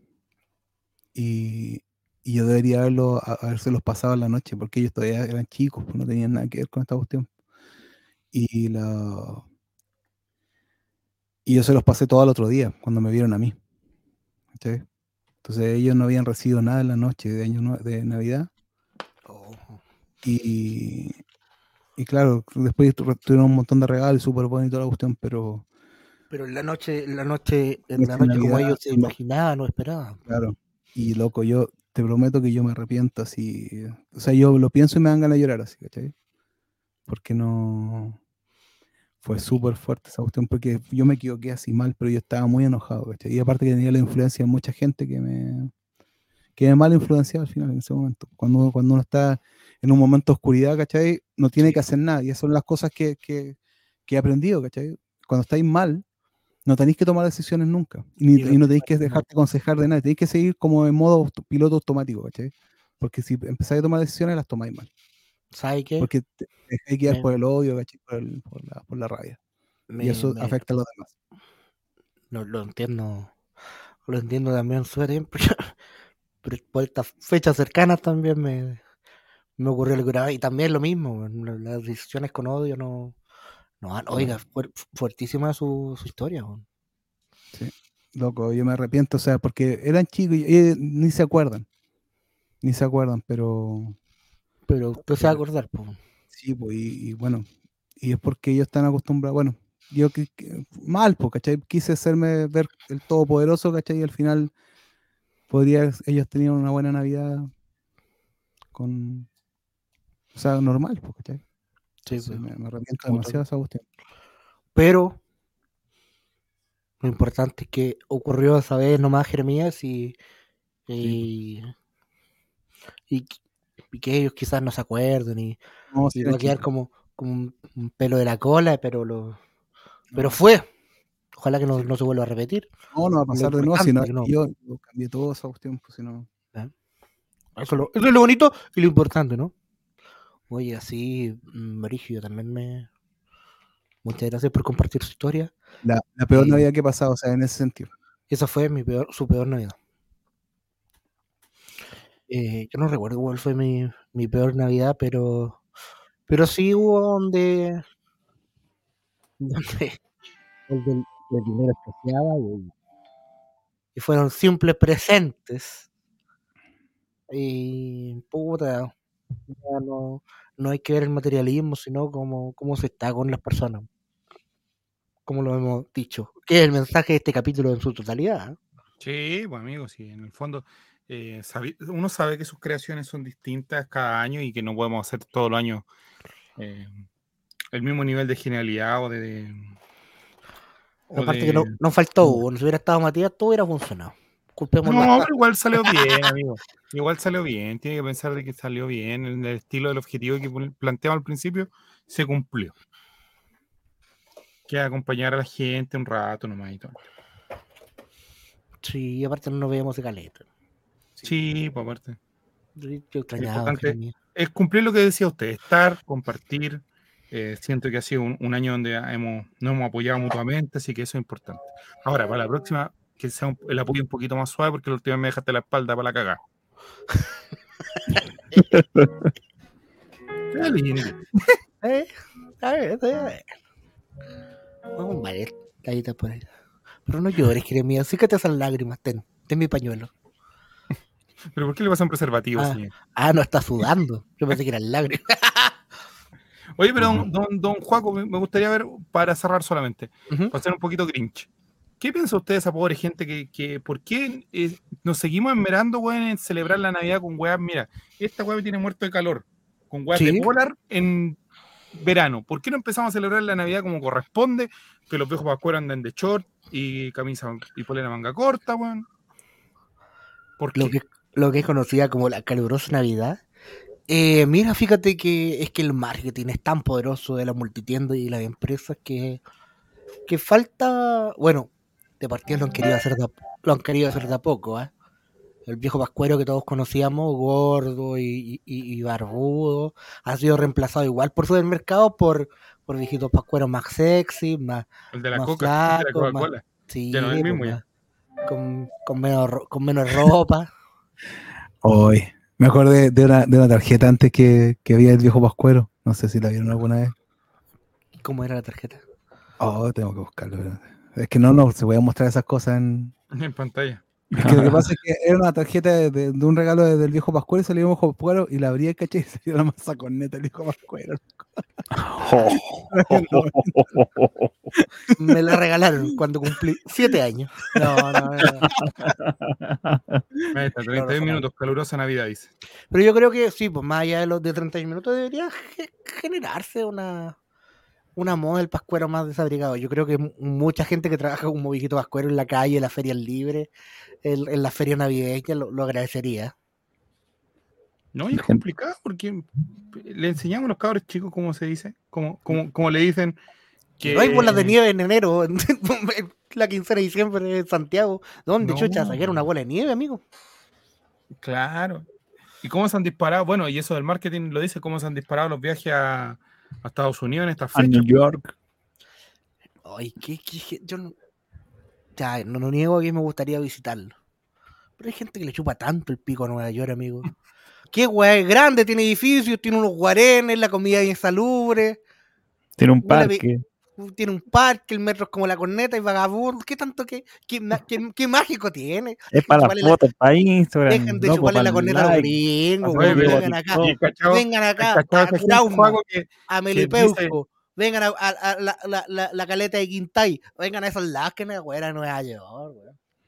Y, y yo debería haberlo, a- habérselos pasado en la noche, porque ellos todavía eran chicos, pues no tenían nada que ver con esta cuestión. Y, la, y yo se los pasé todo al otro día, cuando me vieron a mí. ¿Cachai? Entonces ellos no habían recibido nada en la noche de, año, nue- de Navidad. Oh. Y, y claro, después tu- tuvieron un montón de regalos, súper bueno y toda la cuestión, pero Pero en la noche, en la noche, en Noche la de noche como Navidad, ellos se no. imaginaban o esperaban. claro. Y loco, yo te prometo que yo me arrepiento así. O sea, yo lo pienso y me dan ganas de llorar así, ¿cachai? Porque no. Fue súper fuerte esa cuestión, porque yo me equivoqué así mal, pero yo estaba muy enojado, ¿cachai? Y aparte que tenía la influencia de mucha gente que me. que me mal influenciado al final en ese momento. Cuando, cuando uno está en un momento de oscuridad, ¿cachai? No tiene Sí. que hacer nada. Y esas son las cosas que, que, que he aprendido, ¿cachai? Cuando estáis mal, no tenéis que tomar decisiones nunca. Y, ni- Y no- y no tenéis que dejarte aconsejar de nada. Tenéis que seguir como en modo auto- piloto automático, ¿cachai? Porque si empezáis a tomar decisiones, las tomáis mal. ¿Sabes qué? Porque te dejáis guiar Me- por el odio, ¿cachai? Por, el- por la, por la rabia. Me- y eso me- afecta a los demás. no, lo entiendo. Lo entiendo también súper bien. Pero, pero por estas fechas cercanas también me, me ocurrió algo grave. Y también lo mismo. weón, Las decisiones con odio no. no van- oiga, fuer- fuertísima su, su historia. weón. Loco, yo me arrepiento, o sea, porque eran chicos y y ni se acuerdan. Ni se acuerdan, pero Pero usted se va a acordar. po. sí, pues, y, y bueno, y es porque ellos están acostumbrados, bueno, yo que, que- mal, pues, ¿cachai? Quise hacerme ver el todopoderoso, ¿cachai? Y al final podría, ellos tenían una buena Navidad con, o sea, normal, pues, ¿cachai? Sí, Entonces, pues, me, me arrepiento como demasiado de esa cuestión. pero lo importante es que ocurrió esa vez nomás, Jeremías, y, y, y, y que ellos quizás no se acuerden y, No, y sí, va era a quedar chico. como, como un, un pelo de la cola, pero lo pero No, fue. Ojalá que no, sí. no se vuelva a repetir. No, no va a Lo pasar de nuevo, si no, importante que no. yo, yo cambié todo esa cuestión, pues si no. ¿eh? Eso, es lo, eso es lo bonito y lo importante, ¿no? Oye, así, Brigio también me. Muchas gracias por compartir su historia. La, la peor Y Navidad que he pasado, o sea, en ese sentido. esa fue mi peor, su peor Navidad. Eh, yo no recuerdo cuál fue mi, mi peor Navidad, pero pero sí hubo donde, donde el, del- el dinero escaseaba y, y fueron simples presentes. Y puta, ya no, no hay que ver el materialismo, sino cómo, cómo se está con las personas, como lo hemos dicho. Que es el mensaje de este capítulo en su totalidad. ¿eh? Sí, pues amigo, sí, en el fondo eh, sabi- uno sabe que sus creaciones son distintas cada año y que no podemos hacer todos los años eh, el mismo nivel de genialidad o de... O Aparte que no, de... no faltó Hugo, no si hubiera estado Matías, todo hubiera funcionado. Culpémoslo No, a- pero igual salió bien, amigo. Igual salió bien, tiene que pensar de que salió bien, el, el estilo del objetivo que pon- planteaba al principio se cumplió. Que acompañar a la gente un rato nomás y todo. Sí, aparte no nos veíamos de caleta. Sí, por aparte. Yo yo Lo extrañaba, importante Jeremías. es cumplir lo que decía usted, estar, compartir. Eh, siento que ha sido un, un año donde hemos, nos hemos apoyado mutuamente, así que eso es importante. Ahora, para la próxima, que sea un- el apoyo un poquito más suave, porque la última vez me dejaste la espalda para la cagada. Qué lindo. ¿Eh? A ver, a ver. Vamos a varias tallitas por ahí. Pero no llores, Jeremías. Sícate esas lágrimas. Ten, ten mi pañuelo. ¿Pero por qué le pasan preservativo, Ah, señor? ah, no está sudando. Yo pensé que eran lágrimas. Oye, pero don, don, don Juaco, me me gustaría ver, para cerrar solamente, Ujú. para ser un poquito grinch. ¿Qué piensa usted de esa pobre gente que, que por qué eh, nos seguimos esmerando, weón, en celebrar la Navidad con weas? Mira, esta wea me tiene muerto de calor, con weas de Sí. polar en verano. ¿Por qué no empezamos a celebrar la Navidad como corresponde? Que los viejos pascueros anden de short y camisa y polera manga corta, weón. ¿Por Lo qué? que, lo que es conocida como la calurosa Navidad. Eh, mira, fíjate que es que el marketing es tan poderoso de la multitienda y las empresas que, que falta. Bueno, de partida lo han querido hacer de, a- lo han querido hacer de a poco, ¿eh? El viejo pascuero que todos conocíamos, gordo y, y- y barbudo, ha sido reemplazado igual por supermercados por, por viejitos pascueros más sexy, más, El de la más Coca, el de la flacos, más. Coca-Cola. Ya no es el Sí, pues mismo ya. más. Con, con, menos, ro- con menos ropa. Hoy, me acordé de una, de una tarjeta antes que, que había el viejo Pascuero. No sé si la vieron alguna vez. ¿Cómo era la tarjeta? Oh, tengo que buscarlo. espérate. Es que no, no, se voy a mostrar esas cosas en. En pantalla. Es que lo que pasa es que era una tarjeta de, de- de un regalo de- del viejo Pascuero y salió el viejo Pascuero y la abrí y caché y salió la masa con neta el viejo Pascuero. Me la regalaron cuando cumplí siete años. No, no, no. Ahí está, No, no treinta y un fue nada. minutos, calurosa Navidad, dice. Pero yo creo que sí, pues más allá de los de treinta y uno minutos debería ge- generarse una, una moda del pascuero más desabrigado. Yo creo que mu- mucha gente que trabaja como viejito pascuero en la calle, en las ferias libres, en, en la feria navideña, lo, lo agradecería. No, y es complicado porque le enseñamos a los cabros chicos cómo se dice, cómo, cómo, cómo le dicen Que que no hay bolas de nieve en enero, en la quincena de diciembre en Santiago. ¿Dónde No. chucha sacar una bola de nieve, amigo? Claro. ¿Y cómo se han disparado? Bueno, y eso del marketing lo dice, cómo se han disparado los viajes a, a Estados Unidos en estas A fechas. New York. Ay, qué, qué- yo no, ya, no, no niego que me gustaría visitarlo. Pero hay gente que le chupa tanto el pico a Nueva York, amigo. Qué weá, es grande, tiene edificios, tiene unos guarenes, la comida es insalubre, Tiene un huele a vi- parque. tiene un parque, el metro es como la corneta y vagabundo. ¿Qué tanto que qué, ma- qué- qué mágico tiene? Es para Chuparle las la- fotos, para Instagram. Dejen de loco, chuparle para la el corneta a los like. gringos, Para Oye, weón. subir pero- a Vengan acá, ¿Y cachado, vengan acá cachado a esa gente, Curauma, Juaco, que, a que Melipeuco, vengan a, a- a la, la- la- la caleta de Quintay, vengan a esas láquenas, weón, a Nueva York, weón.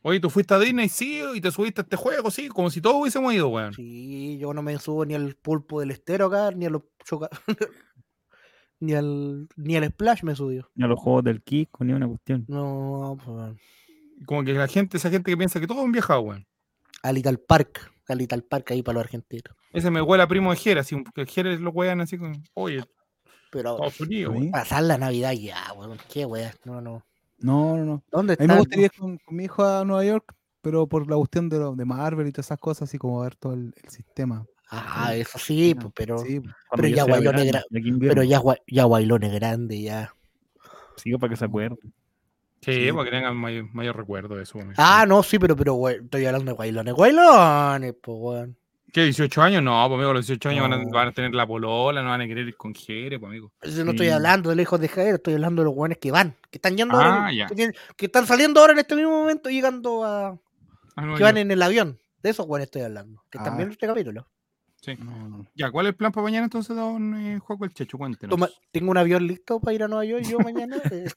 Oye, ¿tú fuiste a Disney? Sí, y te subiste a este juego, sí, como si todos hubiésemos ido, weón. Sí, yo no me subo ni al pulpo del estero acá, ni a los choca... ni al ni al Splash me subió. Ni a los juegos del Kiko, ni una cuestión. No, pues, Como que la gente, esa gente que piensa que todos han viajado, weón. al Ital Park, al Ital Park ahí para los argentinos. Ese me huele a primo de Jera, así, que Jera lo wean así con, oye, Pero Estados Unidos, ¿Sí? weón. pasar la Navidad ya, weón. Qué wea, no, no. No, no, no. ¿Dónde A mí me está? gustaría ir con, con mi hijo a Nueva York, pero por la cuestión de, lo- de Marvel y todas esas cosas, así como ver todo el, el sistema. Ah, eso sí, pues, pero Sí, Cuando Pero yo ya sea Guaylón es verano, gra- y aquí invierno. pero ya Gua- ya Guaylón es grande ya. Sí, para que se acuerden. Sí, Sí. para que tengan mayor, mayor recuerdo de eso, weón. Ah, no, sí, pero pero güey, estoy hablando de Guaylones. Guaylones, pues weón. ¿Qué, dieciocho años? No, pues amigo, los dieciocho años van, a, No. van a tener la polola, no van a querer ir con Jere, pues amigo. Yo no estoy Sí. hablando de los hijos de Javier, estoy hablando de los weones que van, que están yendo Ah, ahora, ya. que, tienen- que están saliendo ahora en este mismo momento, llegando a. Ah, no, que van yo- en el avión. De esos weones estoy hablando. Que están Ah. viendo este capítulo. sí. No, no. Ya, ¿cuál es el plan para mañana entonces, don eh, Juaco el Checho? Cuéntenos. Toma- tengo un avión listo para ir a Nueva York yo mañana. eh.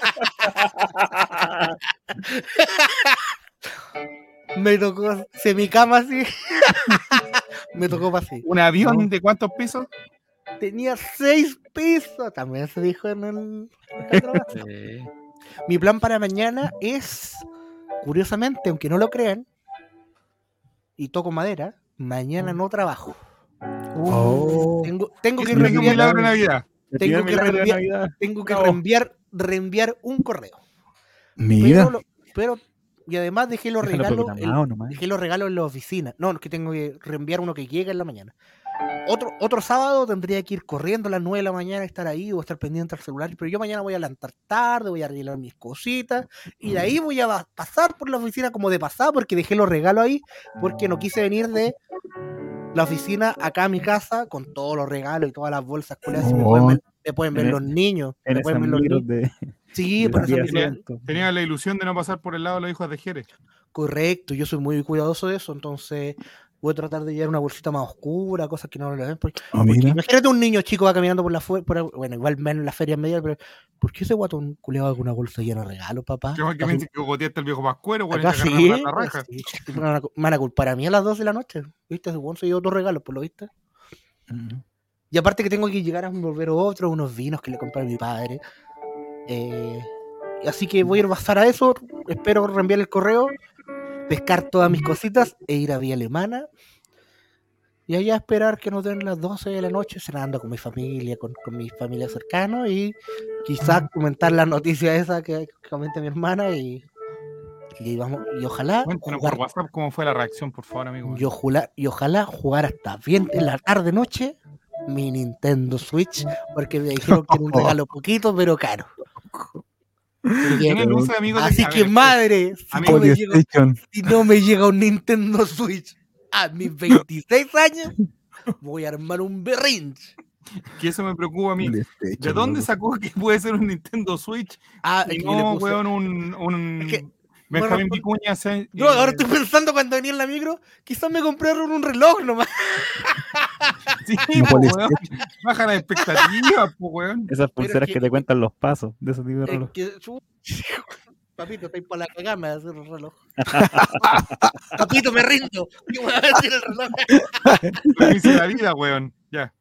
Me tocó semicama así. Me tocó para así. ¿Un avión de cuántos pisos? Tenía seis pisos. También se dijo en el. en la grabación. Mi plan para mañana es, curiosamente, aunque no lo crean, y toco madera, mañana no trabajo. Oh. Tengo, tengo que ¿Qué es un reenviar, milagro de Navidad? El Tengo primer que milagro de reenviar- Navidad. tengo que No. reenviar, reenviar un correo. Mira. Pero, lo- pero, y además dejé los Déjalo regalos, programado el- nomás. dejé los regalos en la oficina. No, es que tengo que reenviar uno que llega en la mañana. Otro, otro sábado tendría que ir corriendo a las nueve de la mañana, estar ahí o estar pendiente al celular, pero yo mañana voy a levantar tarde, voy a arreglar mis cositas y de ahí voy a ba- pasar por la oficina como de pasada porque dejé los regalos ahí porque no quise venir de la oficina acá a mi casa con todos los regalos y todas las bolsas culiadas, y me Oh. pueden ver, me pueden ver En- los niños. En me esos pueden ver los libros niños. de, Sí, de por la eso vida mismo. santo. Tenía la ilusión de no pasar por el lado de los hijos de Jere. Correcto, yo soy muy cuidadoso de eso, entonces voy a tratar de llevar una bolsita más oscura, cosas que no le ven. Porque, Oh, porque mira. imagínate un niño chico va caminando por la fuera, bueno, igual menos en la feria media, pero ¿por qué ese guatón culeado con una bolsa llena de regalos, papá? Que que me dice que goteaste el viejo pascuero, güey, y Acá te sí, agarraron la raja. sí. Me van, a, me van a culpar a mí a las doce de la noche, ¿viste? Ese guan se llevó otros regalos, por lo viste. Mm. Y aparte que tengo que llegar a volver otros, unos vinos que le compré a mi padre. Eh, así que voy a ir a pasar a eso, espero reenviar el correo, pescar todas mis cositas e ir a Vía Alemana. Y allá esperar que nos den las doce de la noche cenando con mi familia, con, con mi familia cercana y quizás comentar la noticia esa que, que comenta mi hermana y, y, vamos, y ojalá Cuéntanos jugar, por WhatsApp cómo fue la reacción, por favor, amigo. y, ojalá, y ojalá jugar hasta bien en la tarde noche mi Nintendo Switch, porque me dijeron que era un regalo poquito pero caro. Así que, Tiene luces, amigos. de- así a que ver, madre, si amigo, no, me llega, PlayStation. si no me llega un Nintendo Switch a mis veintiséis años, voy a armar un berrinche. que eso me preocupa a mí. PlayStation, ¿De dónde loco. sacó que puede ser un Nintendo Switch? Ah, Y es que yo le no, puse- weón, un, un Es que- Benjamín bueno, Vicuña. se- Yo ahora eh, estoy pensando cuando venía en la micro, quizás me compraron un reloj nomás. Sí, No, po, Polystation. weón. Baja las expectativas, po, weón. Esas pulseras que- que te cuentan los pasos de ese tipo de Es reloj. que, chu- Papito, estoy para la cagada, me va a hacer el reloj. Papito, me rindo. ¿Qué voy a decir el reloj? Feliz de la vida, weón. Ya.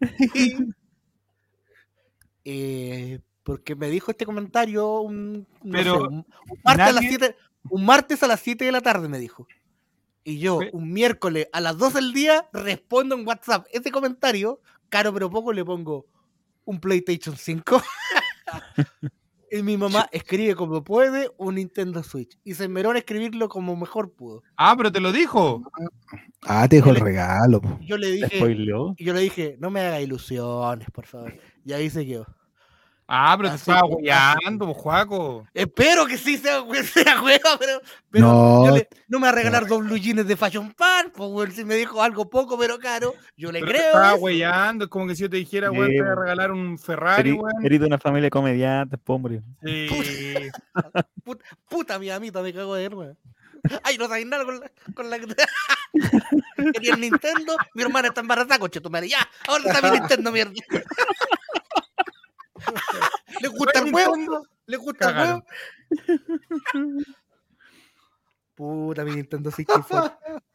Eh, porque me dijo este comentario un, no Pero sé, un, un martes a las nadie- siete, un martes a las siete de la tarde me dijo. Y yo, Pe- un miércoles a las doce del día, respondo en WhatsApp ese comentario, caro pero poco, le pongo un PlayStation cinco. Y mi mamá escribe como puede un Nintendo Switch. Y se enmeró en escribirlo como mejor pudo. Ah, pero te lo dijo. Ah, te dejo el regalo. Po. Y yo le ¿Te dije, spoileó? y yo le dije, no me haga ilusiones, por favor. Y ahí se quedó. Ah, pero te Así estaba que- hueando, po, Juaco. Espero que sí sea, sea juego, pero, pero No. yo le- no me va a regalar dos blue jeans de Fashion Park, pues, weón, si me dijo algo poco pero caro, yo le Pero te creo. estaba eso. hueando. Es como que si yo te dijera, Sí, weón, te voy a po. regalar un Ferrari, Eri- weón. Eres de una familia de comediantes, hombre. Sí. Puta, puta mi amita me cago de él, weón. Ay, no sabes nada con la, con la que quería el Nintendo, mi hermana está embarazada, coche tu madre, ya, ahora está mi Nintendo, mierda. ¿Le gusta el huevo? ¿Le gusta el Cágalo. huevo? Puta, mi Nintendo Switch es fuerte.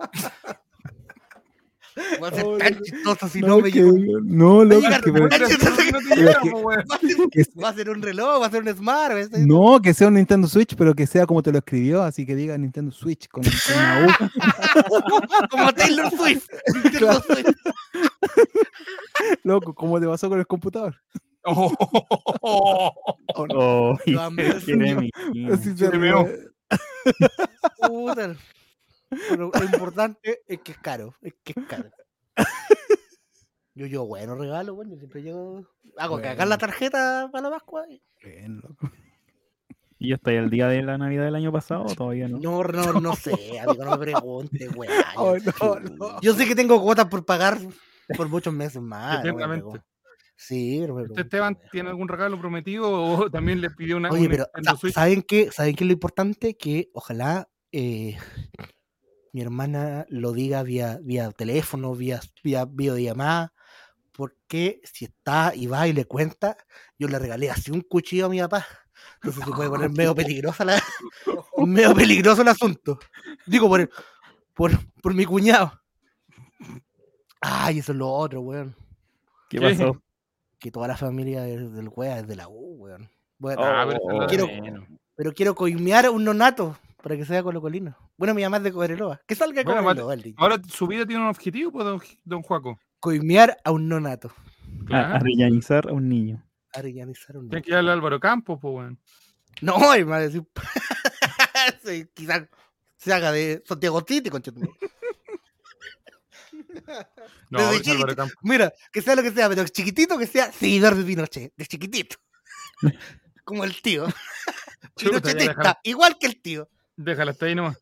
Va a ser Oh, tan no, chistoso si no, no me que- llevo. no, loco, Oiga, que- no, pero- Mira, Pero- si no te pero llega, que- po, weón. Va a ser, que- va a ser un reloj, va a ser un Smart. ¿ves? no, que sea un Nintendo Switch, pero que sea como te lo escribió, así que diga Nintendo Switch con, con una U. Como Taylor Swift. Nintendo Switch. Loco, como te pasó con el computador. Oh, Oh, Lo amé, Jeremy. Así se me meó. ríe. Puta. Pero lo importante es que es caro. Es que es caro. Yo, yo, bueno, regalo, bueno, yo siempre llego. Hago Bueno. cagar la tarjeta para la Pascua. y- Bien, loco. ¿Y yo estoy al día de la Navidad del año pasado o todavía no? No, no, no sé, amigo, no me pregunte, weá. Oh, Yo, no, no. yo sé que tengo cuotas por pagar por muchos meses más. no me Eternamente. pregunte. Sí, pero me ¿Usted, pregunte, Esteban, weá. tiene algún regalo prometido o también le pidió una, Oye, un pero Nintendo sa- Switch? ¿saben qué? ¿Saben qué es lo importante? Que ojalá eh, mi hermana lo diga vía, vía teléfono, vía, vía videollamada, porque si está y va y le cuenta, yo le regalé así un cuchillo a mi papá. Entonces se puede poner medio peligrosa la, medio peligroso el asunto. Digo, por, el- por, por mi cuñado. Ay, eso es lo otro, weón. ¿Qué ¿Qué? pasó? Que toda la familia del, del wea es de la U, weón. Bueno, Ah, pero eso es lo quiero- de menos. pero quiero coimear a un nonato para que sea colocolino. Bueno, mi mamá es de Cobreloa. Que salga de Bueno, Cobreloa el niño. Ahora su vida tiene un objetivo, pues, don, don Juaco. Coimear a un nonato. A, Claro. arrellanizar a un niño. Arellanizar un Tiene nonato. que darle a Álvaro Campos, pues, weón. No, y me va a decir. Sí, quizás se haga de Santiago Titi, conchetumare. No, Desde es Álvaro chiquito. Campos. Mira, que sea lo que sea, pero chiquitito que sea seguidor de Pinochet, de chiquitito. Como el tío. Chuta, ya Pinochetista, déjala, igual que el tío. déjala hasta ahí nomás.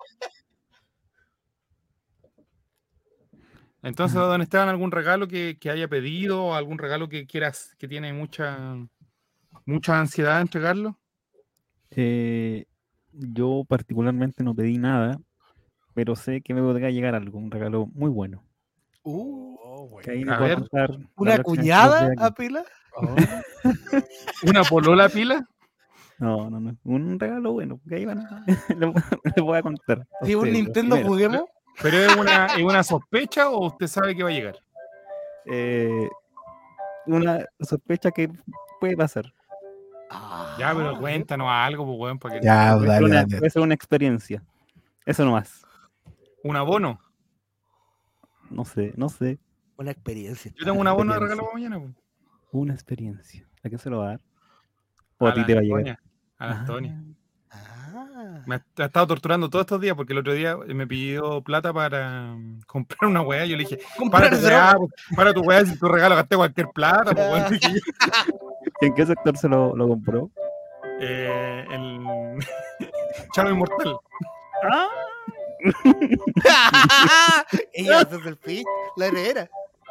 Entonces, don Esteban, ¿algún regalo que, que haya pedido o algún regalo que quieras, que tiene mucha mucha ansiedad de entregarlo? Eh, yo particularmente no pedí nada, pero sé que me podría llegar algo, un regalo muy bueno. Uh, Que ahí me A puedo ver. contar la ¿Una próxima vez que los cuñada vea aquí. a pila? ¿Una polola pila? No, no, no. Un regalo bueno, que ahí van a... le, le voy a contar. a ¿Sí, un ustedes, Nintendo primero. juguemos? ¿Pero es una, es una sospecha o usted sabe que va a llegar? Eh, una sospecha que puede pasar. Ya, Ah, pero cuéntanos algo, pues, weón, para que... Ya, Puede ser dale, una, dale. puede ser una experiencia. Eso nomás. ¿Un abono? No sé, no sé. Una experiencia. Yo tengo un abono de experiencia. regalo para mañana, pues. Una experiencia. ¿A quién se lo va a dar? ¿O a, A ti la te va a llegar? Antonia. A la Ah, Antonia. Ah. Me ha, ha estado torturando todos estos días porque el otro día me pidió plata para mm, comprar una weá. Yo le dije, para Comprar tu droga. weá, pues, para tu weá, si tu regalo gasté cualquier plata, pues, weón. Dije yo. ¿En qué sector se lo, lo compró? Eh, el Chavo Inmortal. Ah, Ella hace el pitch, la heredera.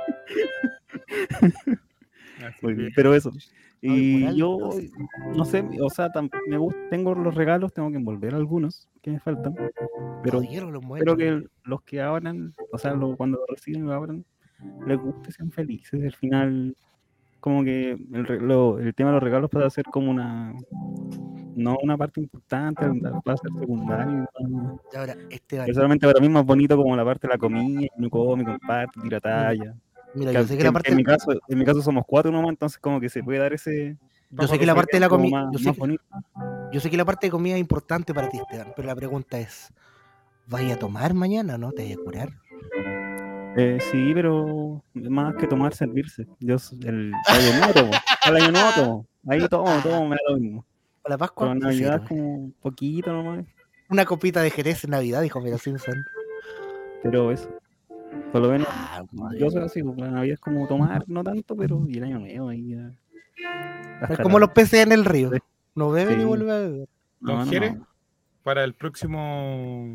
Así muy que, bien, pero eso. Y moral, yo, entonces. no sé, o sea, tam- me gusta, tengo los regalos, tengo que envolver algunos que me faltan, pero Caballero, lo mueve. espero que el- los que abran, o sea, lo- cuando lo reciben y lo abran, les guste, sean felices. Al final, como que el, re- lo- el tema de los regalos pasa a ser como una, no una parte importante, va a ser secundario. ¿no? Y ahora, Esteban, Personalmente para mí es más bonito como la parte de la comida, uno come, comparte, tira talla. mira, Que- yo sé que que la en- parte, en mi caso, en mi caso somos cuatro nomás, entonces como que se puede dar ese yo sé que la parte de la como comida, más, yo sé más que, bonito. yo sé que la parte de comida es importante para ti, Esteban, pero la pregunta es, ¿vaya a tomar mañana o no? ¿Te vaya a curar? Eh, sí, pero más que tomar, servirse. Yo s- el, el año nuevo tomo, el año nuevo tomo, ahí tomo, tomo, me da lo mismo. ¿Para la Pascua? Con Pues sí, Navidad toma. como un poquito nomás, Una copita de Jerez en Navidad, dijo Mero Simpson. pero eso. Por lo menos Ah, yo soy así, pues, la Navidad es como tomar, no tanto, pero y el año nuevo ahí ya. es hasta como la- los peces en el río. Sí. No beben y Sí. vuelven a beber. no, Don no, Jere, no. para el próximo...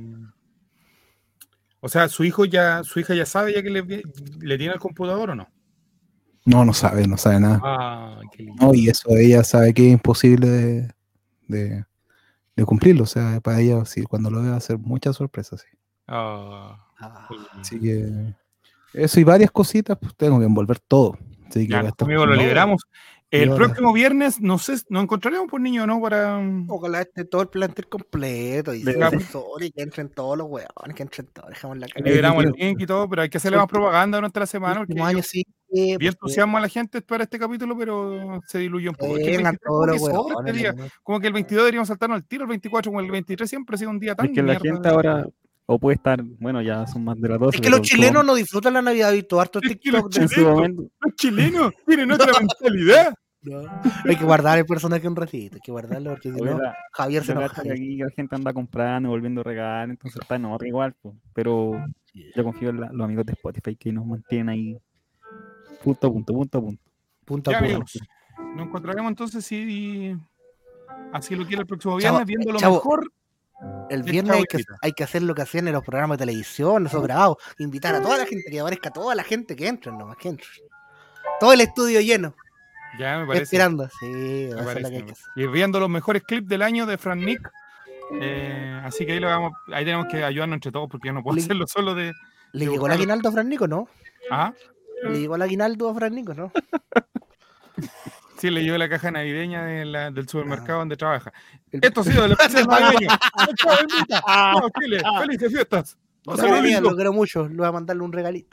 O sea, su hijo ya, su hija ya sabe ya que le, le tiene el computador o no. No, no sabe, no sabe nada. Ah, qué lindo. No, y eso ella sabe que es imposible de, de, de cumplirlo. O sea, para ella, sí, cuando lo vea, va a ser mucha sorpresa, sí. Ah, Ah, qué lindo. Así que eso y varias cositas, pues tengo que envolver todo. Así que Ya, va a estar conmigo lo todo. liberamos. El Yoda. próximo viernes, no sé, nos encontraremos por niño, ¿no? Para. Ojalá esté todo el plantel completo y Le- sea asesor y que entren todos los weones, que entren todos, dejamos la cara. Liberamos el Último- link y todo, pero hay que hacerle más propaganda durante la semana. Porque Último yo año sí. vi porque entusiasmo a la gente para este capítulo, pero se diluyó un poco. Es que el vengan veintitrés todos como los que sobra este weones, día. ¿no? Como que el veintidós deberíamos saltarnos al tiro, el veinticuatro como el veintitrés siempre ha sido un día tan Es que la mierda. gente ahora, o puede estar, bueno, ya son más de las doce. Es que los pero en su chilenos mom- no disfrutan la Navidad, he visto harto Es que los TikTok de en su chilenos- momento, Los chilenos tienen otra mentalidad. No. Hay que guardar el personaje un ratito, hay que guardarlo porque si oye, no, la- Javier se yo enoja. cacho que aquí la gente anda comprando, volviendo a regalar, entonces está en otra igual, pues. Pero yo confío en la- los amigos de Spotify que nos mantienen ahí punto a punto, punto a punto. Punto Ya, a punto. amigos, nos encontraremos entonces si así lo quiere el próximo Chavo, viernes, viendo lo chavo, mejor. El de viernes hay que, Chabelita. hay que hacer lo que hacían en los programas de televisión, esos grabados. Invitar a toda la gente, que aparezca toda la gente que entren, nomás que entren. Todo el estudio lleno, Ya me parece. esperando. Sí, me eso es lo parece, que hay me que hacer. Y viendo los mejores clips del año de Fran Nick. Eh, así que ahí, lo vamos, ahí tenemos que ayudarnos entre todos porque yo no puedo Link. hacerlo solo de. ¿Le de llegó el buscarlo. aguinaldo a Fran Nico, no? Ah, ¿Le llegó el aguinaldo a Fran Nico, no? sí, le llevo la caja navideña de la- del supermercado donde trabaja. El- Esto ha sido el especial navideño. Chao, bendita. Chao, Chile. Felices fiestas. No No se lo lindo. lo quiero mucho, le voy a mandarle un regalito.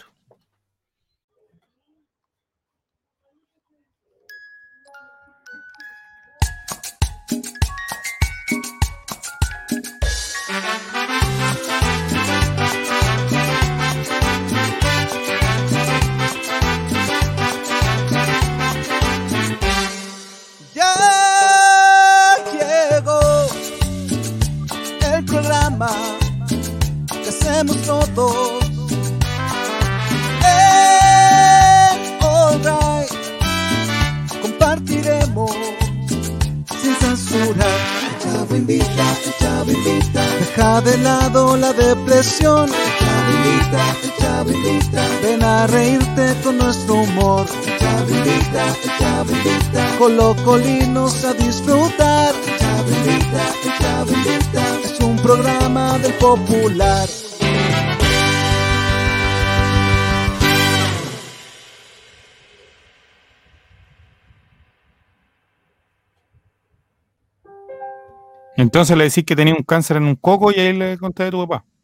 Ya llegó el programa que hacemos todos. Eh, alright, compartiremos sin censura. El Chavo invita, el Chavo invita. Deja de lado la depresión. El Chavo invita, el Chavo invita. Ven a reírte con nuestro humor. El Chavo invita, el Chavo invita. Colocolinos a disfrutar. El Chavo invita, el Chavo invita. Es un programa del popular. Entonces le decís que tenía un cáncer en un coco y ahí le conté a tu papá.